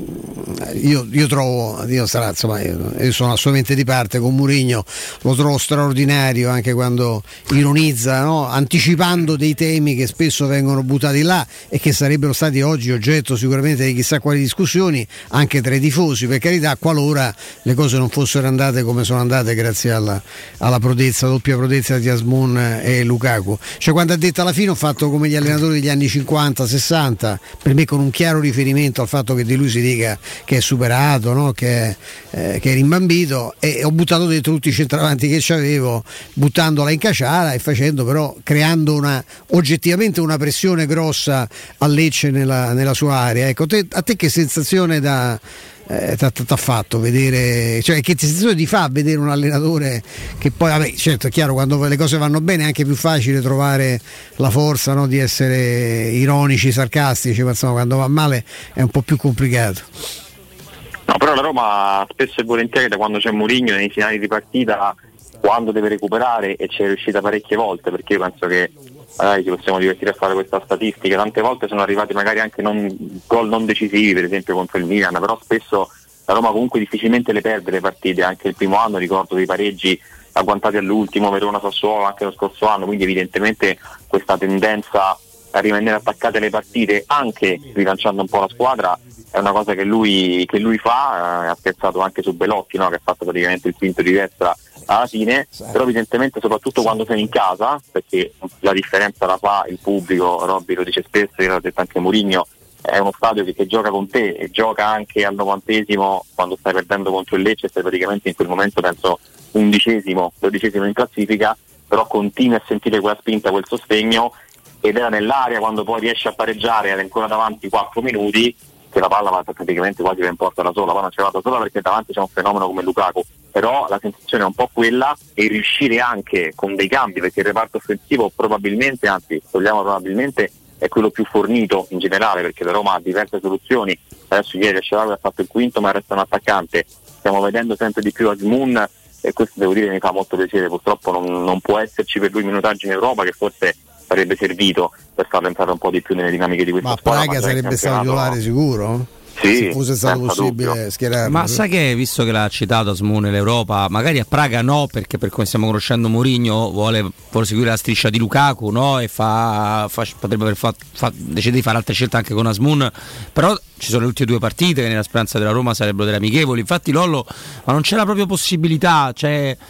io, io trovo, io, sarà, insomma, io, io sono assolutamente di parte con Mourinho, lo trovo straordinario anche quando ironizza, no? Anticipando dei temi che spesso vengono buttati là e che sarebbero stati oggi oggetto sicuramente di chissà quali discussioni anche tra i tifosi, per carità, qualora le cose non fossero andate come sono andate grazie alla, alla prodezza, doppia prodezza di Azmoun e Lukaku. Cioè, quando ha detto alla fine ho fatto come gli allenatori degli anni cinquanta sessanta, per me con un chiaro riferimento al fatto che di lui si dica che è superato, no? che, è, eh, che è rimbambito, e ho buttato dentro tutti i centravanti che c'avevo, buttandola in caciara e facendo però, creando una oggettivamente una pressione grossa a Lecce nella, nella sua area. Ecco, te, a te che sensazione da eh, t'ha fatto vedere, cioè che sensazione ti fa vedere un allenatore che poi, vabbè, certo è chiaro, quando le cose vanno bene è anche più facile trovare la forza, no, di essere ironici, sarcastici, ma insomma quando va male è un po' più complicato. No, però la Roma spesso e volentieri, da quando c'è Mourinho nei finali di partita, quando deve recuperare, e ci è riuscita parecchie volte, perché io penso che Eh, ci possiamo divertire a fare questa statistica, tante volte sono arrivati magari anche non, gol non decisivi, per esempio contro il Milan, però spesso la Roma comunque difficilmente le perde le partite. Anche il primo anno ricordo dei pareggi agguantati all'ultimo, Verona Sassuolo anche lo scorso anno, quindi evidentemente questa tendenza a rimanere attaccate alle partite, anche rilanciando un po' la squadra, è una cosa che lui, che lui fa. Eh, ha scherzato anche su Belotti, no? Che ha fatto praticamente il quinto di destra alla fine, però evidentemente soprattutto quando sei in casa, perché la differenza la fa il pubblico, Robby lo dice spesso, l'ha detto anche Mourinho, è uno stadio che, che gioca con te e gioca anche al novantesimo, quando stai perdendo contro il Lecce, stai praticamente in quel momento penso undicesimo, dodicesimo in classifica, però continui a sentire quella spinta, quel sostegno, ed era nell'area quando poi riesce a pareggiare ed è ancora davanti quattro minuti, che la palla va praticamente quasi va in porta da sola, poi non c'è vada sola perché davanti c'è un fenomeno come Lukaku, però la sensazione è un po' quella, e riuscire anche con dei cambi, perché il reparto offensivo probabilmente, anzi togliamo probabilmente, è quello più fornito in generale, perché la Roma ha diverse soluzioni. Adesso ieri Shaarawy ha fatto il quinto, ma resta un attaccante, stiamo vedendo sempre di più Azmoun, e questo devo dire mi fa molto piacere. Purtroppo non, non può esserci per lui minutaggio in Europa, che forse sarebbe servito per farlo entrare un po' di più nelle dinamiche di questa ma squadra. Praga sarebbe stato titolare sicuro? Sì, se fosse stato possibile schierarlo. Ma sai che, visto che l'ha citato Azmoun nell'Europa, magari a Praga no, perché per come stiamo conoscendo Mourinho vuole, vuole seguire la striscia di Lukaku, no? E fa, fa, potrebbe aver fatto, fa, decide di fare altre scelte anche con Azmoun, però ci sono le ultime due partite che nella speranza della Roma sarebbero delle amichevoli. Infatti Lollo, ma non c'è la propria possibilità, cioè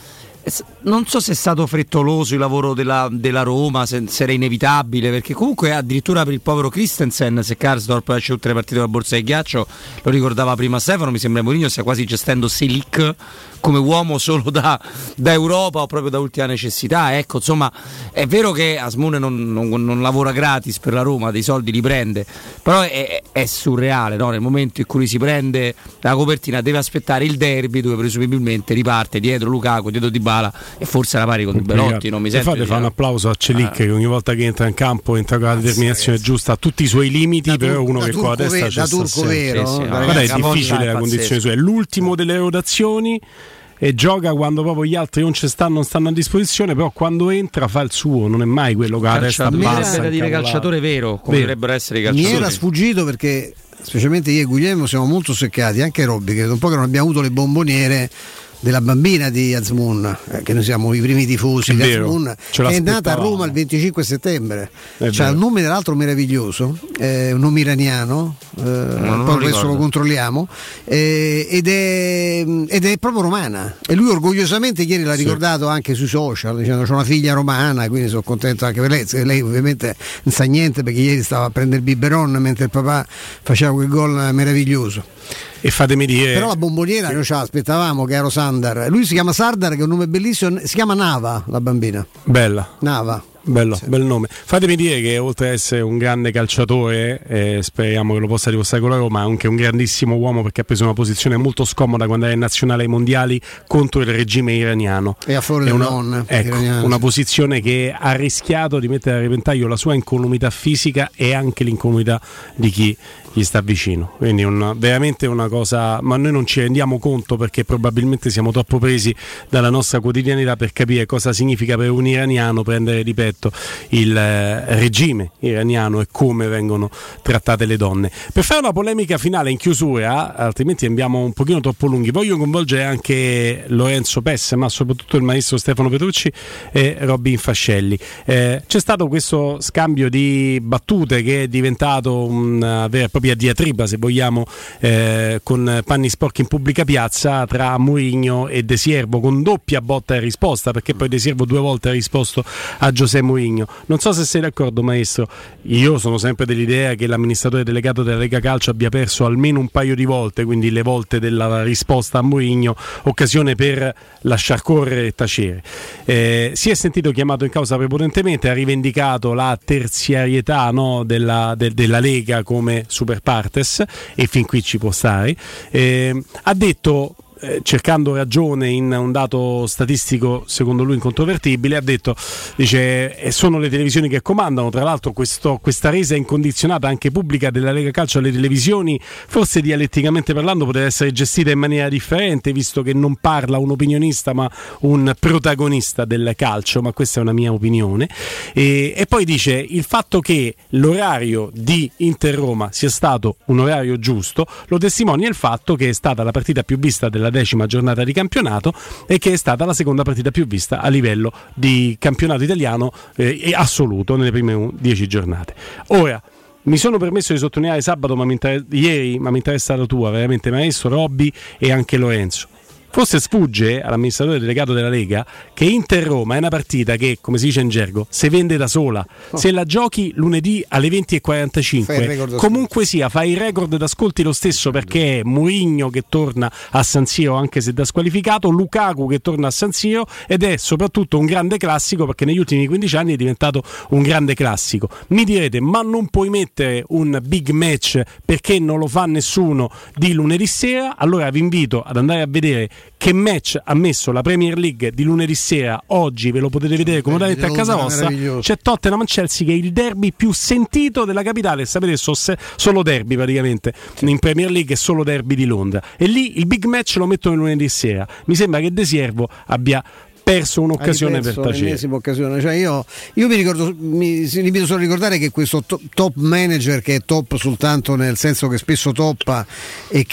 non so se è stato frettoloso il lavoro della, della Roma, se, se era inevitabile, perché comunque addirittura per il povero Christensen, se Karsdorp esce tutte le partite con la borsa di ghiaccio, lo ricordava prima Stefano, mi sembra Mourinho stia quasi gestendo Selic come uomo solo da, da Europa o proprio da ultima necessità. Ecco, insomma, è vero che Asmune non, non, non lavora gratis per la Roma, dei soldi li prende, però è, è surreale, no? Nel momento in cui si prende la copertina deve aspettare il derby dove presumibilmente riparte dietro Lukaku, dietro Dybala e forse la pari con Di Belotti. Non mi sento fate fa un applauso a Celic, ah. che ogni volta che entra in campo entra con la determinazione giusta a tutti i suoi limiti, da però uno che con la testa c'è, da turco vero, sì, sì, no? Guarda, è difficile la condizione sua, è l'ultimo delle rotazioni e gioca quando proprio gli altri non ci stanno, non stanno a disposizione, però quando entra fa il suo, non è mai quello che ha la testa bassa. Da dire calciatore vero, come vero. Dovrebbero essere i calciatori. Mi era sfuggito perché specialmente io e Guglielmo siamo molto seccati, anche Robby, che un po' che non abbiamo avuto le bomboniere della bambina di Azmoun, eh, che noi siamo i primi tifosi di Azmoun, che è nata a Roma il venticinque settembre, c'ha un nome tra l'altro meraviglioso, eh, un nome iraniano, eh, poi adesso lo controlliamo, eh, ed, è, ed è proprio romana, e lui orgogliosamente ieri l'ha ricordato, sì, anche sui social, dicendo c'ho una figlia romana, quindi sono contento anche per lei. Lei ovviamente non sa niente perché ieri stava a prendere il biberon mentre il papà faceva quel gol meraviglioso. E fatemi dire, però la bomboniera che noi ce l'aspettavamo, caro Sandar. Lui si chiama Sardar, che è un nome bellissimo, si chiama Nava la bambina. Bella. Nava. Bello, sì. Bel nome. Fatemi dire che oltre ad essere un grande calciatore, eh, speriamo che lo possa dimostrare con la Roma, ma anche un grandissimo uomo, perché ha preso una posizione molto scomoda quando era in nazionale ai mondiali contro il regime iraniano. E a favore del non, ecco, una posizione che ha rischiato di mettere a repentaglio la sua incolumità fisica e anche l'incolumità di chi gli sta vicino. Quindi un, veramente una cosa, ma noi non ci rendiamo conto perché probabilmente siamo troppo presi dalla nostra quotidianità per capire cosa significa per un iraniano prendere, ripeto, il eh, regime iraniano e come vengono trattate le donne. Per fare una polemica finale in chiusura, altrimenti andiamo un pochino troppo lunghi, voglio coinvolgere anche Lorenzo Pesse, ma soprattutto il maestro Stefano Petrucci e Robin Fascelli. Eh, c'è stato questo scambio di battute che è diventato una vera e propria diatriba, se vogliamo, eh, con panni sporchi in pubblica piazza tra Mourinho e De Siervo, con doppia botta e risposta, perché poi De Siervo due volte ha risposto a Giuseppe Mourinho. Non so se sei d'accordo, maestro. Io sono sempre dell'idea che l'amministratore delegato della Lega Calcio abbia perso almeno un paio di volte, quindi le volte della risposta a Mourinho, occasione per lasciar correre e tacere. Eh, si è sentito chiamato in causa prepotentemente, ha rivendicato la terziarietà, no, della, de, della Lega come super partes, e fin qui ci può stare. Eh, ha detto, cercando ragione in un dato statistico secondo lui incontrovertibile, ha detto, dice, sono le televisioni che comandano. Tra l'altro questo, questa resa incondizionata anche pubblica della Lega Calcio alle televisioni, forse dialetticamente parlando, potrebbe essere gestita in maniera differente, visto che non parla un opinionista ma un protagonista del calcio, ma questa è una mia opinione. E, e poi dice, il fatto che l'orario di Inter-Roma sia stato un orario giusto lo testimonia il fatto che è stata la partita più vista della decima giornata di campionato e che è stata la seconda partita più vista a livello di campionato italiano eh, assoluto nelle prime dieci giornate. Ora, mi sono permesso di sottolineare sabato, ma mi inter- ieri, ma mi interessa la tua, veramente, maestro, Robby e anche Lorenzo. Forse sfugge all'amministratore delegato della Lega che Inter-Roma è una partita che, come si dice in gergo, si vende da sola. Oh. Se la giochi lunedì alle venti e quarantacinque, comunque sia, fai il record d'ascolti lo stesso, perché è Mourinho che torna a San Siro anche se da squalificato, Lukaku che torna a San Siro, ed è soprattutto un grande classico perché negli ultimi quindici anni è diventato un grande classico. Mi direte, ma non puoi mettere un big match perché non lo fa nessuno di lunedì sera? Allora vi invito ad andare a vedere che match ha messo la Premier League di lunedì sera. Oggi ve lo potete vedere comodamente a casa vostra. C'è Tottenham-Chelsea, che è il derby più sentito della capitale. Sapete, so se, solo derby praticamente in Premier League, è solo derby di Londra, e lì il big match lo mettono lunedì sera. Mi sembra che De Siervo abbia perso un'occasione per tacere. L'ennesima occasione. Cioè io, io mi ricordo, mi si limito solo a ricordare che questo to- top manager, che è top soltanto nel senso che spesso toppa e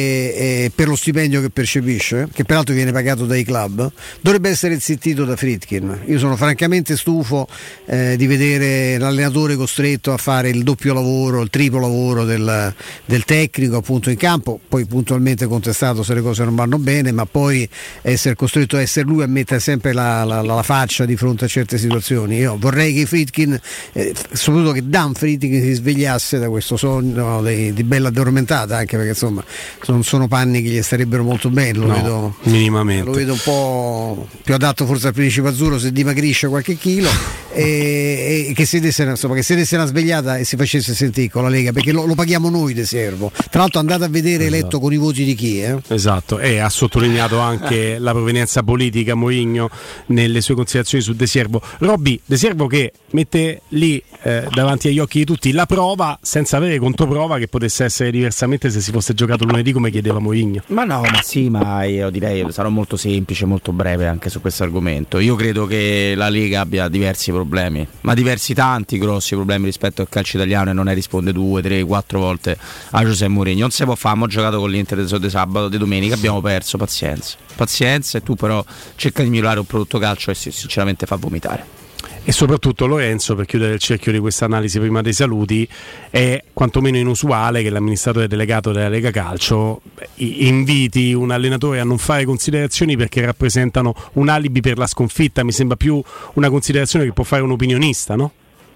che è per lo stipendio che percepisce, che peraltro viene pagato dai club, dovrebbe essere zittito da Friedkin. Io sono francamente stufo eh, di vedere l'allenatore costretto a fare il doppio lavoro, il triplo lavoro del, del tecnico appunto in campo, poi puntualmente contestato se le cose non vanno bene, ma poi essere costretto a essere lui a mettere è sempre la, la, la faccia di fronte a certe situazioni. Io vorrei che Friedkin, eh, soprattutto che Dan Friedkin si svegliasse da questo sogno di, di bella addormentata, anche perché insomma non sono panni che gli starebbero molto bene, lo no, vedo minimamente. Lo vedo un po' più adatto forse al Principe Azzurro se dimagrisce qualche chilo e, e che si desse, insomma, che si desse una svegliata e si facesse sentire con la Lega, perché lo, lo paghiamo noi De Siervo. Tra l'altro andate a vedere esatto. eletto con i voti di chi? Eh? Esatto, e ha sottolineato anche la provenienza politica Mourinho nelle sue considerazioni su De Siervo. Robby, De Siervo che mette lì eh, davanti agli occhi di tutti la prova senza avere controprova che potesse essere diversamente se si fosse giocato lunedì come chiedeva Mourinho. Ma no, ma sì, ma io direi sarò molto semplice, molto breve anche su questo argomento. Io credo che la Lega abbia diversi problemi, ma diversi tanti grossi problemi rispetto al calcio italiano, e non è risponde due, tre, quattro volte a Giuseppe Mourinho. Non si può fare, abbiamo giocato con l'Inter di sabato, di domenica, abbiamo perso, pazienza. Pazienza, e tu però cerca di migliorare un prodotto calcio e sinceramente fa vomitare. E soprattutto Lorenzo, per chiudere il cerchio di questa analisi prima dei saluti, è quantomeno inusuale che l'amministratore delegato della Lega Calcio inviti un allenatore a non fare considerazioni perché rappresentano un alibi per la sconfitta. Mi sembra più una considerazione che può fare un opinionista, no?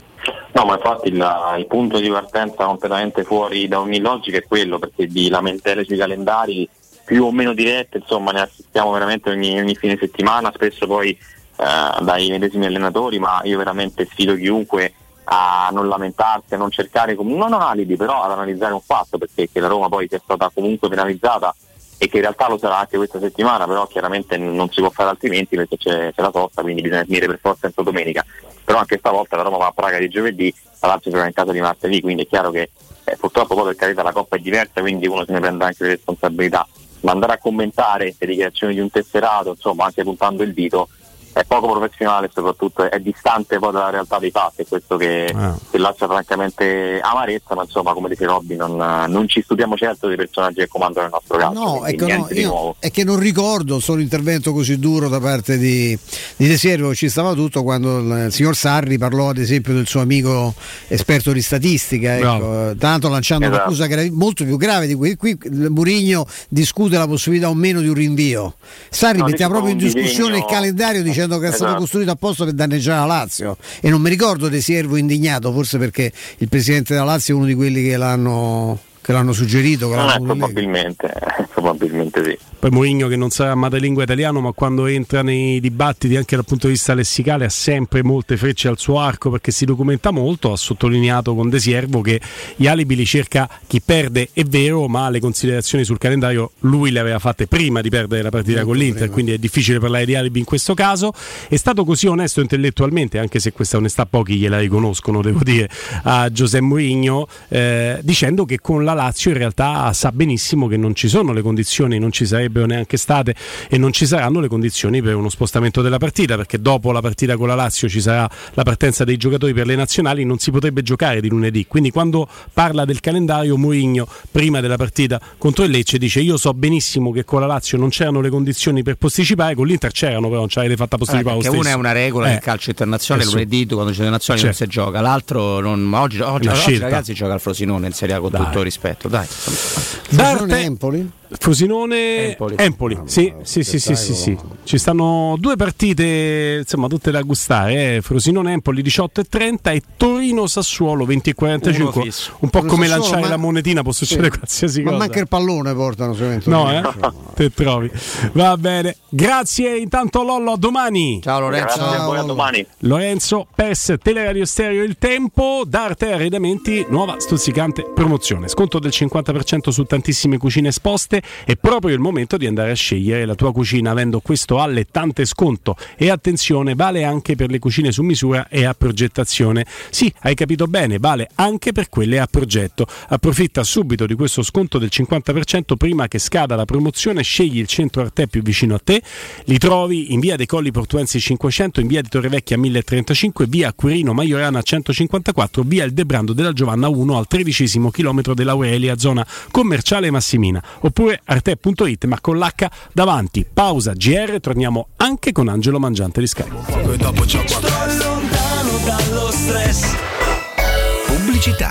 No, ma infatti il, il punto di partenza completamente fuori da ogni logica è quello, perché di lamentele sui calendari più o meno dirette, insomma, ne assistiamo veramente ogni, ogni fine settimana, spesso poi eh, dai medesimi allenatori, ma io veramente sfido chiunque a non lamentarsi, a non cercare, com- non un alibi, però ad analizzare un fatto, perché che la Roma poi sia stata comunque penalizzata e che in realtà lo sarà anche questa settimana, però chiaramente non si può fare altrimenti perché c'è, c'è la sosta, quindi bisogna finire per forza entro domenica. Però anche stavolta la Roma va a Praga di giovedì, la Lazio gioca in casa di martedì, quindi è chiaro che eh, purtroppo poi per carità la Coppa è diversa, quindi uno se ne prende anche le responsabilità, ma andare a commentare le dichiarazioni di un tesserato, insomma, anche puntando il dito, è poco professionale e soprattutto è distante poi dalla realtà dei fatti, è questo che, ah. che lascia francamente amarezza, ma insomma, come dice Robby, non, non ci stupiamo certo dei personaggi che comandano il nostro calcio. No, ecco, no, io, è che non ricordo solo intervento così duro da parte di, di De Siervo, ci stava tutto quando il signor Sarri parlò ad esempio del suo amico esperto di statistica, ecco, tanto lanciando esatto. un'accusa gravi, molto più grave di qui, qui Mourinho discute la possibilità o meno di un rinvio. Sarri no, metteva proprio in discussione il calendario dicendo che è stato esatto. costruito apposta per danneggiare la Lazio, e non mi ricordo De Siervo indignato, forse perché il presidente della Lazio è uno di quelli che l'hanno che l'hanno suggerito, che non l'hanno è probabilmente, eh, probabilmente sì. Poi Mourinho, che non sa madrelingua italiano, ma quando entra nei dibattiti anche dal punto di vista lessicale ha sempre molte frecce al suo arco perché si documenta molto. Ha sottolineato con De Siervo che gli alibi li cerca chi perde, è vero, ma le considerazioni sul calendario lui le aveva fatte prima di perdere la partita molto con l'Inter, prima. Quindi è difficile parlare di alibi in questo caso. È stato così onesto intellettualmente, anche se questa onestà pochi gliela riconoscono, devo dire, a Giuseppe Mourinho, eh, dicendo che con la Lazio in realtà sa benissimo che non ci sono le condizioni, non ci sarebbero neanche state e non ci saranno le condizioni per uno spostamento della partita, perché dopo la partita con la Lazio ci sarà la partenza dei giocatori per le nazionali, non si potrebbe giocare di lunedì. Quindi quando parla del calendario Mourinho prima della partita contro il Lecce dice: io so benissimo che con la Lazio non c'erano le condizioni per posticipare, con l'Inter c'erano, però non ci avete fatta posticipare. Eh, perché una è una regola del eh, calcio internazionale, lunedì quando c'è le nazioni certo. non si gioca, l'altro non, ma oggi, oggi, oggi ragazzi gioca al Frosinone in Serie A, con Dai. tutto il rispetto. Dai. Frosinone Empoli? Frosinone Empoli, Empoli. No, sì, no, sì, sì, sì, sì, sì. Ci stanno due partite, insomma, tutte da gustare, eh. Frosinone Empoli diciotto e trenta e Torino Sassuolo venti e quarantacinque. Un po' Uno come Sassuolo, lanciare ma... la monetina, può succedere sì. qualsiasi ma cosa. Ma manca il pallone portano solamente. No, eh? Te trovi. Va bene. Grazie intanto Lollo, a domani. Ciao Lorenzo. Grazie a voi, a domani. Lorenzo Pes, Teleradio Stereo Il Tempo, da Arte Arredamenti, nuova stuzzicante promozione. Sconto del cinquanta per cento su tantissime cucine esposte. È proprio il momento di andare a scegliere la tua cucina avendo questo allettante sconto, e attenzione, vale anche per le cucine su misura e a progettazione. Sì, hai capito bene, vale anche per quelle a progetto. Approfitta subito di questo sconto del cinquanta per cento prima che scada la promozione, scegli il centro Arte più vicino a te. Li trovi in via dei Colli Portuensi cinquecento, in via di Torrevecchia mille e trentacinque, via Quirino Majorana centocinquantaquattro, via il Debrando della Giovanna uno al tredicesimo chilometro dell'Aurelia, zona commerciale Massimina, oppure arte punto it ma con l'H davanti. Pausa G R, torniamo anche con Angelo Mangiante di Sky. Sto lontano dallo stress. Pubblicità. In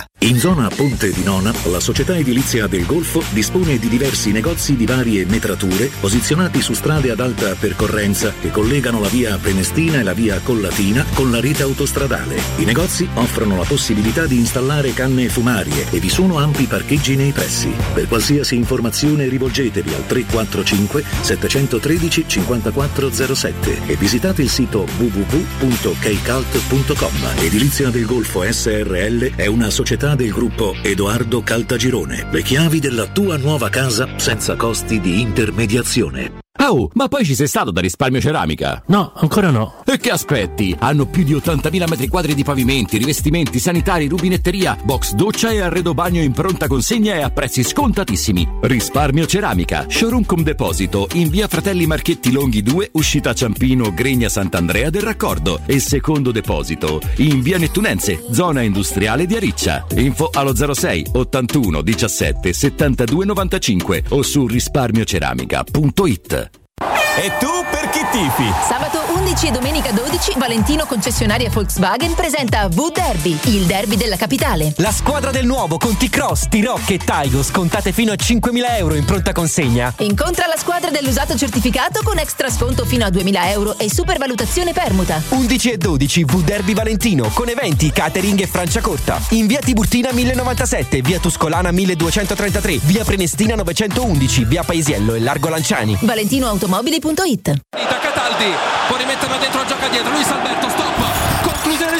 zona Ponte di Nona, la società edilizia del Golfo dispone di diversi negozi di varie metrature posizionati su strade ad alta percorrenza che collegano la via Prenestina e la via Collatina con la rete autostradale. I negozi offrono la possibilità di installare canne fumarie e vi sono ampi parcheggi nei pressi. Per qualsiasi informazione rivolgetevi al tre quattro cinque sette uno tre cinque quattro zero sette e visitate il sito w w w punto keicalt punto com. Edilizia del Golfo S R L è una società del gruppo Edoardo Caltagirone. Le chiavi della tua nuova casa senza costi di intermediazione. Oh, ma poi ci sei stato da Risparmio Ceramica? No, ancora no. E che aspetti? Hanno più di ottantamila metri quadri di pavimenti, rivestimenti, sanitari, rubinetteria, box doccia e arredo bagno in pronta consegna e a prezzi scontatissimi. Risparmio Ceramica, showroom con deposito in via Fratelli Marchetti Longhi due, uscita Ciampino, Gregna Sant'Andrea del Raccordo, e secondo deposito in via Nettunense, zona industriale di Ariccia. Info allo zero sei ottantuno diciassette settantadue novantacinque o su risparmioceramica punto it. E tu per chi tifi? Sabato undici e domenica dodici Valentino concessionaria Volkswagen presenta V-Derby, il derby della capitale. La squadra del nuovo con T-Cross, T-Rock e Taigo scontate fino a cinquemila euro in pronta consegna. Incontra la squadra dell'usato certificato con extra sconto fino a duemila euro e supervalutazione permuta. undici e dodici V-Derby Valentino con eventi, catering e Franciacorta. In via Tiburtina mille novantasette, via Tuscolana milleduecentotrentatré, via Prenestina novecentoundici, via Paesiello e Largo Lanciani. valentinoautomobili punto it. Cataldi può rimetterla dentro, gioca dietro Luis Alberto, stop, conclusione di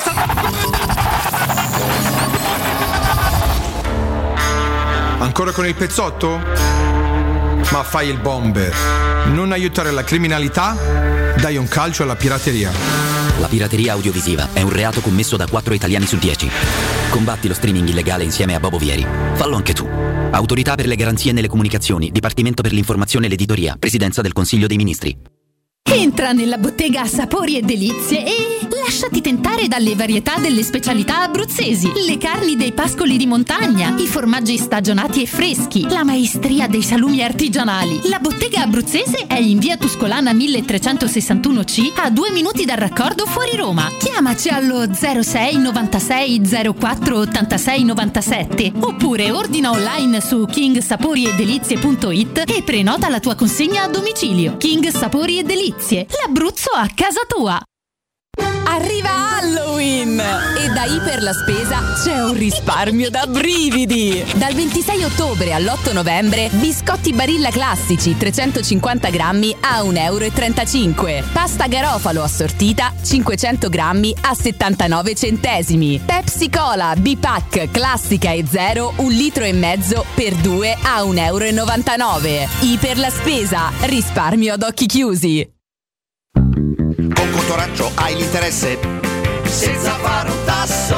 Ancora con il pezzotto? Ma fai il bomber. Non aiutare la criminalità, dai un calcio alla pirateria. La pirateria audiovisiva è un reato commesso da quattro italiani su dieci. Combatti lo streaming illegale insieme a Bobo Vieri. Fallo anche tu. Autorità per le garanzie nelle comunicazioni, Dipartimento per l'informazione e l'editoria, Presidenza del Consiglio dei Ministri. Entra nella bottega Sapori e Delizie e lasciati tentare dalle varietà delle specialità abruzzesi, le carni dei pascoli di montagna, i formaggi stagionati e freschi, la maestria dei salumi artigianali. La bottega abruzzese è in via Tuscolana milletrecentosessantuno C, a due minuti dal raccordo fuori Roma. Chiamaci allo zero sei novantasei zero quattro ottantasei novantasette oppure ordina online su king sapori e delizie punto it e prenota la tua consegna a domicilio. King Sapori e Delizie, l'Abruzzo a casa tua. Arriva Halloween e da Iper la Spesa c'è un risparmio da brividi. Dal ventisei ottobre all'otto novembre biscotti Barilla classici trecentocinquanta grammi a un euro e trentacinque. Pasta Garofalo assortita cinquecento grammi a settantanove centesimi. Pepsi Cola B-Pack classica e zero un litro e mezzo per due a un euro e novantanove. Iper la Spesa, risparmio ad occhi chiusi. Con Contoraggio hai l'interesse senza fare un tasso.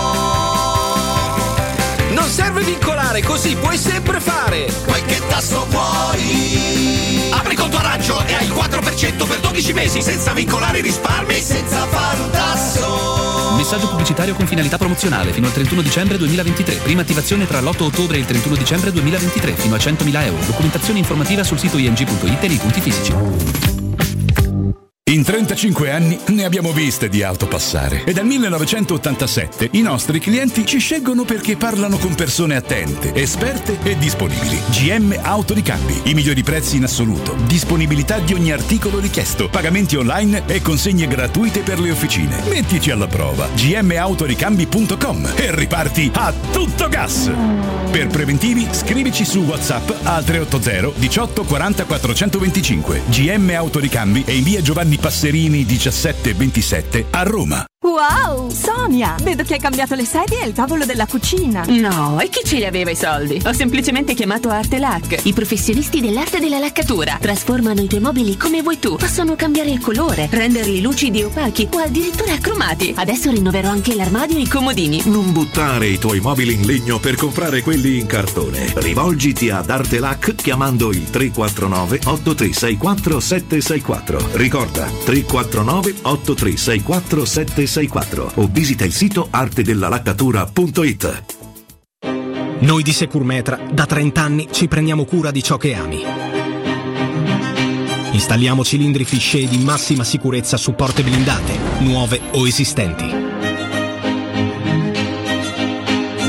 Non serve vincolare, così puoi sempre fare quel che tasso vuoi. Apri conto a raggio e hai il quattro per cento per dodici mesi senza vincolare i risparmi, senza fare un tasso. Messaggio pubblicitario con finalità promozionale fino al trentuno dicembre duemilaventitré. Prima attivazione tra l'otto ottobre e il trentuno dicembre duemilaventitré fino a centomila euro. Documentazione informativa sul sito i n g punto it e nei punti fisici. In trentacinque anni ne abbiamo viste di auto passare e dal millenovecentottantasette i nostri clienti ci scelgono perché parlano con persone attente, esperte e disponibili. G M Autoricambi, i migliori prezzi in assoluto, disponibilità di ogni articolo richiesto, pagamenti online e consegne gratuite per le officine. Mettiti alla prova g m autoricambi punto com e riparti a tutto gas. Per preventivi scrivici su WhatsApp al tre otto zero diciotto quaranta quattrocentoventicinque. G M Autoricambi è in via Giovanni Passerini diciassette ventisette a Roma. Wow, Sonia, vedo che hai cambiato le sedie e il tavolo della cucina. No, e chi ce li aveva i soldi? Ho semplicemente chiamato Artelac, i professionisti dell'arte della laccatura. Trasformano i tuoi mobili come vuoi tu. Possono cambiare il colore, renderli lucidi e opachi o addirittura cromati. Adesso rinnoverò anche l'armadio e i comodini. Non buttare i tuoi mobili in legno per comprare quelli in cartone. Rivolgiti ad Artelac chiamando il tre quattro nove otto tre sei quattro sette sei quattro. Ricorda tre quattro nove otto tre sei quattro sette sei quattro o visita il sito arte della laccatura punto it. Noi di Securmetra da trenta anni ci prendiamo cura di ciò che ami. Installiamo cilindri Fichet di massima sicurezza su porte blindate, nuove o esistenti.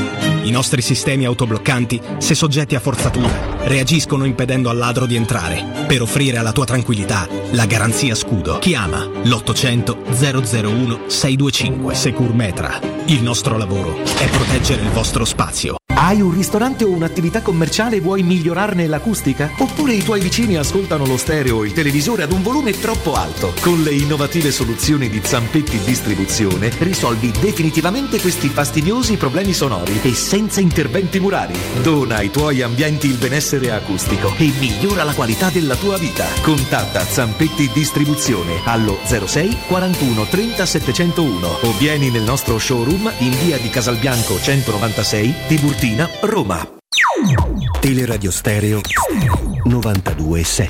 I nostri sistemi autobloccanti, se soggetti a forzatura, reagiscono impedendo al ladro di entrare. Per offrire alla tua tranquillità la garanzia scudo, chiama l'ottocento zero zero uno sei due cinque. Securmetra. Il nostro lavoro è proteggere il vostro spazio. Hai un ristorante o un'attività commerciale e vuoi migliorarne l'acustica? Oppure i tuoi vicini ascoltano lo stereo o il televisore ad un volume troppo alto? Con le innovative soluzioni di Zampetti Distribuzione risolvi definitivamente questi fastidiosi problemi sonori e senza interventi murari. Dona ai tuoi ambienti il benessere acustico e migliora la qualità della tua vita. Contatta Zampetti Distribuzione allo zero sei quarantuno trenta settecentouno o vieni nel nostro showroom in via di Casalbianco centonovantasei, Tiburtina, Roma. Teleradio Stereo novantadue sette.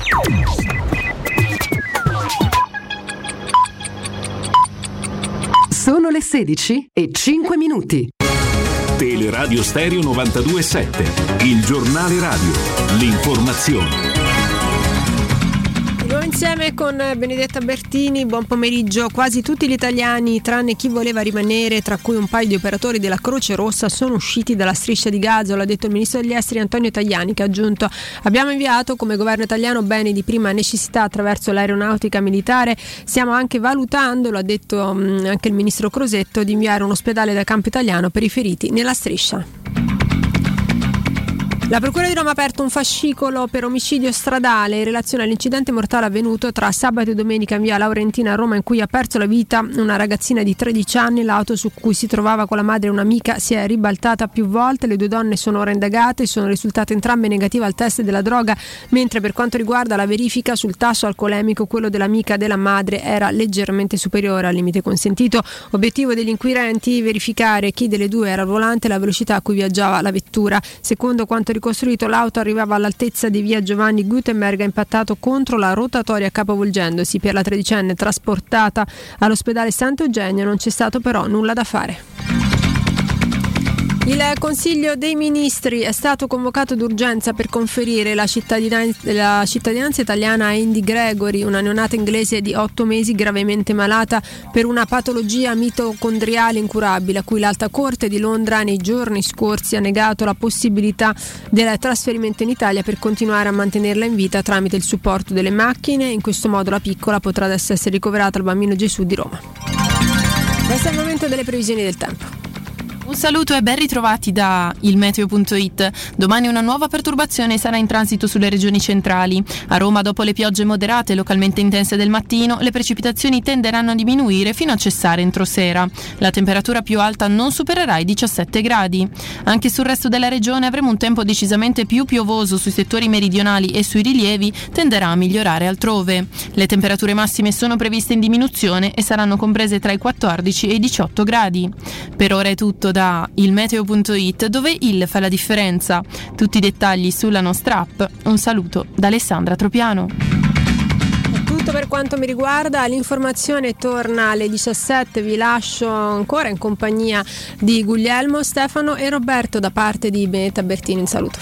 Sono le sedici e cinque minuti. Teleradio Stereo novantadue sette, il giornale radio, l'informazione. Insieme con Benedetta Bertini, buon pomeriggio. Quasi tutti gli italiani, tranne chi voleva rimanere, tra cui un paio di operatori della Croce Rossa, sono usciti dalla striscia di Gaza, lo ha detto il ministro degli esteri Antonio Tajani, che ha aggiunto: abbiamo inviato come governo italiano beni di prima necessità attraverso l'aeronautica militare, stiamo anche valutando, lo ha detto mh, anche il ministro Crosetto, di inviare un ospedale da campo italiano per i feriti nella striscia. La Procura di Roma ha aperto un fascicolo per omicidio stradale in relazione all'incidente mortale avvenuto tra sabato e domenica in via Laurentina a Roma, in cui ha perso la vita una ragazzina di tredici anni. L'auto su cui si trovava con la madre e un'amica si è ribaltata più volte. Le due donne sono ora indagate e sono risultate entrambe negative al test della droga, mentre per quanto riguarda la verifica sul tasso alcolemico, quello dell'amica della madre era leggermente superiore al limite consentito. Obiettivo degli inquirenti: verificare chi delle due era al volante e la velocità a cui viaggiava la vettura. Secondo quanto ricostruito, l'auto arrivava all'altezza di via Giovanni Gutenberg, ha impattato contro la rotatoria capovolgendosi. Per la tredicenne trasportata all'ospedale Sant'Eugenio non c'è stato però nulla da fare. Il Consiglio dei Ministri è stato convocato d'urgenza per conferire la cittadinanza, la cittadinanza italiana a Andy Gregory, una neonata inglese di otto mesi gravemente malata per una patologia mitocondriale incurabile, a cui l'Alta Corte di Londra nei giorni scorsi ha negato la possibilità del trasferimento in Italia per continuare a mantenerla in vita tramite il supporto delle macchine. In questo modo la piccola potrà adesso essere ricoverata al Bambino Gesù di Roma. Questo è il momento delle previsioni del tempo. Un saluto e ben ritrovati da il meteo punto it. Domani una nuova perturbazione sarà in transito sulle regioni centrali. A Roma, dopo le piogge moderate e localmente intense del mattino, le precipitazioni tenderanno a diminuire fino a cessare entro sera. La temperatura più alta non supererà i diciassette gradi. Anche sul resto della regione avremo un tempo decisamente più piovoso sui settori meridionali e sui rilievi tenderà a migliorare altrove. Le temperature massime sono previste in diminuzione e saranno comprese tra i quattordici e i diciotto gradi. Per ora è tutto da il meteo punto it, dove il fa la differenza. Tutti i dettagli sulla nostra app. Un saluto da Alessandra Tropiano. È tutto per quanto mi riguarda, l'informazione torna alle diciassette. Vi lascio ancora in compagnia di Guglielmo, Stefano e Roberto da parte di Benedetta Bertini. Un saluto.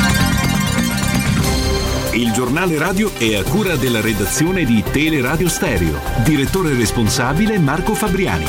Il giornale radio è a cura della redazione di Teleradio Stereo. Direttore responsabile Marco Fabriani.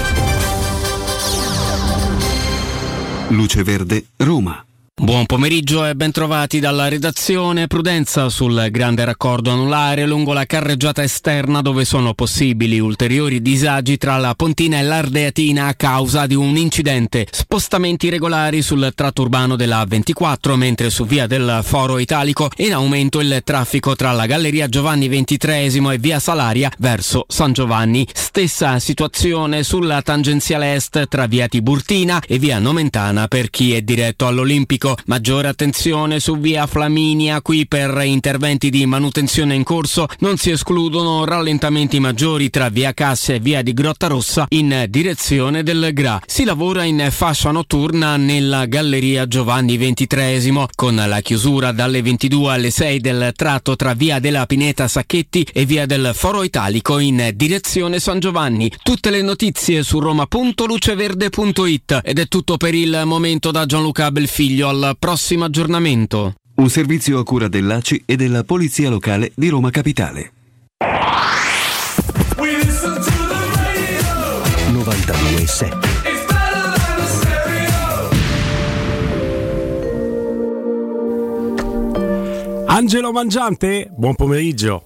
Luce Verde, Roma. Buon pomeriggio e bentrovati dalla redazione. Prudenza sul grande raccordo anulare lungo la carreggiata esterna, dove sono possibili ulteriori disagi tra la Pontina e l'Ardeatina a causa di un incidente. Spostamenti regolari sul tratto urbano della A ventiquattro, mentre su via del Foro Italico è in aumento il traffico tra la Galleria Giovanni ventitreesimo e via Salaria verso San Giovanni. Stessa situazione sulla tangenziale est tra via Tiburtina e via Nomentana per chi è diretto all'Olimpico. Maggiore attenzione su via Flaminia, qui per interventi di manutenzione in corso non si escludono rallentamenti maggiori tra via Cassia e via di Grottarossa in direzione del Gra. Si lavora in fascia notturna nella Galleria Giovanni ventitreesimo, con la chiusura dalle ventidue alle sei del tratto tra via della Pineta Sacchetti e via del Foro Italico in direzione San Giovanni. Tutte le notizie su roma punto luceverde punto it. Ed è tutto per il momento da Gianluca Belfiglio. Al prossimo aggiornamento. Un servizio a cura dell'A C I e della Polizia Locale di Roma Capitale. novantadue sette. Angelo Mangiante, buon pomeriggio.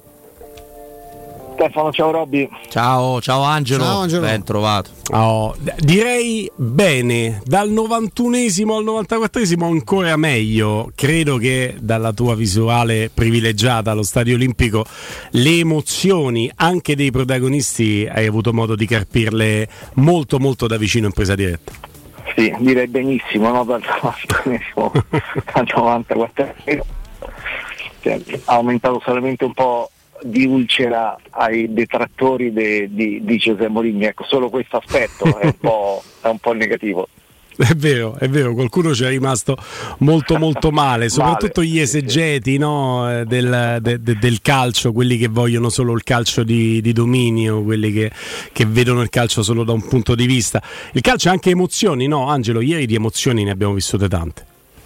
Stefano, ciao Robby. Ciao, ciao Angelo. Ciao, Angelo. Ben trovato. Oh, direi bene, dal novantunesimo al novantaquattresimo ancora meglio. Credo che dalla tua visuale privilegiata allo Stadio Olimpico le emozioni anche dei protagonisti hai avuto modo di carpirle molto molto da vicino in presa diretta. Sì, direi benissimo, no? Dal novantunesimo al novantaquattresimo cioè, ha aumentato solamente un po' di ulcera ai detrattori de, di, di José Mourinho, ecco, solo questo aspetto è un po', è un po' negativo. È vero, è vero, qualcuno ci è rimasto molto molto male, soprattutto male, gli esegeti, no, del, de, de, del calcio, quelli che vogliono solo il calcio di, di dominio, quelli che, che vedono il calcio solo da un punto di vista. Il calcio ha anche emozioni, no Angelo? Ieri di emozioni ne abbiamo vissute tante.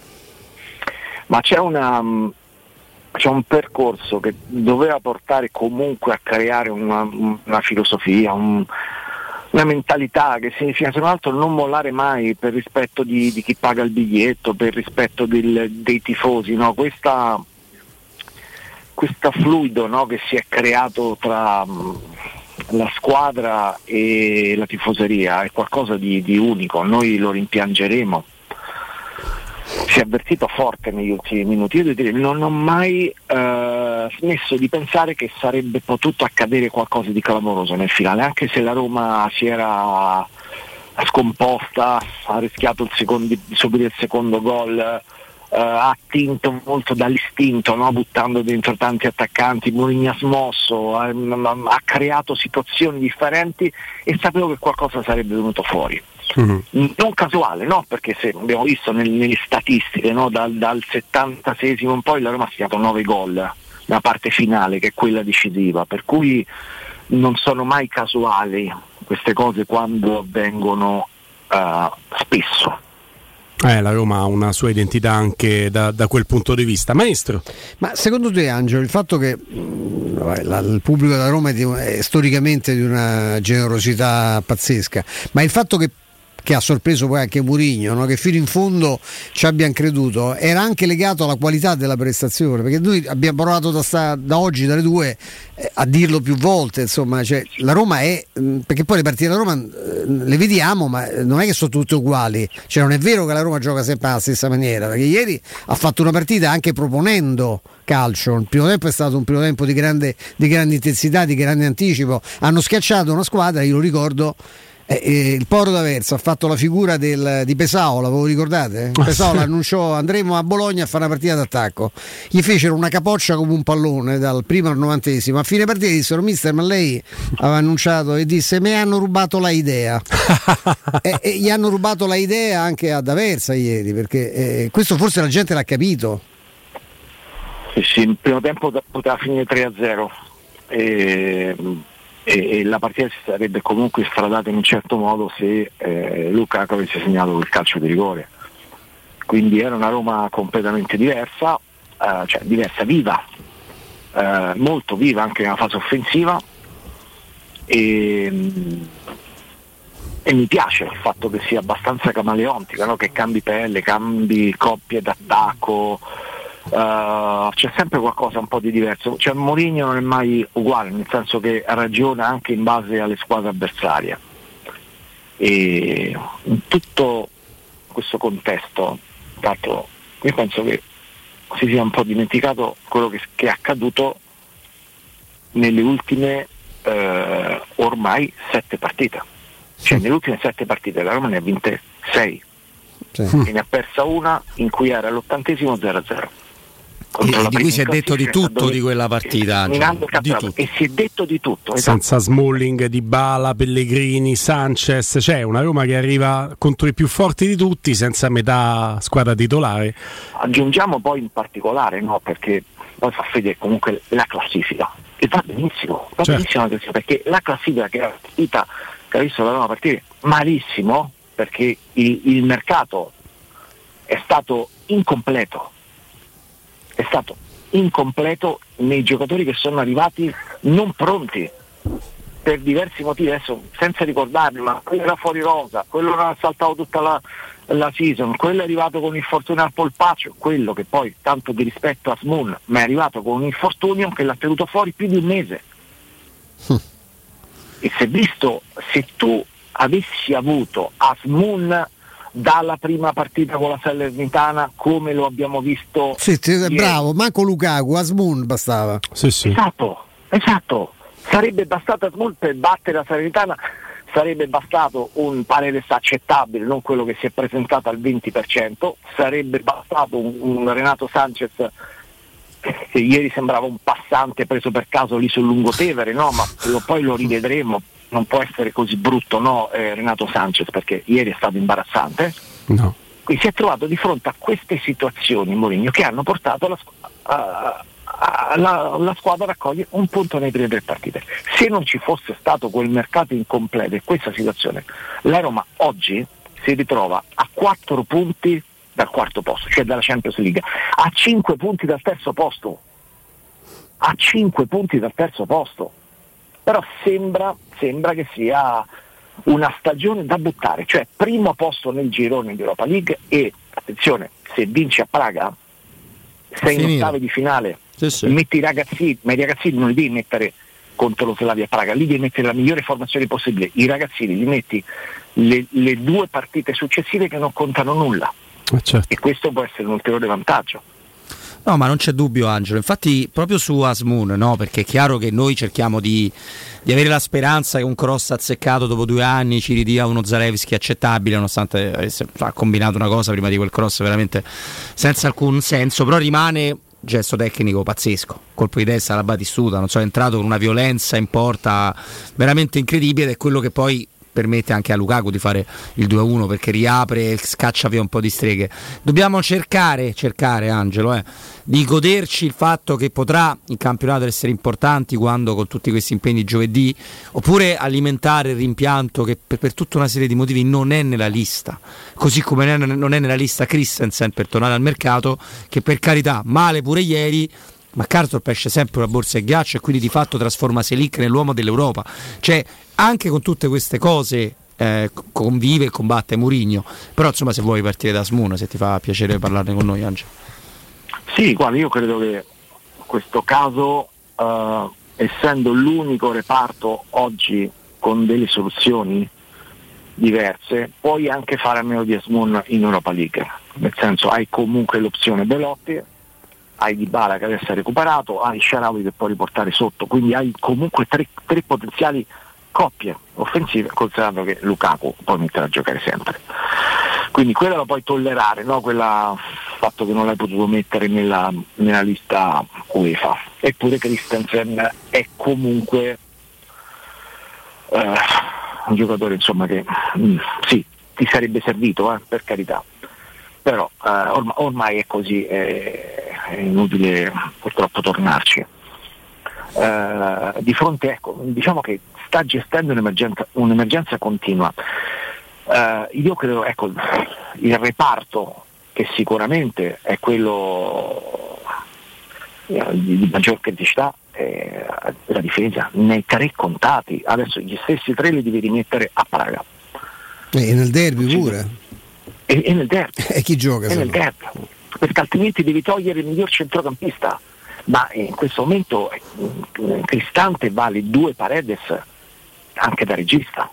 Ma c'è una... c'è un percorso che doveva portare comunque a creare una, una filosofia, un, una mentalità che significa se non altro non mollare mai per rispetto di, di chi paga il biglietto, per rispetto del, dei tifosi, no? Questa, questo fluido, no, che si è creato tra um, la squadra e la tifoseria è qualcosa di, di unico, noi lo rimpiangeremo. Si è avvertito forte negli ultimi minuti. Io devo dire, non ho mai eh, smesso di pensare che sarebbe potuto accadere qualcosa di clamoroso nel finale, anche se la Roma si era scomposta, ha rischiato il secondo, di subire il secondo gol, eh, ha attinto molto dall'istinto, no? Buttando dentro tanti attaccanti. Mourinho ha smosso, ha, ha creato situazioni differenti e sapevo che qualcosa sarebbe venuto fuori. Mm-hmm. Non casuale, no? Perché se abbiamo visto nel, nelle statistiche, no? dal, dal settantaseiesimo in poi la Roma ha segnato nove gol nella parte finale, che è quella decisiva, per cui non sono mai casuali queste cose quando avvengono uh, spesso. Eh, la Roma ha una sua identità anche da, da quel punto di vista. Maestro, ma secondo te, Angelo, il fatto che mh, la, il pubblico della Roma è, di, è storicamente di una generosità pazzesca, ma il fatto che che ha sorpreso poi anche Mourinho, no? Che fino in fondo ci abbiano creduto, era anche legato alla qualità della prestazione, perché noi abbiamo provato da, sta, da oggi dalle due eh, a dirlo più volte, insomma, cioè, la Roma è, mh, perché poi le partite della Roma eh, le vediamo, ma non è che sono tutte uguali, cioè non è vero che la Roma gioca sempre alla stessa maniera, perché ieri ha fatto una partita anche proponendo calcio. Il primo tempo è stato un primo tempo di grande, di grande intensità, di grande anticipo, hanno schiacciato una squadra, io lo ricordo. Eh, eh, il Poro d'Aversa ha fatto la figura del, di Pesaola, ve lo ricordate? Pesaola annunciò andremo a Bologna a fare una partita d'attacco, gli fecero una capoccia come un pallone dal primo al novantesimo, a fine partita dissero mister ma lei aveva annunciato e disse mi hanno rubato la idea e, e gli hanno rubato la idea anche ad Aversa ieri, perché eh, questo forse la gente l'ha capito. Sì, sì, il primo tempo poteva finire tre a zero e... e la partita si sarebbe comunque stradata in un certo modo se eh, Lukaku avesse segnato il calcio di rigore, quindi era una Roma completamente diversa, eh, cioè diversa, viva, eh, molto viva anche nella fase offensiva e, e mi piace il fatto che sia abbastanza camaleontica, no? Che cambi pelle, cambi coppie d'attacco. Uh, c'è sempre qualcosa un po' di diverso, cioè Mourinho non è mai uguale, nel senso che ragiona anche in base alle squadre avversarie e in tutto questo contesto, tanto io penso che si sia un po' dimenticato quello che, che è accaduto nelle ultime uh, ormai sette partite, cioè nelle ultime sette partite la Roma ne ha vinte sei, sì. E ne ha persa una in cui era all'ottantesimo zero a zero. E di cui si è detto di tutto di quella partita, di tutto. E si è detto di tutto, esatto. Senza Smalling, Dybala, Pellegrini, Sanchez, c'è una Roma che arriva contro i più forti di tutti senza metà squadra titolare. Aggiungiamo poi in particolare, no, perché poi fa fede comunque la classifica e va benissimo, va certo. benissimo perché la classifica che ha partita, che ha visto la Roma partire malissimo, perché il, il mercato è stato incompleto. È stato incompleto nei giocatori che sono arrivati non pronti per diversi motivi, adesso senza ricordarli, ma quello era fuori rosa, quello non ha saltato tutta la, la season, quello è arrivato con un infortunio al polpaccio, quello che poi tanto di rispetto a Asmoon, ma è arrivato con un infortunio che l'ha tenuto fuori più di un mese. Hm. E se visto, se tu avessi avuto Asmoon dalla prima partita con la Salernitana come lo abbiamo visto, sì, sì, bravo, manco Lukaku, Asmoon bastava. Sì, sì. Esatto, esatto. Sarebbe bastato Asmoon per battere la Salernitana, sarebbe bastato un Paredes accettabile, non quello che si è presentato al venti per cento, sarebbe bastato un, un Renato Sanchez che ieri sembrava un passante preso per caso lì sul Lungotevere, no? Ma lo, poi lo rivedremo. Non può essere così brutto, no, eh, Renato Sanchez, perché ieri è stato imbarazzante. No. Quindi si è trovato di fronte a queste situazioni Mourinho che hanno portato la, a, a, la, la squadra a raccogliere un punto nei prime tre partite. Se non ci fosse stato quel mercato incompleto e questa situazione, la Roma oggi si ritrova a quattro punti dal quarto posto, cioè dalla Champions League, a cinque punti dal terzo posto. A cinque punti dal terzo posto. Però sembra, sembra che sia una stagione da buttare, cioè primo posto nel girone di Europa League e, attenzione, se vinci a Praga sei in ottavi di finale, sì, sì. Metti i ragazzini, ma i ragazzini non li devi mettere contro lo Slavia Praga, lì devi mettere la migliore formazione possibile, i ragazzini li metti le, le due partite successive che non contano nulla, eh certo. E questo può essere un ulteriore vantaggio. No, ma non c'è dubbio, Angelo. Infatti, proprio su Asmoon, no? Perché è chiaro che noi cerchiamo di, di avere la speranza che un cross azzeccato dopo due anni ci ridia uno Zalewski accettabile, nonostante avesse ha combinato una cosa prima di quel cross veramente senza alcun senso, però rimane gesto tecnico pazzesco, colpo di testa alla Batistuta, non so, è entrato con una violenza in porta veramente incredibile ed è quello che poi permette anche a Lukaku di fare il due a uno perché riapre e scaccia via un po' di streghe. Dobbiamo cercare, cercare Angelo, eh, di goderci il fatto che potrà in campionato essere importanti quando con tutti questi impegni giovedì, oppure alimentare il rimpianto che per, per tutta una serie di motivi non è nella lista, così come non è nella lista Christensen per tornare al mercato, che per carità male pure ieri, ma Karsdorp esce sempre una borsa e ghiaccio e quindi di fatto trasforma Selic nell'uomo dell'Europa. Cioè anche con tutte queste cose eh, convive e combatte Mourinho, però insomma se vuoi partire da Asmoon, se ti fa piacere parlarne con noi, Angelo. Sì, guarda, io credo che questo caso eh, essendo l'unico reparto oggi con delle soluzioni diverse, puoi anche fare a meno di Asmoon in Europa League, nel senso hai comunque l'opzione Belotti, hai Dybala che adesso è recuperato, hai Shaarawy che può riportare sotto, quindi hai comunque tre, tre potenziali coppie offensive, considerando che Lukaku poi metterà a giocare sempre, quindi quella la puoi tollerare, no? Quella fatto che non l'hai potuto mettere nella, nella lista UEFA. Eppure Christensen è comunque eh, un giocatore insomma che mh, sì, ti sarebbe servito, eh, per carità, però eh, ormai, ormai è così, è, è inutile purtroppo tornarci. Eh, di fronte, ecco, diciamo che sta gestendo un'emergenza, un'emergenza continua. Eh, io credo, ecco, il reparto che sicuramente è quello eh, di, di maggior criticità è la difesa, nei tre contati, adesso gli stessi tre li devi rimettere a Praga. E nel derby pure. E, e nel derby. E chi gioca? E nel derby. Perché altrimenti devi togliere il miglior centrocampista. Ma in questo momento Cristante vale due Paredes anche da regista,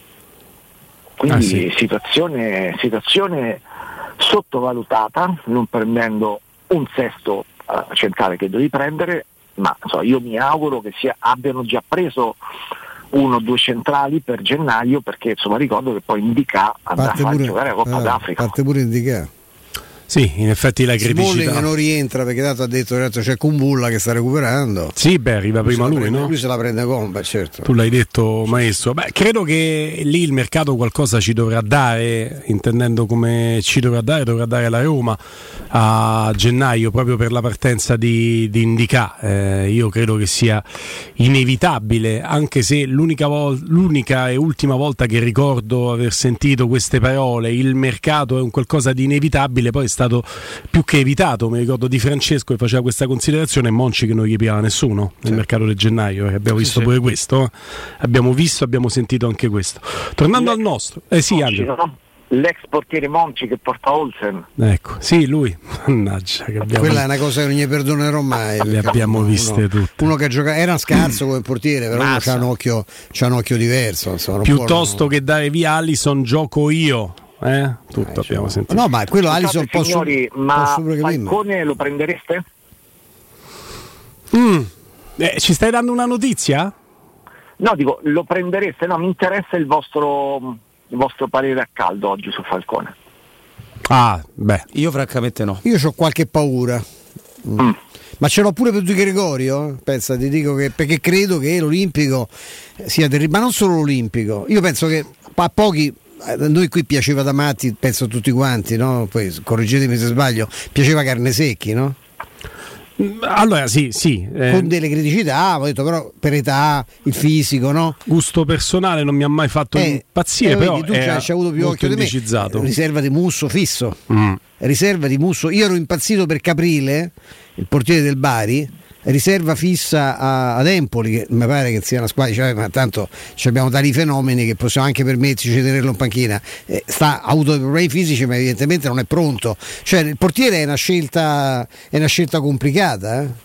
quindi ah, sì. situazione, situazione sottovalutata, non prendendo un sesto uh, centrale che devi prendere, ma so, io mi auguro che sia, abbiano già preso uno o due centrali per gennaio, perché insomma ricordo che poi Indica andrà parte a far pure, giocare la Coppa eh, d'Africa. Parte pure Indica. Sì, in effetti la criticità. Smalling non rientra perché tanto ha detto che c'è Kumbulla che sta recuperando. Sì, beh, arriva lui prima lui, prende, no? Lui se la prende Comba, certo. Tu l'hai detto, maestro. Beh, credo che lì il mercato qualcosa ci dovrà dare, intendendo come ci dovrà dare, dovrà dare la Roma a gennaio, proprio per la partenza di, di Indica. Eh, io credo che sia inevitabile, anche se l'unica, vol- l'unica e ultima volta che ricordo aver sentito queste parole, il mercato è un qualcosa di inevitabile, poi stato più che evitato. Mi ricordo Di Francesco che faceva questa considerazione e Monci che non gli piava nessuno nel sì. mercato del gennaio, eh. abbiamo visto sì, pure sì. questo, eh. abbiamo visto, abbiamo sentito anche questo. Tornando al nostro, eh sì, Angelo. l'ex portiere Monci che porta Olsen. Ecco, sì, lui. Mannaggia, che abbiamo... Quella è una cosa che non gli perdonerò mai. Le abbiamo viste uno, tutte. Uno che gioca era scarso come portiere, però uno c'ha un occhio, c'ha un occhio diverso. Insomma, piuttosto non... che dare via Alisson, gioco io. Eh? Tutto eh, abbiamo cioè... sentito. No, ma quello Alisson posso, signori, posso, ma posso Falcone lo prendereste? Mm. Eh, ci stai dando una notizia? No, dico, lo prendereste? No, mi interessa il vostro il vostro parere a caldo oggi su Falcone. Ah, beh, io francamente no. Io ho qualche paura. Mm. Mm. Ma ce l'ho pure per Di Gregorio, pensa, ti dico che perché credo che l'Olimpico sia terribile, ma non solo l'Olimpico. Io penso che a pochi, a noi qui piaceva da matti, penso a tutti quanti, no? Poi correggetemi se sbaglio, piaceva Carnesecchi, no? Allora sì, sì. Eh, con delle criticità, ho detto però per età, il fisico, no? Gusto personale non mi ha mai fatto eh, impazzire, eh, però vedi, tu è c'hai avuto più occhio di me. Riserva di Musso fisso. Mm. Riserva di Musso. Io ero impazzito per Caprile, il portiere del Bari, riserva fissa a, ad Empoli, che mi pare che sia una squadra, cioè, ma tanto abbiamo tali fenomeni che possiamo anche permetterci di tenerlo in panchina. Eh, sta, ha avuto problemi fisici, ma evidentemente non è pronto. Cioè il portiere è una scelta, è una scelta complicata. Eh?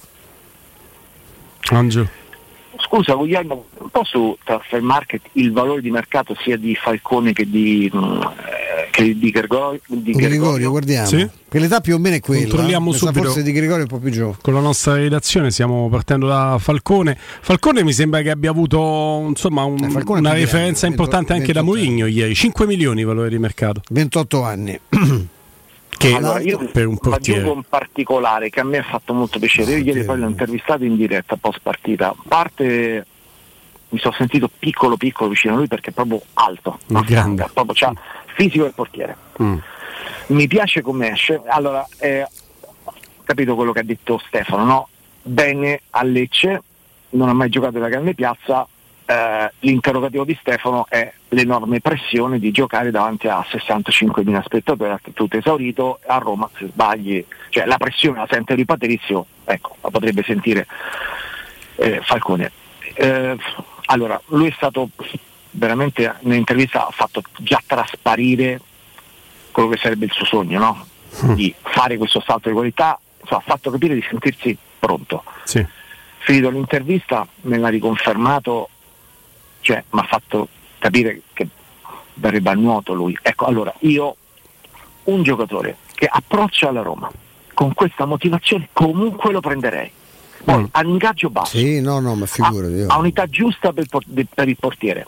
Angelo. Scusa Guglielmo, un po' su Transfer Market il valore di mercato sia di Falcone che di, eh, che di Gregorio? Di Gregorio, Gregorio guardiamo. Sì? Che l'età più o meno è quella. Controlliamo eh? subito. Forse di Gregorio è un po' più giovane. Con la nostra redazione stiamo partendo da Falcone. Falcone mi sembra che abbia avuto insomma un, eh, una referenza anni, importante ventotto, anche da Mourinho ieri. cinque milioni valore di mercato. ventotto anni. Che allora, io per un portiere. aggiungo un particolare che a me ha fatto molto piacere. Io ieri poi l'ho intervistato in diretta post partita. A parte mi sono sentito piccolo piccolo vicino a lui perché è proprio alto, grande, proprio c'ha fisico del portiere. Mm. Mi piace come esce. Allora, eh, ho capito quello che ha detto Stefano, no? Bene a Lecce, non ha mai giocato nella grande piazza. Eh, l'interrogativo di Stefano è l'enorme pressione di giocare davanti a sessantacinquemila spettatori, tutto esaurito. A Roma se sbagli, cioè la pressione la sente lui Patrizio, ecco, la potrebbe sentire eh, Falcone. Eh, allora, lui è stato veramente, nell'intervista ha fatto già trasparire quello che sarebbe il suo sogno, no? Mm. Di fare questo salto di qualità, insomma, ha fatto capire di sentirsi pronto. Sì. Finito l'intervista me l'ha riconfermato, cioè mi ha fatto capire che verrebbe a nuoto lui. Ecco, allora io un giocatore che approccia alla Roma con questa motivazione comunque lo prenderei. Poi mm. ha un ingaggio basso, sì, no, no, ma figurati, ha, ha unità giusta per, per il portiere.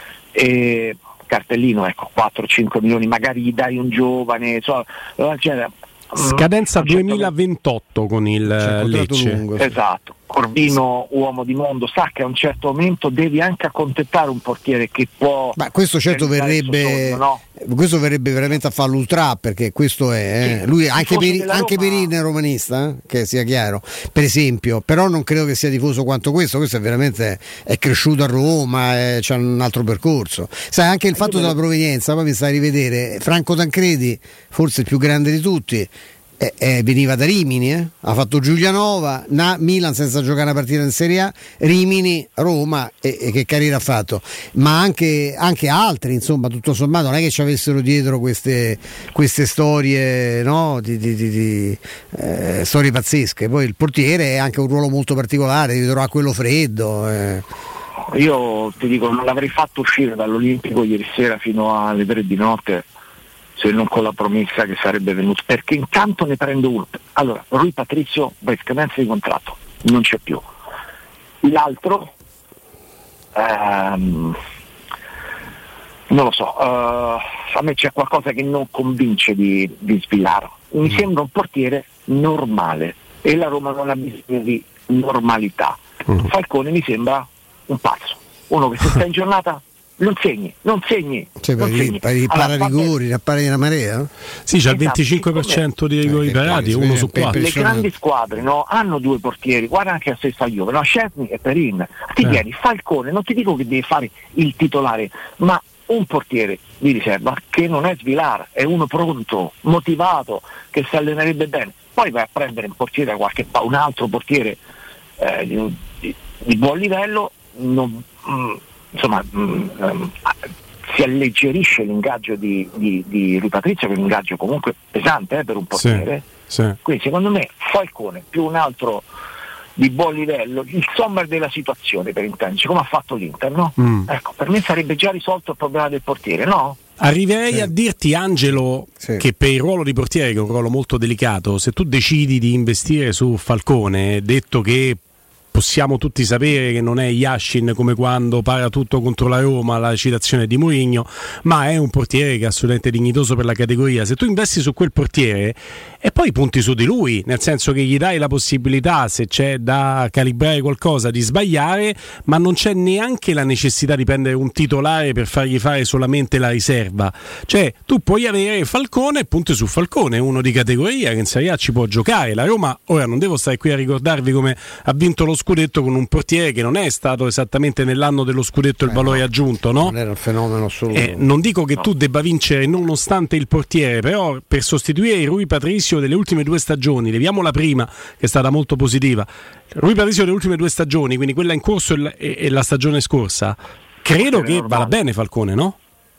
E cartellino, ecco, quattro cinque milioni, magari gli dai un giovane, so, cioè, scadenza duemilaventotto con il Lecce. Lungo, sì. Esatto. Corvino, uomo di mondo, sa che a un certo momento devi anche accontentare un portiere che può. Ma questo certo verrebbe, sogno, no? Questo verrebbe veramente a farlo ultra, perché questo è. Eh. Sì, lui anche, per, anche Perin è romanista, eh? Che sia chiaro, per esempio, però non credo che sia tifoso quanto questo. Questo è veramente è cresciuto a Roma, è, c'ha un altro percorso. Sai, anche il fatto della provenienza, poi mi stai a rivedere Franco Tancredi, forse il più grande di tutti. Eh, eh, veniva da Rimini, eh? Ha fatto Giulianova, na, Milan senza giocare una partita in Serie A, Rimini, Roma, e, e che carriera ha fatto, ma anche, anche altri, insomma, tutto sommato non è che ci avessero dietro queste, queste storie, no? di, di, di, di eh, storie pazzesche. Poi il portiere ha anche un ruolo molto particolare, devi trovare quello freddo. Eh. Io ti dico, non l'avrei fatto uscire dall'Olimpico ieri sera fino alle tre di notte se non con la promessa che sarebbe venuto, perché intanto ne prendo uno. Allora, Rui Patrizio, beh, scadenza di contratto, non c'è più. L'altro ehm, non lo so, uh, a me c'è qualcosa che non convince di, di Svilaro. Mi mm. sembra un portiere normale e la Roma non ha bisogno di normalità. Mm. Falcone mi sembra un pazzo, uno che se sta in giornata non segni, non segni, cioè, non per segni. Per i pararigori, ne appare una marea? Sì, c'ha il venticinque per cento di rigori parati, eh, uno su quattro. Le grandi squadre, no, hanno due portieri, guarda anche la stessa Juve, no, Szczęsny e Perin. Ti eh. vieni Falcone, non ti dico che devi fare il titolare, ma un portiere di riserva che non è Svilar, è uno pronto, motivato, che si allenerebbe bene. Poi vai a prendere un portiere, qualche, un altro portiere eh, di, di, di buon livello, non, mm, insomma, mh, um, si alleggerisce l'ingaggio di, di, di Rui Patrizio, che è un ingaggio comunque pesante eh, per un portiere. Sì, sì. Quindi secondo me Falcone più un altro di buon livello, il sommer della situazione, per intenderci, come ha fatto l'Inter, no? Mm. Ecco, per me sarebbe già risolto il problema del portiere, no? Arriverei sì. a dirti, Angelo, sì. che per il ruolo di portiere, che è un ruolo molto delicato, se tu decidi di investire su Falcone, detto che possiamo tutti sapere che non è Yashin come quando para tutto contro la Roma, la citazione di Mourinho, ma è un portiere che è assolutamente dignitoso per la categoria. Se tu investi su quel portiere e poi punti su di lui, nel senso che gli dai la possibilità, se c'è da calibrare qualcosa, di sbagliare, ma non c'è neanche la necessità di prendere un titolare per fargli fare solamente la riserva. Cioè tu puoi avere Falcone e punti su Falcone, uno di categoria che in Serie A ci può giocare. La Roma, ora non devo stare qui a ricordarvi come ha vinto lo scudetto con un portiere che non è stato esattamente nell'anno dello scudetto il eh valore no, aggiunto, no? Non era un fenomeno assoluto. Eh, non dico che no. tu debba vincere nonostante il portiere, però per sostituire Rui Patrizio delle ultime due stagioni, leviamo la prima che è stata molto positiva, Rui Patrizio delle ultime due stagioni, quindi quella in corso e la, e la stagione scorsa, credo che normale. Vada bene Falcone, no?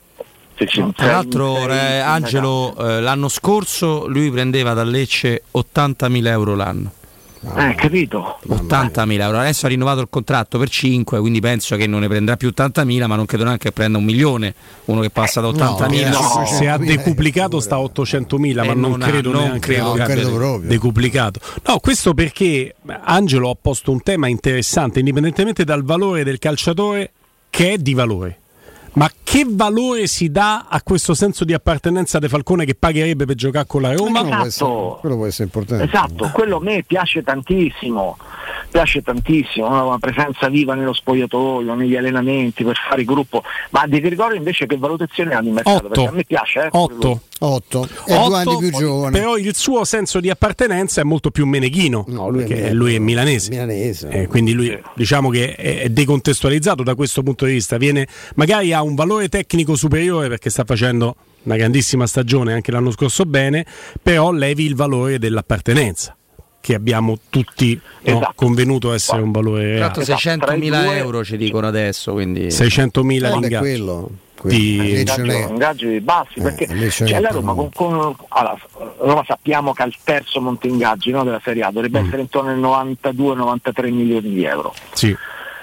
No, tra l'altro eh, Angelo eh, l'anno scorso lui prendeva dal Lecce ottantamila euro l'anno. Eh, capito? ottantamila euro. Adesso ha rinnovato il contratto per cinque, quindi penso che non ne prenderà più ottantamila, ma non credo neanche che prenda un milione. Uno che passa da ottantamila. No, no, se ha decuplicato sta a ottocentomila, eh, ma non, non credo ha, neanche non credo credo proprio. Decuplicato. No, questo perché Angelo ha posto un tema interessante, indipendentemente dal valore del calciatore, che è di valore. Ma che valore si dà a questo senso di appartenenza di Falcone che pagherebbe per giocare con la Roma? Esatto, quello può essere importante. Esatto, quello a me piace tantissimo, piace tantissimo, una presenza viva nello spogliatoio, negli allenamenti, per fare il gruppo. Ma di Gregorio invece che valutazione ha di mercato? Perché a me piace, eh, otto. otto è due anni più giovane, però il suo senso di appartenenza è molto più meneghino, no, lui perché è, lui è milanese, milanese eh, quindi lui sì. diciamo che è decontestualizzato da questo punto di vista, viene magari ha un valore tecnico superiore perché sta facendo una grandissima stagione anche l'anno scorso bene, però levi il valore dell'appartenenza che abbiamo tutti esatto. no, convenuto essere un valore reale. Esatto, seicentomila euro ci dicono adesso, quindi seicentomila no, l'ingaggio. quello di ingaggi bassi, perché eh, cioè, la Roma, con, con, allora, Roma sappiamo che ha il terzo monte ingaggi, no, della Serie A, dovrebbe mm. essere intorno ai novantadue novantatré milioni di euro. Sì.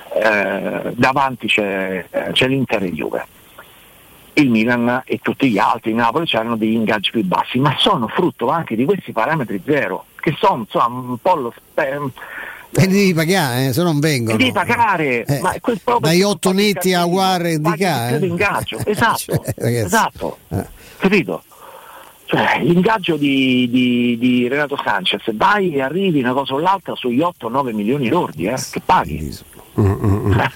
Eh, davanti c'è, c'è l'Inter e il Juve, il Milan e tutti gli altri, Napoli hanno degli ingaggi più bassi, ma sono frutto anche di questi parametri zero, che sono insomma un po' lo spe- e li devi pagare, eh, se non vengono. Li devi pagare, eh, ma quel proprio dai otto netti a Guarre di K, eh? Ingaggio. Esatto, cioè, esatto. Eh. Capito? Cioè, l'ingaggio di, di, di Renato Sanchez, vai e arrivi una cosa o l'altra sugli otto nove milioni lordi, eh, che paghi. Mm-hmm. Eh.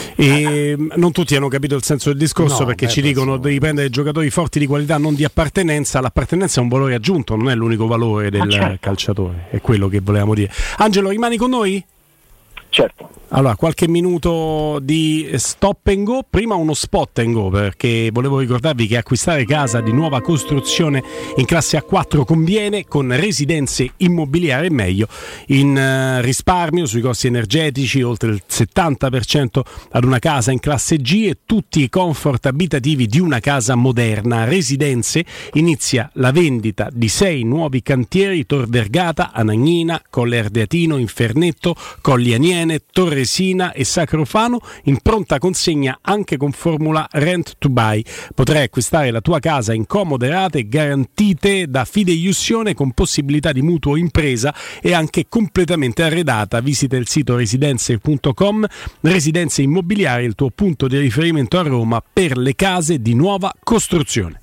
E non tutti hanno capito il senso del discorso, no, perché beh, ci dicono devi prendere giocatori forti di qualità, non di appartenenza. L'appartenenza è un valore aggiunto, non è l'unico valore del certo. calciatore, è quello che volevamo dire. Angelo, rimani con noi? Certo. Allora, qualche minuto di stop and go, prima uno spot and go, perché volevo ricordarvi che acquistare casa di nuova costruzione in classe A quattro conviene. Con Residenze Immobiliari è meglio, in uh, risparmio sui costi energetici, oltre il settanta per cento ad una casa in classe G e tutti i comfort abitativi di una casa moderna. Residenze inizia la vendita di sei nuovi cantieri: Tor Vergata, Anagnina, Colle Ardeatino, Infernetto, Colli Aniene, Torre Resina e Sacrofano, in pronta consegna anche con formula Rent to Buy. Potrai acquistare la tua casa in comode rate garantite da fideiussione con possibilità di mutuo impresa e anche completamente arredata. Visita il sito residenze punto com. Residenze Immobiliari, il tuo punto di riferimento a Roma per le case di nuova costruzione.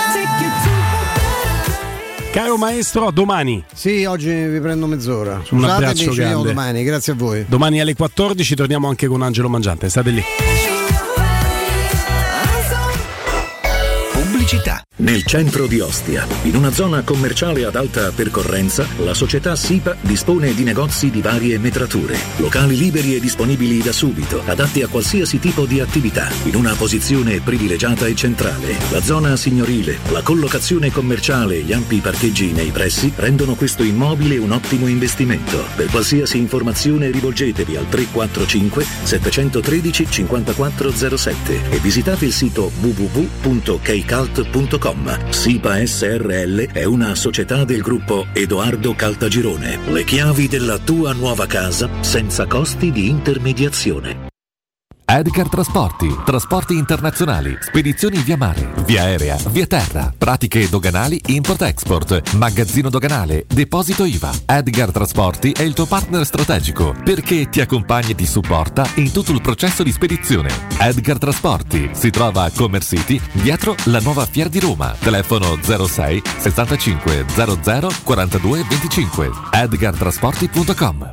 Caro maestro, a domani. Sì, oggi vi prendo mezz'ora. Un abbraccio grande. Domani, grazie a voi. Domani alle quattordici torniamo anche con Angelo Mangiante. State lì. pubblicità. Nel centro di Ostia, in una zona commerciale ad alta percorrenza, la società SIPA dispone di negozi di varie metrature, locali liberi e disponibili da subito, adatti a qualsiasi tipo di attività, in una posizione privilegiata e centrale. La zona signorile, la collocazione commerciale e gli ampi parcheggi nei pressi rendono questo immobile un ottimo investimento. Per qualsiasi informazione rivolgetevi al tre quattro cinque sette uno tre cinque zero sette e visitate il sito w w w punto keycult punto com. SIPA S R L è una società del gruppo Edoardo Caltagirone. Le chiavi della tua nuova casa senza costi di intermediazione. Edgar Trasporti, trasporti internazionali, spedizioni via mare, via aerea, via terra, pratiche doganali import-export, magazzino doganale, deposito I V A. Edgar Trasporti è il tuo partner strategico perché ti accompagna e ti supporta in tutto il processo di spedizione. Edgar Trasporti si trova a Commerce City, dietro la nuova Fiera di Roma. Telefono zero sei sessantacinque zero zero quarantadue venticinque. edgar trasporti punto com.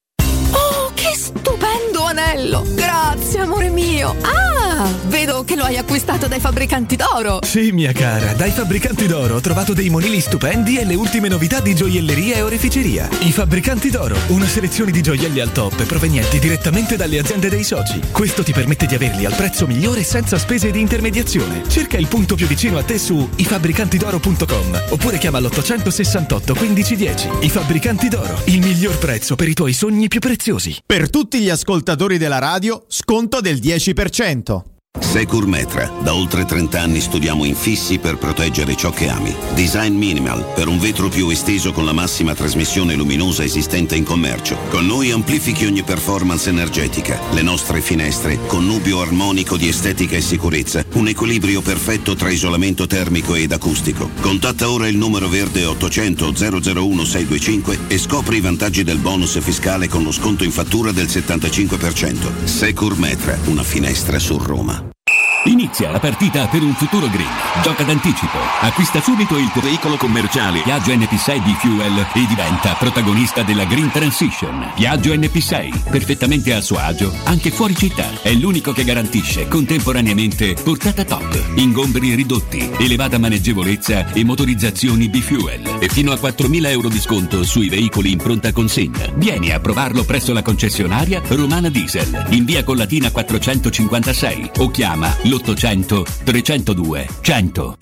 Stupendo anello! Grazie, amore mio! Ah, vedo che lo hai acquistato dai fabbricanti d'oro! Sì, mia cara, dai fabbricanti d'oro ho trovato dei monili stupendi e le ultime novità di gioielleria e oreficeria. I fabbricanti d'oro, una selezione di gioielli al top provenienti direttamente dalle aziende dei soci. Questo ti permette di averli al prezzo migliore senza spese di intermediazione. Cerca il punto più vicino a te su i fabbricanti d'oro punto com oppure chiama l'ottocentosessantotto quindici dieci. I Fabbricanti d'Oro, il miglior prezzo per i tuoi sogni più preziosi. Per tutti gli ascoltatori della radio, sconto del dieci per cento. Securmetra. Da oltre trenta anni studiamo infissi per proteggere ciò che ami. Design minimal, per un vetro più esteso con la massima trasmissione luminosa esistente in commercio. Con noi amplifichi ogni performance energetica. Le nostre finestre, connubio armonico di estetica e sicurezza. Un equilibrio perfetto tra isolamento termico ed acustico. Contatta ora il numero verde ottocento zero zero uno sei due cinque e scopri i vantaggi del bonus fiscale con lo sconto in fattura del settantacinque per cento. Securmetra, una finestra su Roma. Inizia la partita per un futuro green. Gioca d'anticipo. Acquista subito il tuo veicolo commerciale Piaggio N P sei di Fuel e diventa protagonista della Green Transition. Piaggio N P sei, perfettamente a suo agio, anche fuori città. È l'unico che garantisce contemporaneamente portata top, ingombri ridotti, elevata maneggevolezza e motorizzazioni B-Fuel. E fino a quattromila euro di sconto sui veicoli in pronta consegna. Vieni a provarlo presso la concessionaria Romana Diesel, in via Collatina quattrocentocinquantasei o chiama l'ottocento trecentodue cento.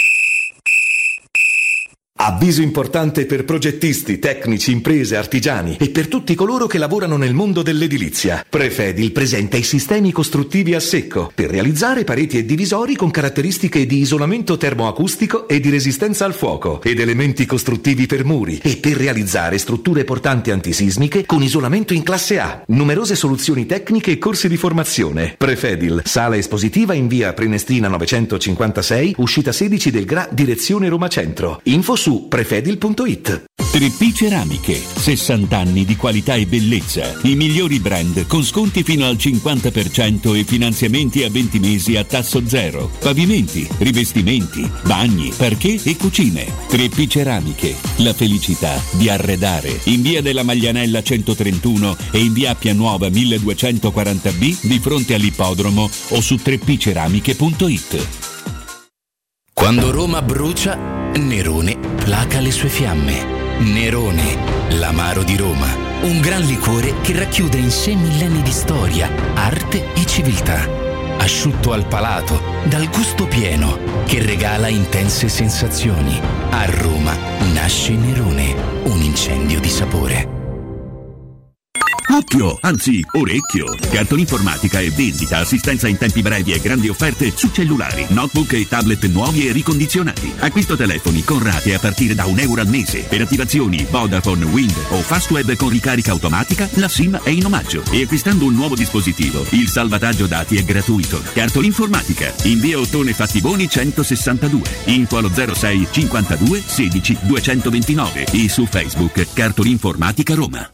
Avviso importante per progettisti, tecnici, imprese, artigiani e per tutti coloro che lavorano nel mondo dell'edilizia. Prefedil presenta i sistemi costruttivi a secco per realizzare pareti e divisori con caratteristiche di isolamento termoacustico e di resistenza al fuoco ed elementi costruttivi per muri e per realizzare strutture portanti antisismiche con isolamento in classe A. Numerose soluzioni tecniche e corsi di formazione. Prefedil, sala espositiva in via Prenestina novecentocinquantasei, uscita sedici del Gra, direzione Roma Centro. Info su prefedil punto it. tre P Ceramiche, sessanta anni di qualità e bellezza, i migliori brand con sconti fino al cinquanta per cento e finanziamenti a venti mesi a tasso zero. Pavimenti, rivestimenti, bagni, parquet e cucine. tre P Ceramiche, la felicità di arredare. In via della Maglianella centotrentuno e in via Appia Nuova milleduecentoquaranta B di fronte all'ippodromo o su tre p ceramiche punto it. Quando Roma brucia, Nerone placa le sue fiamme. Nerone, l'amaro di Roma, un gran liquore che racchiude in sé millenni di storia, arte e civiltà. Asciutto al palato, dal gusto pieno, che regala intense sensazioni. A Roma nasce Nerone, un incendio di sapore. Occhio, anzi orecchio. Cartolinformatica e vendita, assistenza in tempi brevi e grandi offerte su cellulari, notebook e tablet nuovi e ricondizionati. Acquisto telefoni con rate a partire da un euro al mese. Per attivazioni Vodafone, Wind o Fastweb con ricarica automatica, la SIM è in omaggio. E acquistando un nuovo dispositivo, il salvataggio dati è gratuito. Cartolinformatica, in via Ottone Fattiboni centosessantadue. Info allo zero sei cinquantadue sedici duecentoventinove e su Facebook Cartolinformatica Roma.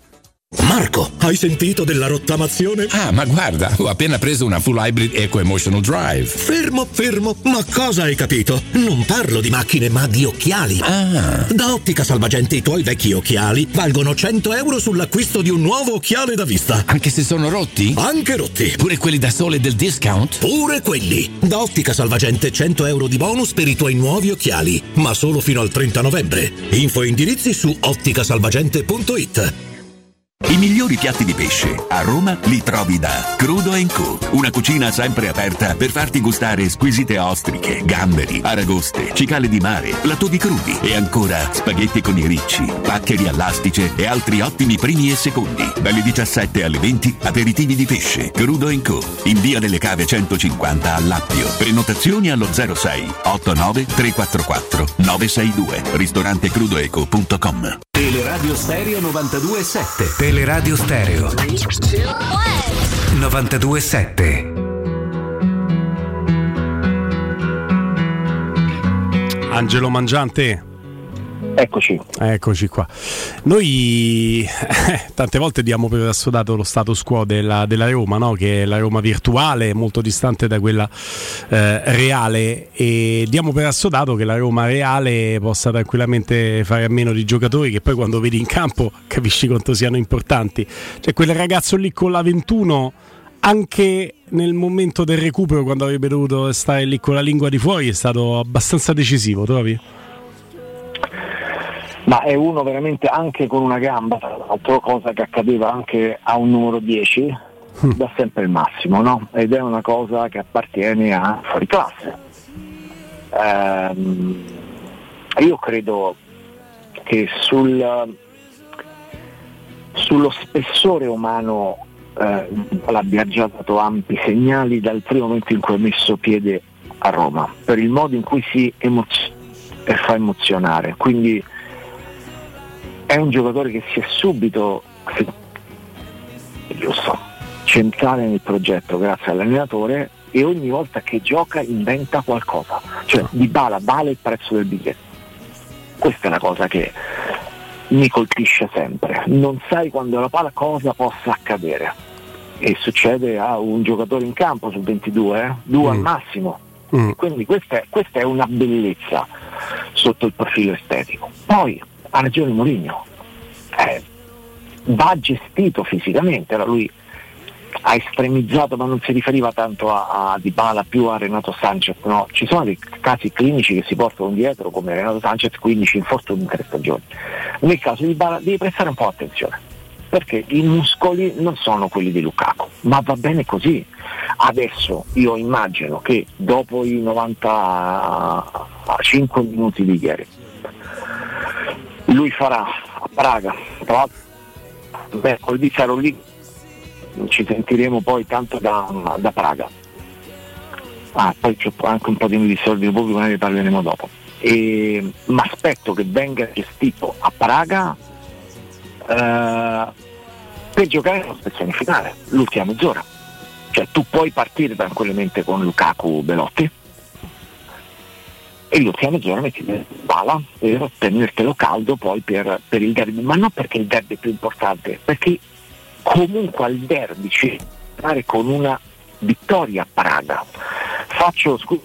Marco, hai sentito della rottamazione? Ah, ma guarda, ho appena preso una full hybrid Eco Emotional Drive. Fermo, fermo, ma cosa hai capito? Non parlo di macchine, ma di occhiali. Ah. Da Ottica Salvagente i tuoi vecchi occhiali valgono cento euro sull'acquisto di un nuovo occhiale da vista. Anche se sono rotti? Anche rotti. Pure quelli da sole del discount? Pure quelli. Da Ottica Salvagente cento euro di bonus per i tuoi nuovi occhiali, ma solo fino al trenta novembre. Info e indirizzi su otticasalvagente punto it. I migliori piatti di pesce a Roma li trovi da Crudo and Co. Una cucina sempre aperta per farti gustare squisite ostriche, gamberi, aragoste, cicale di mare, platò di crudi e ancora spaghetti con i ricci, paccheri all'astice e altri ottimi primi e secondi. Dalle diciassette alle venti aperitivi di pesce. Crudo and Co. In via delle Cave centocinquanta a Lappio. Prenotazioni allo zero sei otto nove tre quattro quattro nove sei due. ristorante crudoeco punto com. Teleradio Stereo novantadue sette. Teleradio Stereo novantadue sette. Angelo Mangiante. Eccoci. Eccoci qua. Noi eh, tante volte diamo per assodato lo status quo della, della Roma, no? Che è la Roma virtuale, molto distante da quella eh, reale, e diamo per assodato che la Roma reale possa tranquillamente fare a meno di giocatori che poi quando vedi in campo capisci quanto siano importanti. Cioè quel ragazzo lì con la ventuno, anche nel momento del recupero, quando avrebbe dovuto stare lì con la lingua di fuori, è stato abbastanza decisivo, trovi? Ma è uno veramente, anche con una gamba, tra l'altro, cosa che accadeva anche a un numero dieci, mm. dà sempre il massimo, no? Ed è una cosa che appartiene a fuori classe. Ehm, io credo che sul, sullo spessore umano eh, l'abbia già dato ampi segnali dal primo momento in cui ha messo piede a Roma, per il modo in cui si emoziona e fa emozionare. Quindi è un giocatore che si è subito, giusto, centrale nel progetto grazie all'allenatore, e ogni volta che gioca inventa qualcosa, cioè Dybala vale il prezzo del biglietto. Questa è la cosa che mi colpisce sempre, non sai quando la palla cosa possa accadere, e succede a un giocatore in campo su ventidue, eh? due mm. al massimo. Mm. Quindi questa è, questa è una bellezza sotto il profilo estetico. Poi ha ragione Mourinho, eh, va gestito fisicamente. Allora lui ha estremizzato, ma non si riferiva tanto a, a Dybala, più a Renato Sanchez, no? Ci sono dei casi clinici che si portano dietro, come Renato Sanchez, quindici infortuni in tre stagioni. Nel caso di Dybala devi prestare un po' attenzione, perché i muscoli non sono quelli di Lukaku, ma va bene così. Adesso io immagino che dopo i novantacinque minuti di ieri lui farà a Praga, tra l'altro mercoledì sarò lì, ci sentiremo poi tanto da, da Praga. Ah, poi c'è anche un po' di soldi di pubblico, ne parleremo dopo. E mi aspetto che venga gestito a Praga eh, per giocare nella stazione finale, l'ultima mezz'ora. Cioè tu puoi partire tranquillamente con Lukaku Belotti e l'ultima mezz'ora metti Dybala per tenertelo caldo poi per, per il derby, ma non perché il derby è più importante, perché comunque al derby ci fare con una vittoria a Praga. Faccio scusa.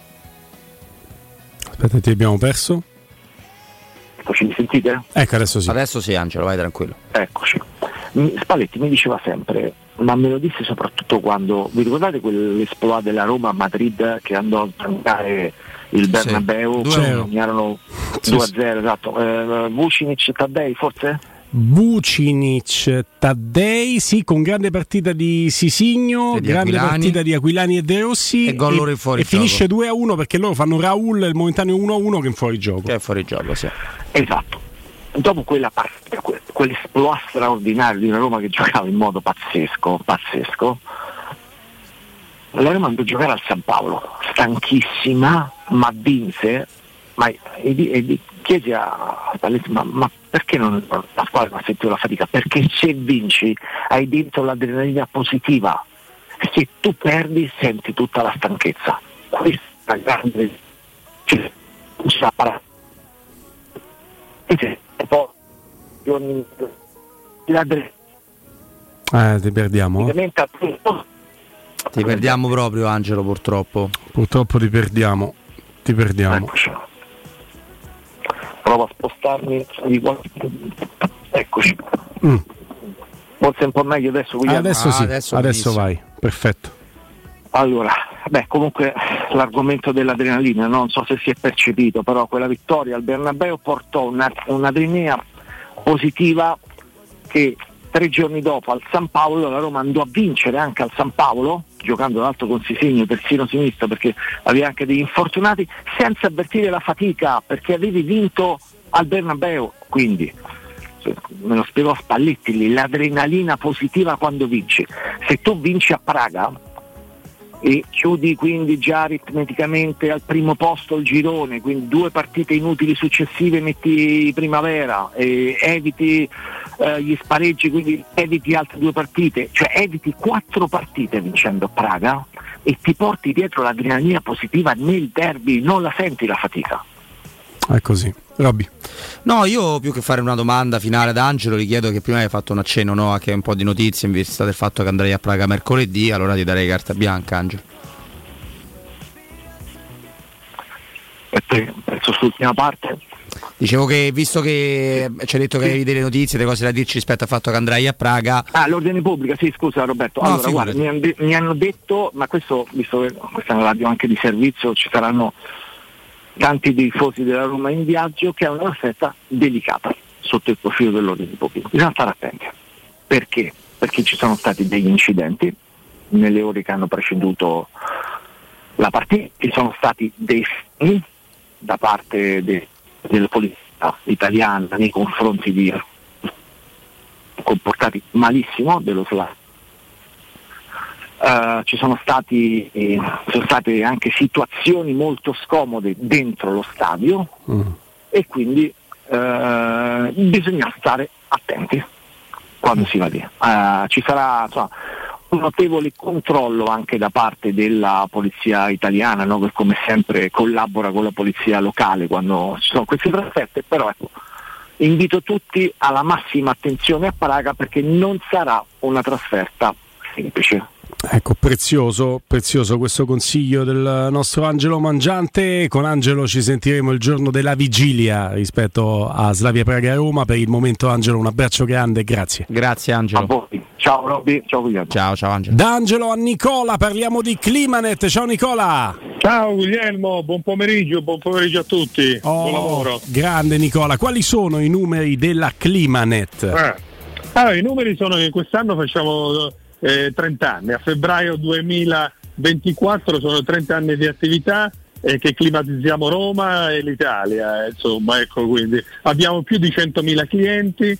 Aspetta, ti abbiamo perso? Eccoci, mi sentite? Ecco, adesso sì. Adesso sì, Angelo, vai tranquillo. Eccoci. Spalletti mi diceva sempre, ma me lo disse soprattutto quando, vi ricordate quell'esploit della Roma a Madrid che andò a giocare il Bernabeu, sì, erano due a zero, esatto. eh, Vucinic, Taddei forse? Vucinic, Taddei, sì, con grande partita di Sisigno, di grande Aquilani. partita di Aquilani e De Rossi, e, gol loro in fuori e finisce due a uno perché loro fanno Raul il momentaneo uno a uno che è in fuorigioco. Che è fuorigioco, sì. Esatto. Dopo quella partita, quell'esploit straordinario di una Roma che giocava in modo pazzesco, pazzesco, la Roma andò a giocare al San Paolo, stanchissima, ma vinse. Ma e, e chiesi a Spalletti, ma, ma perché non la squadra non ha sentito la fatica? Perché se vinci hai dentro l'adrenalina positiva, se tu perdi senti tutta la stanchezza. Questa grande cioè, e poi l'adrenalina Eh, ti perdiamo. Ti perdiamo proprio, Angelo, purtroppo. Purtroppo ti perdiamo. Ti perdiamo. Eccoci. Provo a spostarmi di qualche... Eccoci. Mm. Forse un po' meglio adesso. Ah, adesso sì, ah, adesso, adesso vai. Perfetto. Allora, beh, comunque l'argomento dell'adrenalina, non so se si è percepito, però quella vittoria al Bernabeu portò una, un'adrenalina positiva che tre giorni dopo al San Paolo la Roma andò a vincere anche al San Paolo, giocando d'altro con Sisegno terzino sinistro perché aveva anche degli infortunati, senza avvertire la fatica perché avevi vinto al Bernabeu. Quindi me lo spiegò Spalletti lì, l'adrenalina positiva quando vinci. Se tu vinci a Praga e chiudi quindi già aritmeticamente al primo posto il girone, quindi due partite inutili successive metti Primavera e eviti eh, gli spareggi, quindi eviti altre due partite, cioè eviti quattro partite vincendo a Praga e ti porti dietro l'adrenalina positiva nel derby, non la senti la fatica. È così. Robby. No, io più che fare una domanda finale ad Angelo, gli chiedo che prima hai fatto un accenno, no, anche un po' di notizie in vista del fatto che andrei a Praga mercoledì, allora ti darei carta bianca, Angelo. Penso sull'ultima parte. Dicevo che visto che ci hai detto che avevi delle notizie, delle cose da dirci rispetto al fatto che andrai a Praga. Ah, l'ordine pubblica, sì, scusa Roberto. No, allora, guarda, mi, han de- mi hanno detto, ma questo, visto che questa è una radio anche di servizio, ci saranno tanti tifosi della Roma in viaggio, che è una festa delicata sotto il profilo dell'ordine pubblico. Bisogna stare attenti. Perché? Perché ci sono stati degli incidenti nelle ore che hanno preceduto la partita, ci sono stati dei fini da parte de- della polizia italiana nei confronti di comportati malissimo dello Slavia. Uh, ci sono stati eh, sono state anche situazioni molto scomode dentro lo stadio mm. e quindi uh, bisogna stare attenti quando mm. si va via. Uh, ci sarà insomma, un notevole controllo anche da parte della polizia italiana, no? Che come sempre collabora con la polizia locale quando ci sono queste trasferte, però ecco, invito tutti alla massima attenzione a Praga perché non sarà una trasferta semplice. Ecco, prezioso, prezioso questo consiglio del nostro Angelo Mangiante. Con Angelo ci sentiremo il giorno della vigilia rispetto a Slavia Praga Roma. Per il momento, Angelo, un abbraccio grande, grazie. Grazie Angelo. A voi. Ciao Robby, ciao Guglielmo. Ciao, ciao Angelo. Da Angelo a Nicola parliamo di Climanet. Ciao Nicola. Ciao Guglielmo, buon pomeriggio, buon pomeriggio a tutti. Oh, buon lavoro. Grande Nicola, quali sono i numeri della Climanet? Eh. Allora, i numeri sono che quest'anno facciamo Eh, trenta anni, a febbraio duemilaventiquattro sono trenta anni di attività eh, che climatizziamo Roma e l'Italia, eh, insomma, ecco, quindi abbiamo più di centomila clienti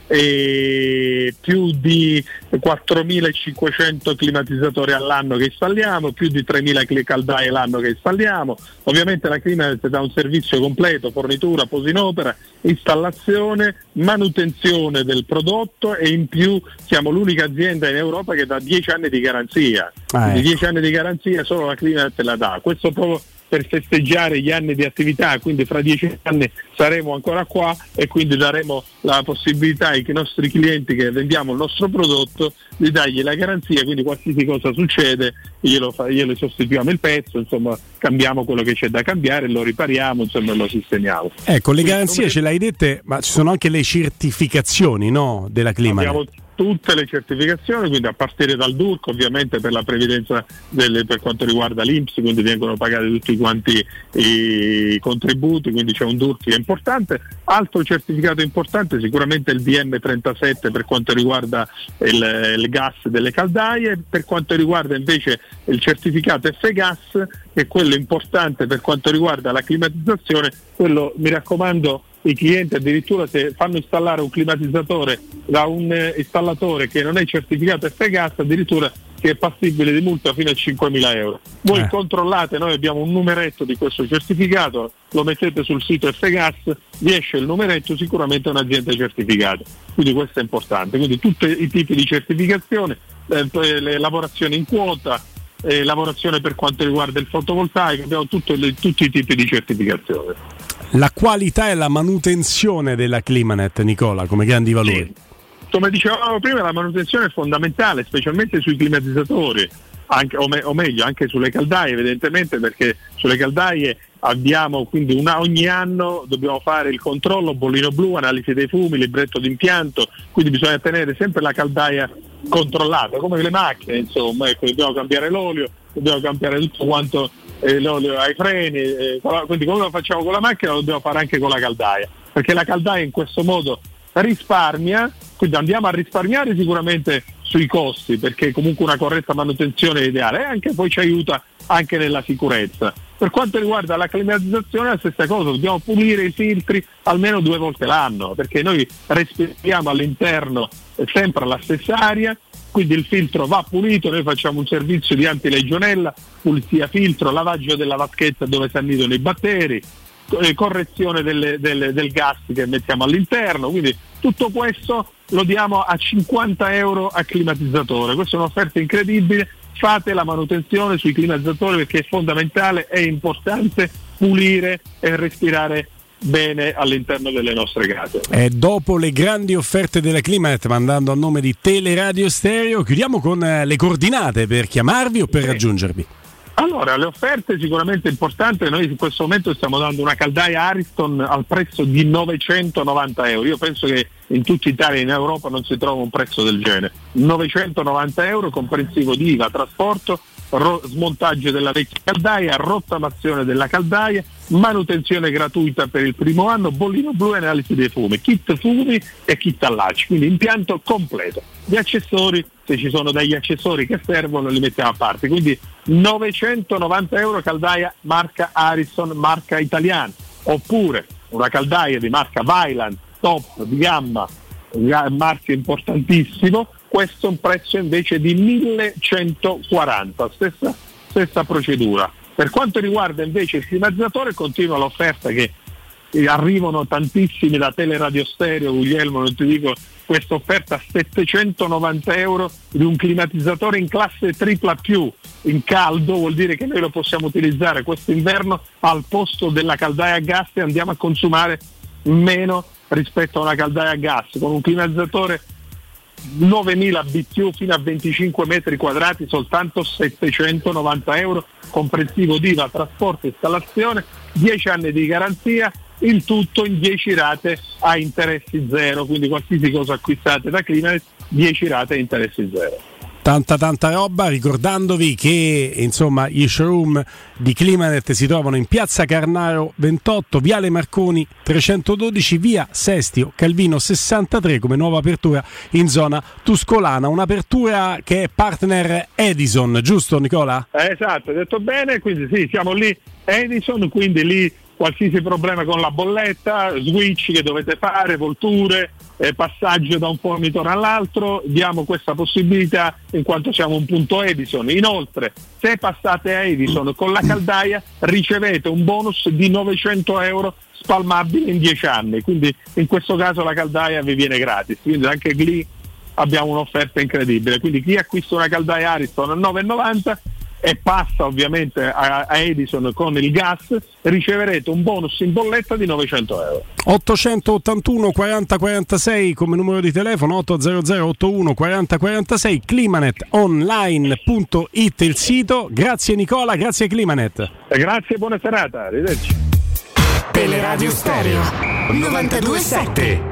e più di quattromilacinquecento climatizzatori all'anno che installiamo, più di tremila caldaie l'anno che installiamo. Ovviamente la Climanet dà un servizio completo, fornitura, posa in opera, installazione, manutenzione del prodotto e in più siamo l'unica azienda in Europa che dà dieci anni di garanzia. Ah, Quindi ecco. dieci anni di garanzia solo la Climanet la dà. Questo proprio per festeggiare gli anni di attività, quindi fra dieci anni saremo ancora qua e quindi daremo la possibilità ai nostri clienti che vendiamo il nostro prodotto di dargli la garanzia, quindi qualsiasi cosa succede glielo, fa, glielo sostituiamo il pezzo, insomma cambiamo quello che c'è da cambiare, lo ripariamo, insomma lo sistemiamo. Ecco, le quindi, garanzie come... ce l'hai dette, ma ci sono anche le certificazioni, no, della Climanet? Abbiamo tutte le certificazioni, quindi a partire dal D U R C ovviamente per la previdenza delle, per quanto riguarda l'I N P S, quindi vengono pagati tutti quanti i contributi, quindi c'è un D U R C che è importante. Altro certificato importante sicuramente il D M trentasette per quanto riguarda il, il gas delle caldaie, per quanto riguarda invece il certificato F Gas che è quello importante per quanto riguarda la climatizzazione, quello mi raccomando i clienti addirittura se fanno installare un climatizzatore da un eh, installatore che non è certificato F Gas addirittura che è passibile di multa fino a cinquemila euro. Voi eh. controllate, noi abbiamo un numeretto di questo certificato, lo mettete sul sito F Gas, vi esce il numeretto, sicuramente è un'azienda certificata, quindi questo è importante. Quindi tutti i tipi di certificazione, eh, le lavorazioni in quota, eh, lavorazione per quanto riguarda il fotovoltaico, abbiamo tutto le, tutti i tipi di certificazione. La qualità e la manutenzione della Climanet, Nicola, come grandi valori. Sì. come dicevamo prima, la manutenzione è fondamentale, specialmente sui climatizzatori, anche, o, me, o meglio anche sulle caldaie, evidentemente, perché sulle caldaie abbiamo quindi una, ogni anno dobbiamo fare il controllo, bollino blu, analisi dei fumi, libretto d'impianto, quindi bisogna tenere sempre la caldaia controllata, come le macchine, insomma, ecco, dobbiamo cambiare l'olio, dobbiamo cambiare tutto quanto eh, l'olio ai freni, eh, quindi come lo facciamo con la macchina lo dobbiamo fare anche con la caldaia, perché la caldaia in questo modo risparmia, quindi andiamo a risparmiare sicuramente sui costi, perché comunque una corretta manutenzione è ideale, e anche poi ci aiuta anche nella sicurezza. Per quanto riguarda la climatizzazione è la stessa cosa, dobbiamo pulire i filtri almeno due volte l'anno, perché noi respiriamo all'interno sempre la stessa aria, quindi il filtro va pulito, noi facciamo un servizio di antilegionella, pulizia filtro, lavaggio della vaschetta dove si annidano i batteri, correzione delle, delle, del gas che mettiamo all'interno, quindi tutto questo lo diamo a cinquanta euro a climatizzatore. Questa è un'offerta incredibile, fate la manutenzione sui climatizzatori perché è fondamentale, è importante pulire e respirare bene all'interno delle nostre case. E dopo le grandi offerte della Climanet, mandando a nome di Teleradio Stereo, chiudiamo con le coordinate per chiamarvi o per sì. raggiungervi. Allora, le offerte sicuramente importanti, noi in questo momento stiamo dando una caldaia Ariston al prezzo di novecentonovanta euro, io penso che in tutta Italia e in Europa non si trova un prezzo del genere, novecentonovanta euro comprensivo di I V A, trasporto, ro- smontaggio della vecchia caldaia, rottamazione della caldaia, manutenzione gratuita per il primo anno, bollino blu e analisi dei fumi, kit fumi e kit allacci, quindi impianto completo. Gli accessori, se ci sono degli accessori che servono, li mettiamo a parte, quindi novecentonovanta euro caldaia marca Ariston, marca italiana, oppure una caldaia di marca Vaillant, top di gamma, marchio importantissimo, questo è un prezzo invece di millecentoquaranta, stessa, stessa procedura. Per quanto riguarda invece il climatizzatore, continua l'offerta che arrivano tantissimi da Teleradio Stereo, Guglielmo, non ti dico, questa offerta settecentonovanta euro di un climatizzatore in classe tripla più, in caldo, vuol dire che noi lo possiamo utilizzare quest'inverno al posto della caldaia a gas e andiamo a consumare meno rispetto a una caldaia a gas, con un climatizzatore novemila B T U fino a venticinque metri quadrati, soltanto settecentonovanta euro, comprensivo di I V A, trasporto e installazione, dieci anni di garanzia, il tutto in dieci rate a interessi zero, quindi qualsiasi cosa acquistate da Climanet, dieci rate a interessi zero. Tanta tanta roba, ricordandovi che insomma gli showroom di Climanet si trovano in Piazza Carnaro ventotto, Viale Marconi trecentododici, Via Sestio Calvino sessantatré come nuova apertura in zona Tuscolana, un'apertura che è partner Edison, giusto Nicola? Eh, esatto, hai detto bene, quindi sì, siamo lì Edison, quindi lì qualsiasi problema con la bolletta, switch che dovete fare, volture, eh, passaggio da un fornitore all'altro, diamo questa possibilità in quanto siamo un punto Edison. Inoltre, se passate a Edison con la caldaia ricevete un bonus di novecento euro spalmabile in dieci anni, quindi in questo caso la caldaia vi viene gratis, quindi anche lì abbiamo un'offerta incredibile. Quindi chi acquista una caldaia Ariston a nove e novanta e passa ovviamente a, a Edison con il gas, riceverete un bonus in bolletta di novecento euro. ottocentottantuno quaranta quarantasei come numero di telefono, ottocento ottantuno quaranta quarantasei, climanet online punto it il sito. Grazie Nicola, grazie Climanet. E grazie, buona serata, arrivederci. Teleradio Stereo novantadue sette.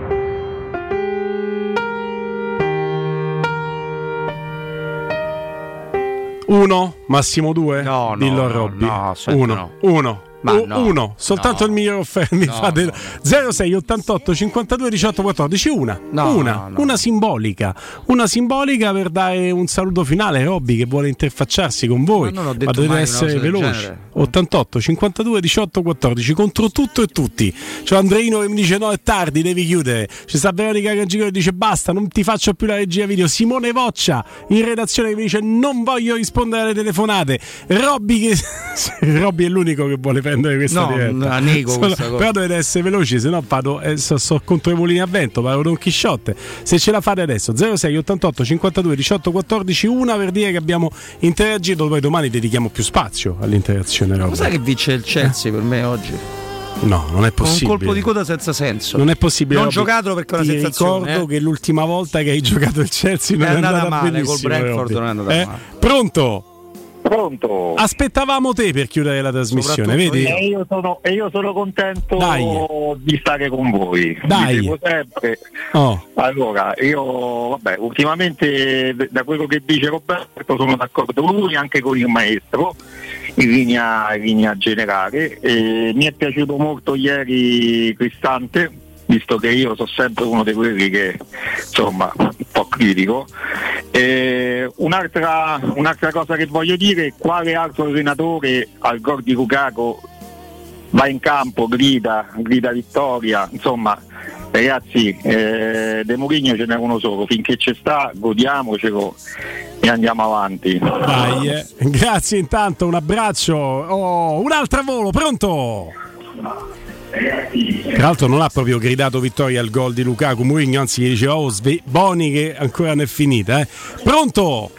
Uno, massimo due? No, no, dillo a no, Robby. no, aspetta, uno, no. uno. Ma U- no, uno, soltanto no, il miglior offerta mi no, fa del... no. zero sei ottantotto cinquantadue diciotto quattordici, una, No, una, no, no. una simbolica, una simbolica per dare un saluto finale. Robby che vuole interfacciarsi con voi, Ma non ho detto ma dovete mai una essere cosa del veloci. genere. ottantotto cinquantadue diciotto quattordici contro tutto e tutti. C'è Andreino che mi dice no, è tardi, devi chiudere. C'è sta Veronica Cangino che dice basta, non ti faccio più la regia video. Simone Voccia in redazione che mi dice non voglio rispondere alle telefonate. Robby che Robby è l'unico che vuole prendere questa No, diretta. la nego Sono- questa cosa. però dovete essere veloci, se no vado, eh, so, so contro i mulini a vento, vado Don Chisciotte. Se ce la fate adesso, zero sei ottantotto cinquantadue diciotto quattordici, una per dire che abbiamo interagito, poi domani dedichiamo più spazio all'interazione. Robby. Cos'è che vince il Chelsea per me oggi? No, non è possibile. Un colpo di coda senza senso. Non è possibile. Non giocatelo perché è una Ti sensazione. ricordo eh. che l'ultima volta che hai giocato il Chelsea non è, è andata, andata male, benissimo, col Brentford non è andata eh? male. Pronto? Pronto. Aspettavamo te per chiudere la trasmissione, vedi? E io sono, e io sono contento Dai. di stare con voi. Dai. Vi seguo sempre. Oh. Allora, io vabbè, ultimamente da quello che dice Roberto sono d'accordo con lui, anche con il maestro, in linea, in linea generale. E mi è piaciuto molto ieri Cristante, visto che io sono sempre uno di quelli che insomma un po' critico. E un'altra, un'altra cosa che voglio dire è quale altro allenatore al gol di Lukaku va in campo, grida, grida vittoria, insomma ragazzi, eh, De Mourinho ce n'è uno solo, finché c'è sta godiamocelo e andiamo avanti. Dai, eh. Grazie intanto, un abbraccio. Oh, un altro volo, pronto? Tra l'altro non ha proprio gridato vittoria al gol di Lukaku Mourinho, anzi gli diceva oh sve- Boni che ancora non è finita, eh. Pronto?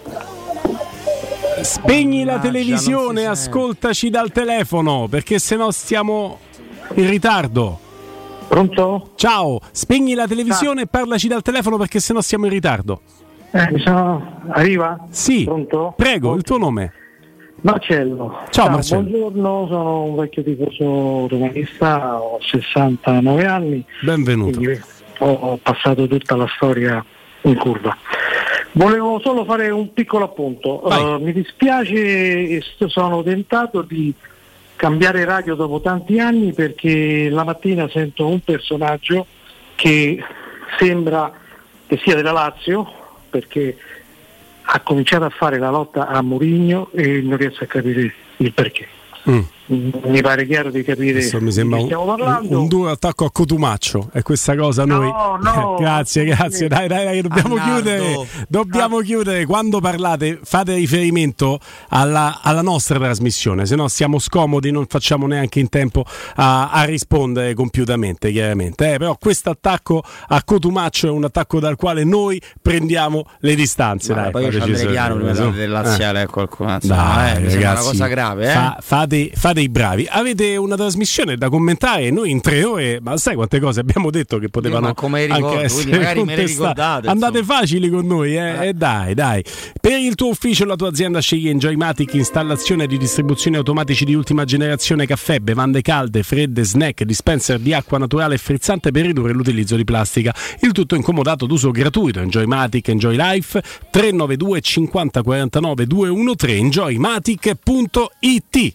Spegni la televisione, ascoltaci dal telefono perché sennò stiamo in ritardo. Pronto? Ciao, spegni la televisione e parlaci dal telefono perché sennò siamo in ritardo. Eh, mi sono... Arriva? Sì. Pronto? Prego, Pronto? il tuo nome? Marcello. Ciao, Marcello. Buongiorno, sono un vecchio tifoso romanista, ho sessantanove anni. Benvenuto. Ho, ho passato tutta la storia in curva. Volevo solo fare un piccolo appunto. Uh, mi dispiace, sono tentato di cambiare radio dopo tanti anni perché la mattina sento un personaggio che sembra che sia della Lazio, perché ha cominciato a fare la lotta a Mourinho e non riesco a capire il perché. Mm. Mi pare chiaro di capire Questo mi sembra di che stiamo un, parlando. un, un duro attacco a Cotumaccio e questa cosa noi No, no, grazie grazie dai dai, dai dobbiamo Arnaldo. chiudere dobbiamo ah. chiudere. Quando parlate fate riferimento alla, alla nostra trasmissione, se no siamo scomodi, non facciamo neanche in tempo a, a rispondere compiutamente chiaramente, eh, però questo attacco a Cotumaccio è un attacco dal quale noi prendiamo le distanze. Ma dai, poi io ci piano prima del laziale a qualcuno, dai, eh, è una cosa grave, eh? Fa, fate, fate i bravi. Avete una trasmissione da commentare, noi in tre ore, ma sai quante cose abbiamo detto che potevano ricordo, anche essere magari me le contestate. ricordate, Andate facili con noi, eh? Eh. eh dai, dai. Per il tuo ufficio e la tua azienda scegli Enjoymatic, installazione di distribuzione automatici di ultima generazione, caffè, bevande calde, fredde, snack, dispenser di acqua naturale e frizzante per ridurre l'utilizzo di plastica. Il tutto incomodato d'uso gratuito. Enjoymatic, Enjoy Life, tre nove due cinquanta quarantanove duecentotredici, enjoymatic punto it.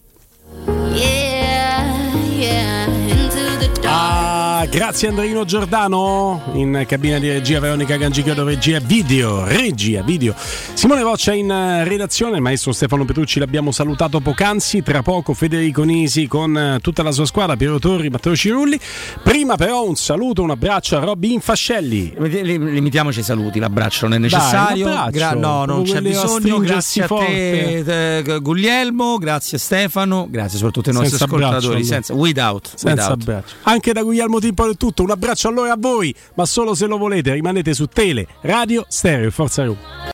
Yeah, yeah, into the dark. Ah, grazie Andreino Giordano, in cabina di regia Veronica Gangichiodo, regia video, regia video Simone Voccia in redazione, il maestro Stefano Petrucci l'abbiamo salutato poc'anzi, tra poco Federico Nisi con tutta la sua squadra, Piero Torri, Matteo Cirulli. Prima però un saluto, un abbraccio a Robby Infascelli. Limitiamoci ai saluti, l'abbraccio non è necessario. Dai, Gra- no, non c'è bisogno. Grazie a te, eh, Guglielmo, grazie Stefano, grazie soprattutto ai nostri senza ascoltatori. Braccio, senza, without, senza without. abbraccio. Anche da Guglielmo Timpo è tutto. Un abbraccio allora a voi, ma solo se lo volete. Rimanete su Tele Radio Stereo Forza Roma.